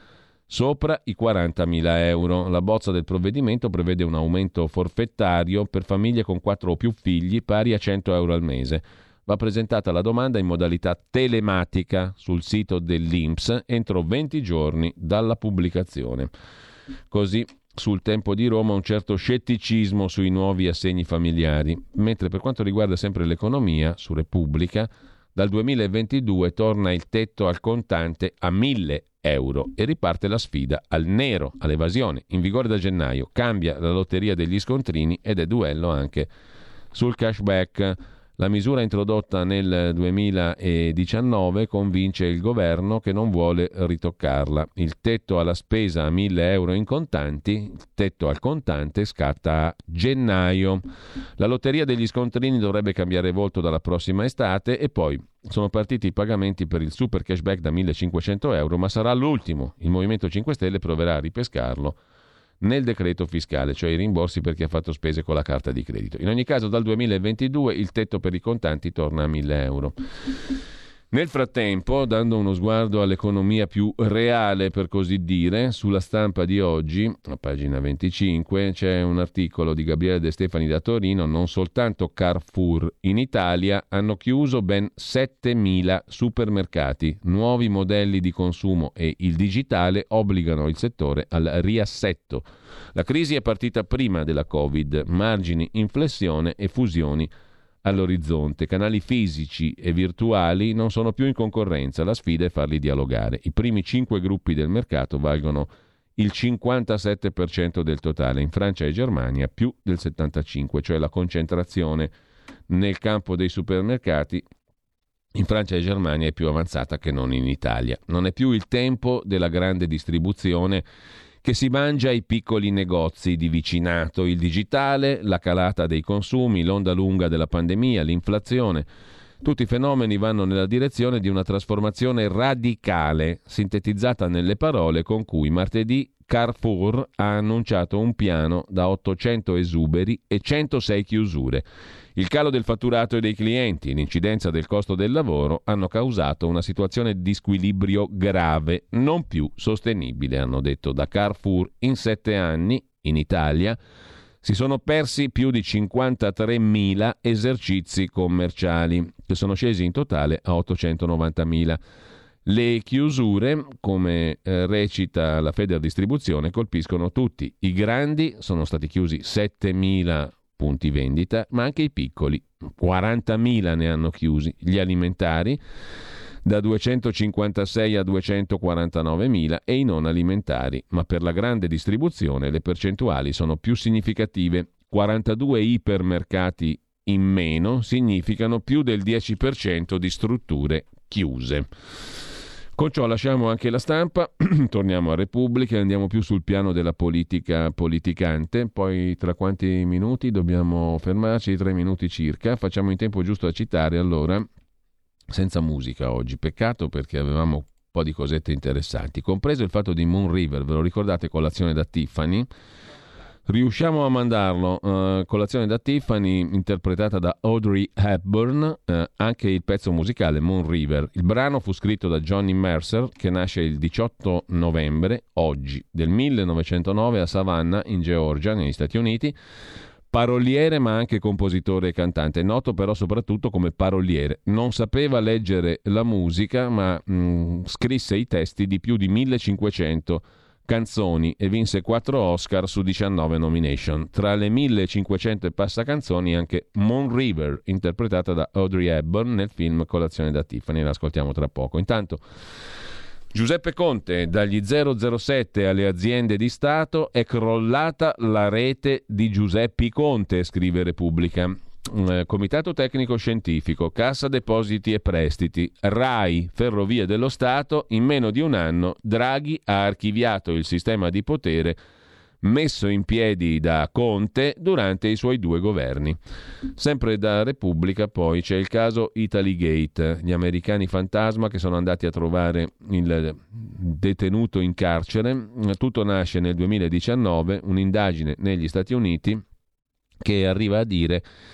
sopra i quarantamila euro. La bozza del provvedimento prevede un aumento forfettario per famiglie con quattro o più figli pari a cento euro al mese. Va presentata la domanda in modalità telematica sul sito dell'I N P S entro venti giorni dalla pubblicazione. Così sul Tempo di Roma un certo scetticismo sui nuovi assegni familiari, mentre per quanto riguarda sempre l'economia, su Repubblica, dal duemilaventidue torna il tetto al contante a mille euro e riparte la sfida al nero, all'evasione, in vigore da gennaio. Cambia la lotteria degli scontrini ed è duello anche sul cashback. La misura introdotta nel duemiladiciannove convince il governo che non vuole ritoccarla. Il tetto alla spesa a mille euro in contanti, il tetto al contante scatta a gennaio. La lotteria degli scontrini dovrebbe cambiare volto dalla prossima estate e poi sono partiti i pagamenti per il super cashback da millecinquecento euro, ma sarà l'ultimo. Il Movimento cinque Stelle proverà a ripescarlo nel decreto fiscale, cioè i rimborsi per chi ha fatto spese con la carta di credito. In ogni caso dal duemilaventidue il tetto per i contanti torna a mille euro. Nel frattempo, dando uno sguardo all'economia più reale, per così dire, sulla Stampa di oggi, a pagina venticinque, c'è un articolo di Gabriele De Stefani da Torino. Non soltanto Carrefour, in Italia hanno chiuso ben settemila supermercati. Nuovi modelli di consumo e il digitale obbligano il settore al riassetto. La crisi è partita prima della Covid, margini in flessione e fusioni all'orizzonte. Canali fisici e virtuali non sono più in concorrenza, la sfida è farli dialogare. I primi cinque gruppi del mercato valgono il cinquantasette per cento del totale, in Francia e Germania più del settantacinque per cento, cioè la concentrazione nel campo dei supermercati in Francia e Germania è più avanzata che non in Italia. Non è più il tempo della grande distribuzione che si mangia ai piccoli negozi di vicinato. Il digitale, la calata dei consumi, l'onda lunga della pandemia, l'inflazione, tutti i fenomeni vanno nella direzione di una trasformazione radicale, sintetizzata nelle parole con cui martedì Carrefour ha annunciato un piano da ottocento esuberi e centosei chiusure. Il calo del fatturato e dei clienti e l'incidenza del costo del lavoro hanno causato una situazione di squilibrio grave, non più sostenibile, hanno detto da Carrefour. In sette anni, in Italia, si sono persi più di cinquantatremila esercizi commerciali, che sono scesi in totale a ottocentonovantamila. Le chiusure, come eh, recita la Federdistribuzione, colpiscono tutti. I grandi sono stati chiusi settemila punti vendita, ma anche i piccoli, quarantamila ne hanno chiusi. Gli alimentari da duecentocinquantasei a duecentoquarantanovemila e i non alimentari, ma per la grande distribuzione le percentuali sono più significative. quarantadue ipermercati in meno significano più del dieci per cento di strutture chiuse. Con ciò lasciamo anche la Stampa, torniamo a Repubblica e andiamo più sul piano della politica politicante. Poi tra quanti minuti dobbiamo fermarci? Tre minuti circa. Facciamo in tempo giusto a citare allora, senza musica oggi, peccato perché avevamo un po' di cosette interessanti, compreso il fatto di Moon River, ve lo ricordate, colazione da Tiffany? Riusciamo a mandarlo, uh, colazione da Tiffany, interpretata da Audrey Hepburn, uh, anche il pezzo musicale Moon River. Il brano fu scritto da Johnny Mercer, che nasce il diciotto novembre, oggi, del millenovecentonove a Savannah, in Georgia, negli Stati Uniti. Paroliere ma anche compositore e cantante, noto però soprattutto come paroliere. Non sapeva leggere la musica, ma mh, scrisse i testi di più di millecinquecento canzoni e vinse quattro Oscar su diciannove nomination. Tra le millecinquecento e passa canzoni anche Moon River, interpretata da Audrey Hepburn nel film Colazione da Tiffany. L'ascoltiamo tra poco. Intanto Giuseppe Conte: dagli zero zero sette alle aziende di Stato è crollata la rete di Giuseppe Conte, scrive Repubblica. Comitato Tecnico Scientifico, Cassa Depositi e Prestiti, RAI, Ferrovie dello Stato, in meno di un anno Draghi ha archiviato il sistema di potere messo in piedi da Conte durante i suoi due governi. Sempre da Repubblica poi c'è il caso Italygate, gli americani fantasma che sono andati a trovare il detenuto in carcere. Tutto nasce nel duemiladiciannove, un'indagine negli Stati Uniti che arriva a dire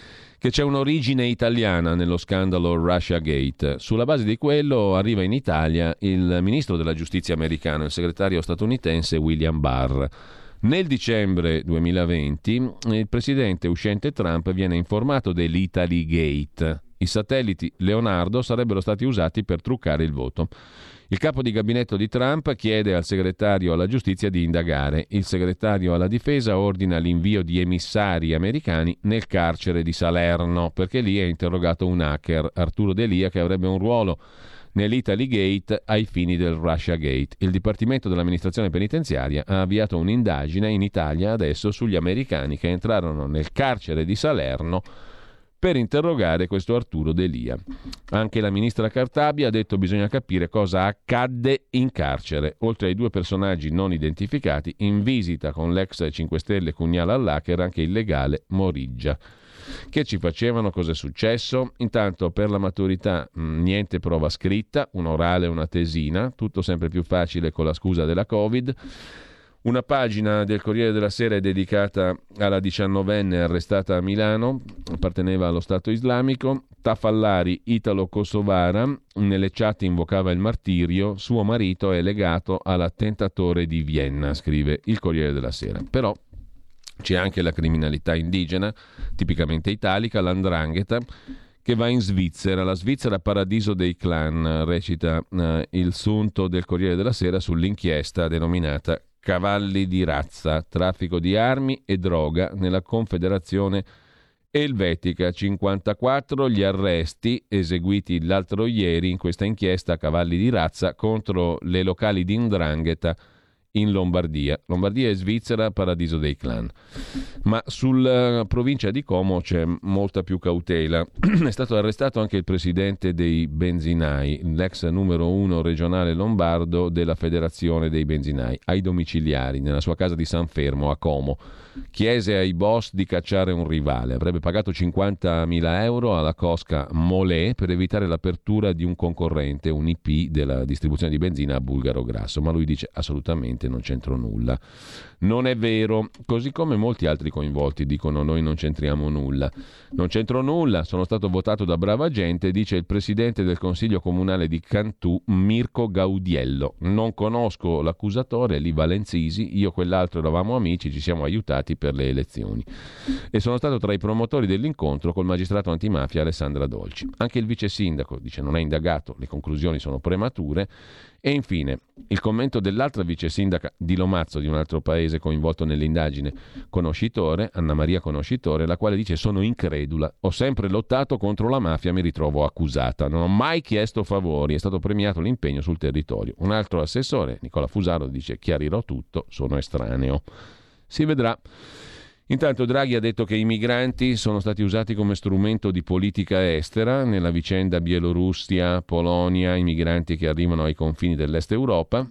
che c'è un'origine italiana nello scandalo Russiagate. Sulla base di quello arriva in Italia il ministro della giustizia americano, il segretario statunitense William Barr. Nel dicembre duemilaventi il presidente uscente Trump viene informato dell'Italygate. I satelliti Leonardo sarebbero stati usati per truccare il voto. Il capo di gabinetto di Trump chiede al segretario alla giustizia di indagare. Il segretario alla difesa ordina l'invio di emissari americani nel carcere di Salerno, perché lì è interrogato un hacker, Arturo D'Elia, che avrebbe un ruolo nell'Italygate ai fini del Russiagate. Il Dipartimento dell'amministrazione penitenziaria ha avviato un'indagine in Italia adesso sugli americani che entrarono nel carcere di Salerno per interrogare questo Arturo D'Elia. Anche la ministra Cartabia ha detto bisogna capire cosa accadde in carcere. Oltre ai due personaggi non identificati, in visita con l'ex cinque Stelle Cugniala all'hacker anche il legale Moriggia. Che ci facevano? Cosa è successo? Intanto per la maturità mh, niente prova scritta, un orale e una tesina, tutto sempre più facile con la scusa della Covid. Una pagina del Corriere della Sera è dedicata alla diciannovenne arrestata a Milano, apparteneva allo Stato Islamico. Tafallari, italo-kosovara, nelle chat invocava il martirio, suo marito è legato all'attentatore di Vienna, scrive il Corriere della Sera. Però c'è anche la criminalità indigena, tipicamente italica, l'andrangheta, che va in Svizzera. La Svizzera paradiso dei clan, recita eh, il sunto del Corriere della Sera sull'inchiesta denominata Cavalli di razza, traffico di armi e droga nella Confederazione Elvetica. cinquantaquattro gli arresti eseguiti l'altro ieri in questa inchiesta Cavalli di razza contro le locali di 'ndrangheta in Lombardia. Lombardia e Svizzera, paradiso dei clan. Ma sulla provincia di Como c'è molta più cautela. È stato arrestato anche il presidente dei benzinai, l'ex numero uno regionale lombardo della Federazione dei Benzinai, ai domiciliari, nella sua casa di San Fermo, a Como. Chiese ai boss di cacciare un rivale. Avrebbe pagato cinquantamila euro alla cosca Molè per evitare l'apertura di un concorrente, un I P della distribuzione di benzina a Bulgaro Grasso. Ma lui dice assolutamente non c'entro nulla. Non è vero, così come molti altri coinvolti dicono noi non c'entriamo nulla. Non c'entro nulla, sono stato votato da brava gente, dice il presidente del Consiglio Comunale di Cantù, Mirko Gaudiello. Non conosco l'accusatore, Li Valenzisi, io e quell'altro eravamo amici, ci siamo aiutati per le elezioni. E sono stato tra i promotori dell'incontro col magistrato antimafia Alessandra Dolci. Anche il vice sindaco dice non è indagato, le conclusioni sono premature. E infine il commento dell'altra vice sindaca di Lomazzo, di un altro paese coinvolto nell'indagine, Conoscitore, Anna Maria Conoscitore, la quale dice sono incredula, ho sempre lottato contro la mafia, mi ritrovo accusata, non ho mai chiesto favori, è stato premiato l'impegno sul territorio. Un altro assessore, Nicola Fusaro, dice chiarirò tutto, sono estraneo. Si vedrà. Intanto Draghi ha detto che i migranti sono stati usati come strumento di politica estera nella vicenda Bielorussia, Polonia, i migranti che arrivano ai confini dell'est Europa,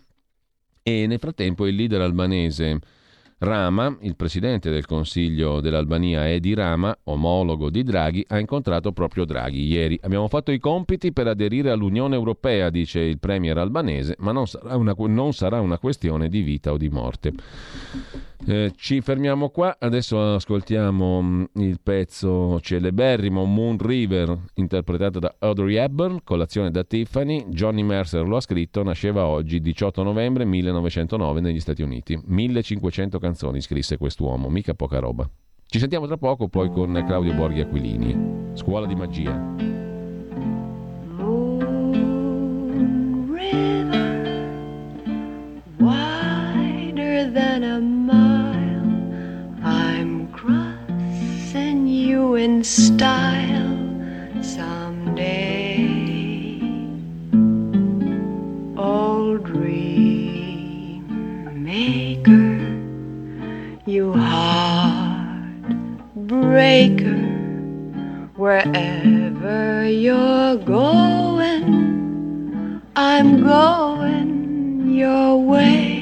e nel frattempo il leader albanese Rama, il presidente del Consiglio dell'Albania Edi Rama, omologo di Draghi, ha incontrato proprio Draghi ieri. Abbiamo fatto i compiti per aderire all'Unione Europea, dice il premier albanese, ma non sarà una, non sarà una questione di vita o di morte. Eh, ci fermiamo qua, adesso ascoltiamo il pezzo celeberrimo Moon River, interpretato da Audrey Hepburn, colazione da Tiffany. Johnny Mercer lo ha scritto, nasceva oggi, diciotto novembre millenovecentonove negli Stati Uniti. millecinquecento canzoni scrisse quest'uomo, mica poca roba. Ci sentiamo tra poco poi con Claudio Borghi Aquilini, Scuola di Magia. Moon River, wider than a mile, I'm crossing you in style someday. Old dream maker, you heartbreaker, wherever you're going, I'm going your way.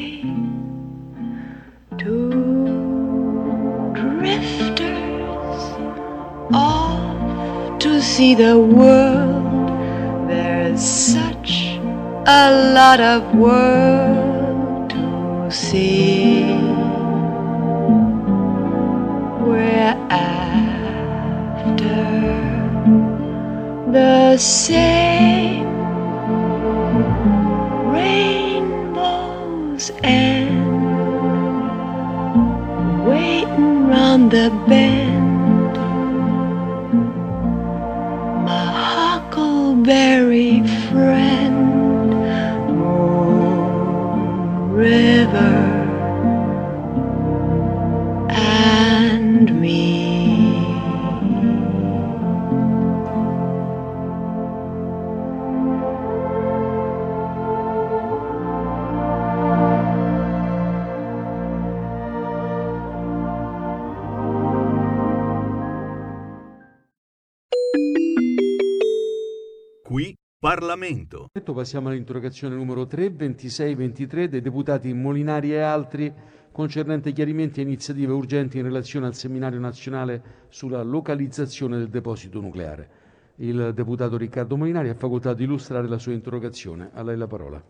Two drifters off to see the world, there's such a lot of world to see. We're after the same rainbows and waiting round the bend, my huckleberry friend, Moon River and me. Qui Parlamento. Passiamo all'interrogazione numero tre, ventisei ventitré dei deputati Molinari e altri, concernente chiarimenti e iniziative urgenti in relazione al seminario nazionale sulla localizzazione del deposito nucleare. Il deputato Riccardo Molinari ha facoltà di illustrare la sua interrogazione. A lei la parola.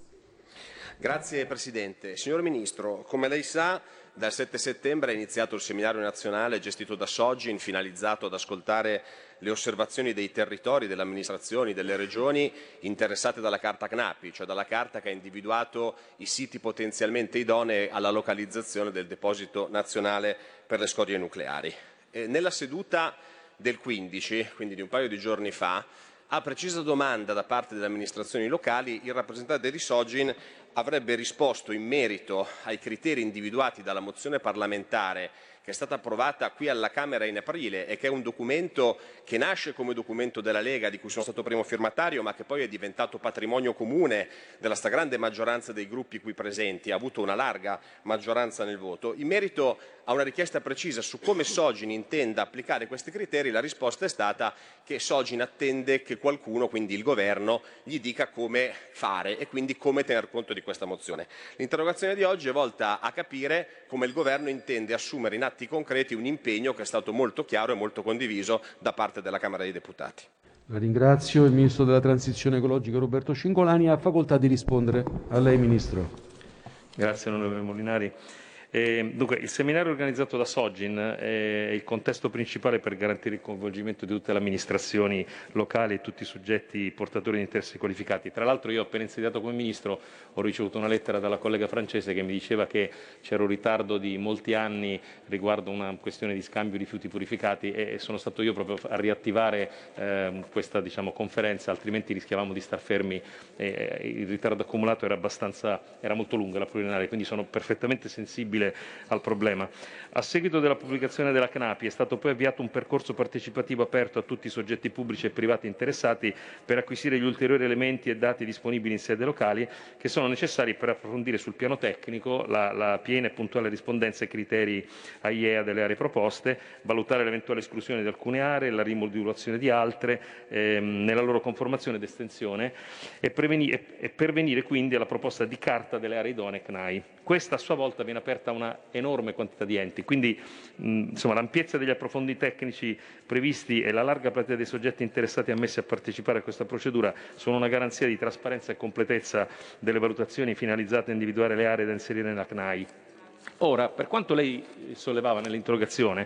Grazie Presidente. Signor Ministro, come lei sa, dal sette settembre è iniziato il seminario nazionale gestito da Sogin, finalizzato ad ascoltare le osservazioni dei territori, delle amministrazioni, delle regioni interessate dalla carta CNAPI, cioè dalla carta che ha individuato i siti potenzialmente idonei alla localizzazione del deposito nazionale per le scorie nucleari. E nella seduta del quindici, quindi di un paio di giorni fa, a precisa domanda da parte delle amministrazioni locali, il rappresentante di Sogin avrebbe risposto in merito ai criteri individuati dalla mozione parlamentare che è stata approvata qui alla Camera in aprile e che è un documento che nasce come documento della Lega, di cui sono stato primo firmatario, ma che poi è diventato patrimonio comune della stragrande maggioranza dei gruppi qui presenti, ha avuto una larga maggioranza nel voto. In merito a una richiesta precisa su come Sogin intenda applicare questi criteri, la risposta è stata che Sogin attende che qualcuno, quindi il governo, gli dica come fare e quindi come tener conto di questa mozione. L'interrogazione di oggi è volta a capire come il governo intende assumere in atti concreti un impegno che è stato molto chiaro e molto condiviso da parte della Camera dei Deputati. La ringrazio. Il Ministro della Transizione Ecologica Roberto Cingolani ha facoltà di rispondere. A lei, Ministro. Grazie onorevole Molinari. Eh, dunque, il seminario organizzato da Sogin è il contesto principale per garantire il coinvolgimento di tutte le amministrazioni locali e tutti i soggetti portatori di interessi qualificati. Tra l'altro io appena insediato come Ministro ho ricevuto una lettera dalla collega francese che mi diceva che c'era un ritardo di molti anni riguardo una questione di scambio di rifiuti purificati e sono stato io proprio a riattivare eh, questa diciamo, conferenza, altrimenti rischiavamo di star fermi. Eh, il ritardo accumulato era abbastanza, era molto lungo, la pluriennale, quindi sono perfettamente sensibile al problema. A seguito della pubblicazione della CNAPI è stato poi avviato un percorso partecipativo aperto a tutti i soggetti pubblici e privati interessati per acquisire gli ulteriori elementi e dati disponibili in sede locali che sono necessari per approfondire sul piano tecnico la, la piena e puntuale rispondenza ai criteri A I E A delle aree proposte, valutare l'eventuale esclusione di alcune aree, la rimodulazione di altre ehm, nella loro conformazione ed estensione e, prevenire, e pervenire quindi alla proposta di carta delle aree idonee C N A I. Questa a sua volta viene aperta a una enorme quantità di enti, quindi mh, insomma, l'ampiezza degli approfondimenti tecnici previsti e la larga platea dei soggetti interessati ammessi a partecipare a questa procedura sono una garanzia di trasparenza e completezza delle valutazioni finalizzate a individuare le aree da inserire nella C N A I. Ora, per quanto lei sollevava nell'interrogazione,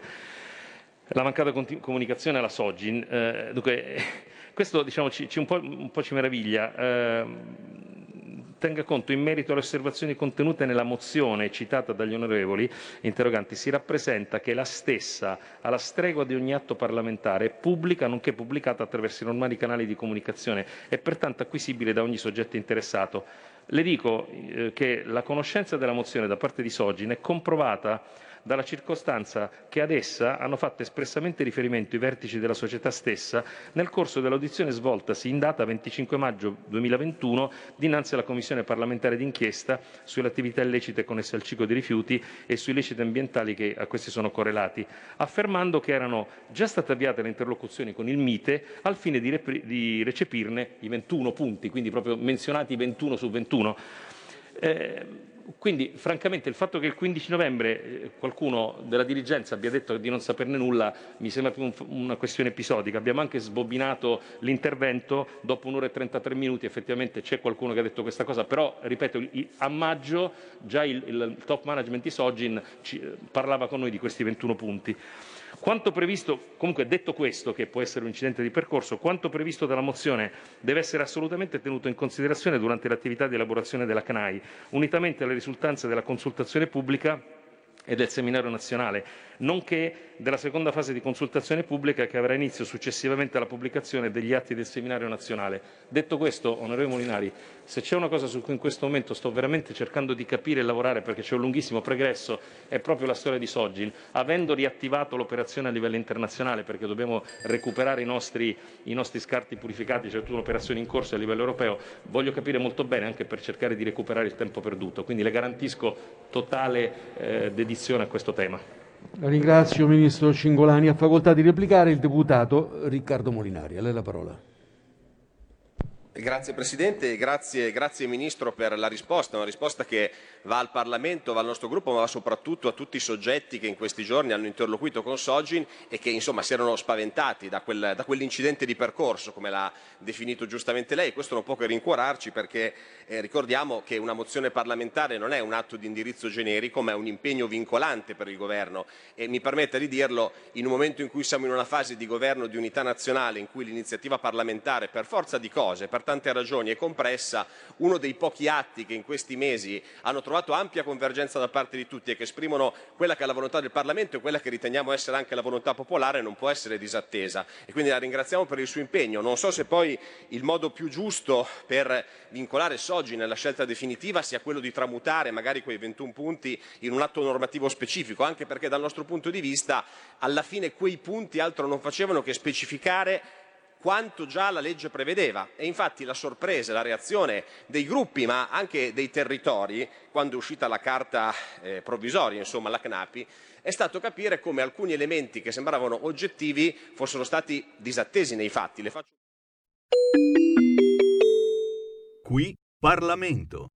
la mancata comunicazione alla Sogin, eh, dunque, questo diciamo, ci, ci un, po', un po' ci meraviglia. Eh, tenga conto, in merito alle osservazioni contenute nella mozione citata dagli onorevoli interroganti, si rappresenta che la stessa, alla stregua di ogni atto parlamentare, è pubblica nonché pubblicata attraverso i normali canali di comunicazione e pertanto acquisibile da ogni soggetto interessato. Le dico eh, che la conoscenza della mozione da parte di Sogin è comprovata dalla circostanza che ad essa hanno fatto espressamente riferimento i vertici della società stessa nel corso dell'audizione svoltasi in data venticinque maggio duemilaventuno dinanzi alla Commissione parlamentare d'inchiesta sulle attività illecite connesse al ciclo di rifiuti e sui illeciti ambientali che a questi sono correlati, affermando che erano già state avviate le interlocuzioni con il Mite al fine di, repri- di recepirne i ventuno punti, quindi proprio menzionati ventuno su ventuno. Eh, Quindi, francamente, il fatto che il quindici novembre qualcuno della dirigenza abbia detto di non saperne nulla mi sembra più un, una questione episodica. Abbiamo anche sbobinato l'intervento, dopo un'ora e trentatré minuti effettivamente c'è qualcuno che ha detto questa cosa, però, ripeto, a maggio già il, il top management di Sogin ci, parlava con noi di questi ventuno punti. Quanto previsto, comunque detto questo, che può essere un incidente di percorso, quanto previsto dalla mozione deve essere assolutamente tenuto in considerazione durante l'attività di elaborazione della C N A I, unitamente alle risultanze della consultazione pubblica e del seminario nazionale, nonché della seconda fase di consultazione pubblica che avrà inizio successivamente alla pubblicazione degli atti del seminario nazionale. Detto questo, onorevole Molinari, se c'è una cosa su cui in questo momento sto veramente cercando di capire e lavorare, perché c'è un lunghissimo pregresso, è proprio la storia di Sogin. Avendo riattivato l'operazione a livello internazionale, perché dobbiamo recuperare i nostri, i nostri scarti purificati, c'è tutta un'operazione in corso a livello europeo, voglio capire molto bene anche per cercare di recuperare il tempo perduto. Quindi le garantisco totale eh, dedizione a questo tema. La ringrazio, Ministro Cingolani. Ha facoltà di replicare il deputato Riccardo Molinari. A lei la parola. Grazie Presidente e grazie, grazie Ministro per la risposta, una risposta che va al Parlamento, va al nostro gruppo, ma va soprattutto a tutti i soggetti che in questi giorni hanno interloquito con Sogin e che insomma si erano spaventati da, quel, da quell'incidente di percorso, come l'ha definito giustamente lei. Questo non può che rincuorarci, perché eh, ricordiamo che una mozione parlamentare non è un atto di indirizzo generico, ma è un impegno vincolante per il Governo, e mi permetta di dirlo in un momento in cui siamo in una fase di governo di unità nazionale, in cui l'iniziativa parlamentare per forza di cose, per tante ragioni è compressa. Uno dei pochi atti che in questi mesi hanno trovato ampia convergenza da parte di tutti e che esprimono quella che è la volontà del Parlamento e quella che riteniamo essere anche la volontà popolare non può essere disattesa, e quindi la ringraziamo per il suo impegno. Non so se poi il modo più giusto per vincolare Sogin nella scelta definitiva sia quello di tramutare magari quei ventuno punti in un atto normativo specifico, anche perché dal nostro punto di vista alla fine quei punti altro non facevano che specificare quanto già la legge prevedeva, e infatti la sorpresa, la reazione dei gruppi ma anche dei territori quando è uscita la carta eh, provvisoria, insomma la C N A P I, è stato capire come alcuni elementi che sembravano oggettivi fossero stati disattesi nei fatti. Le faccio... Qui Parlamento.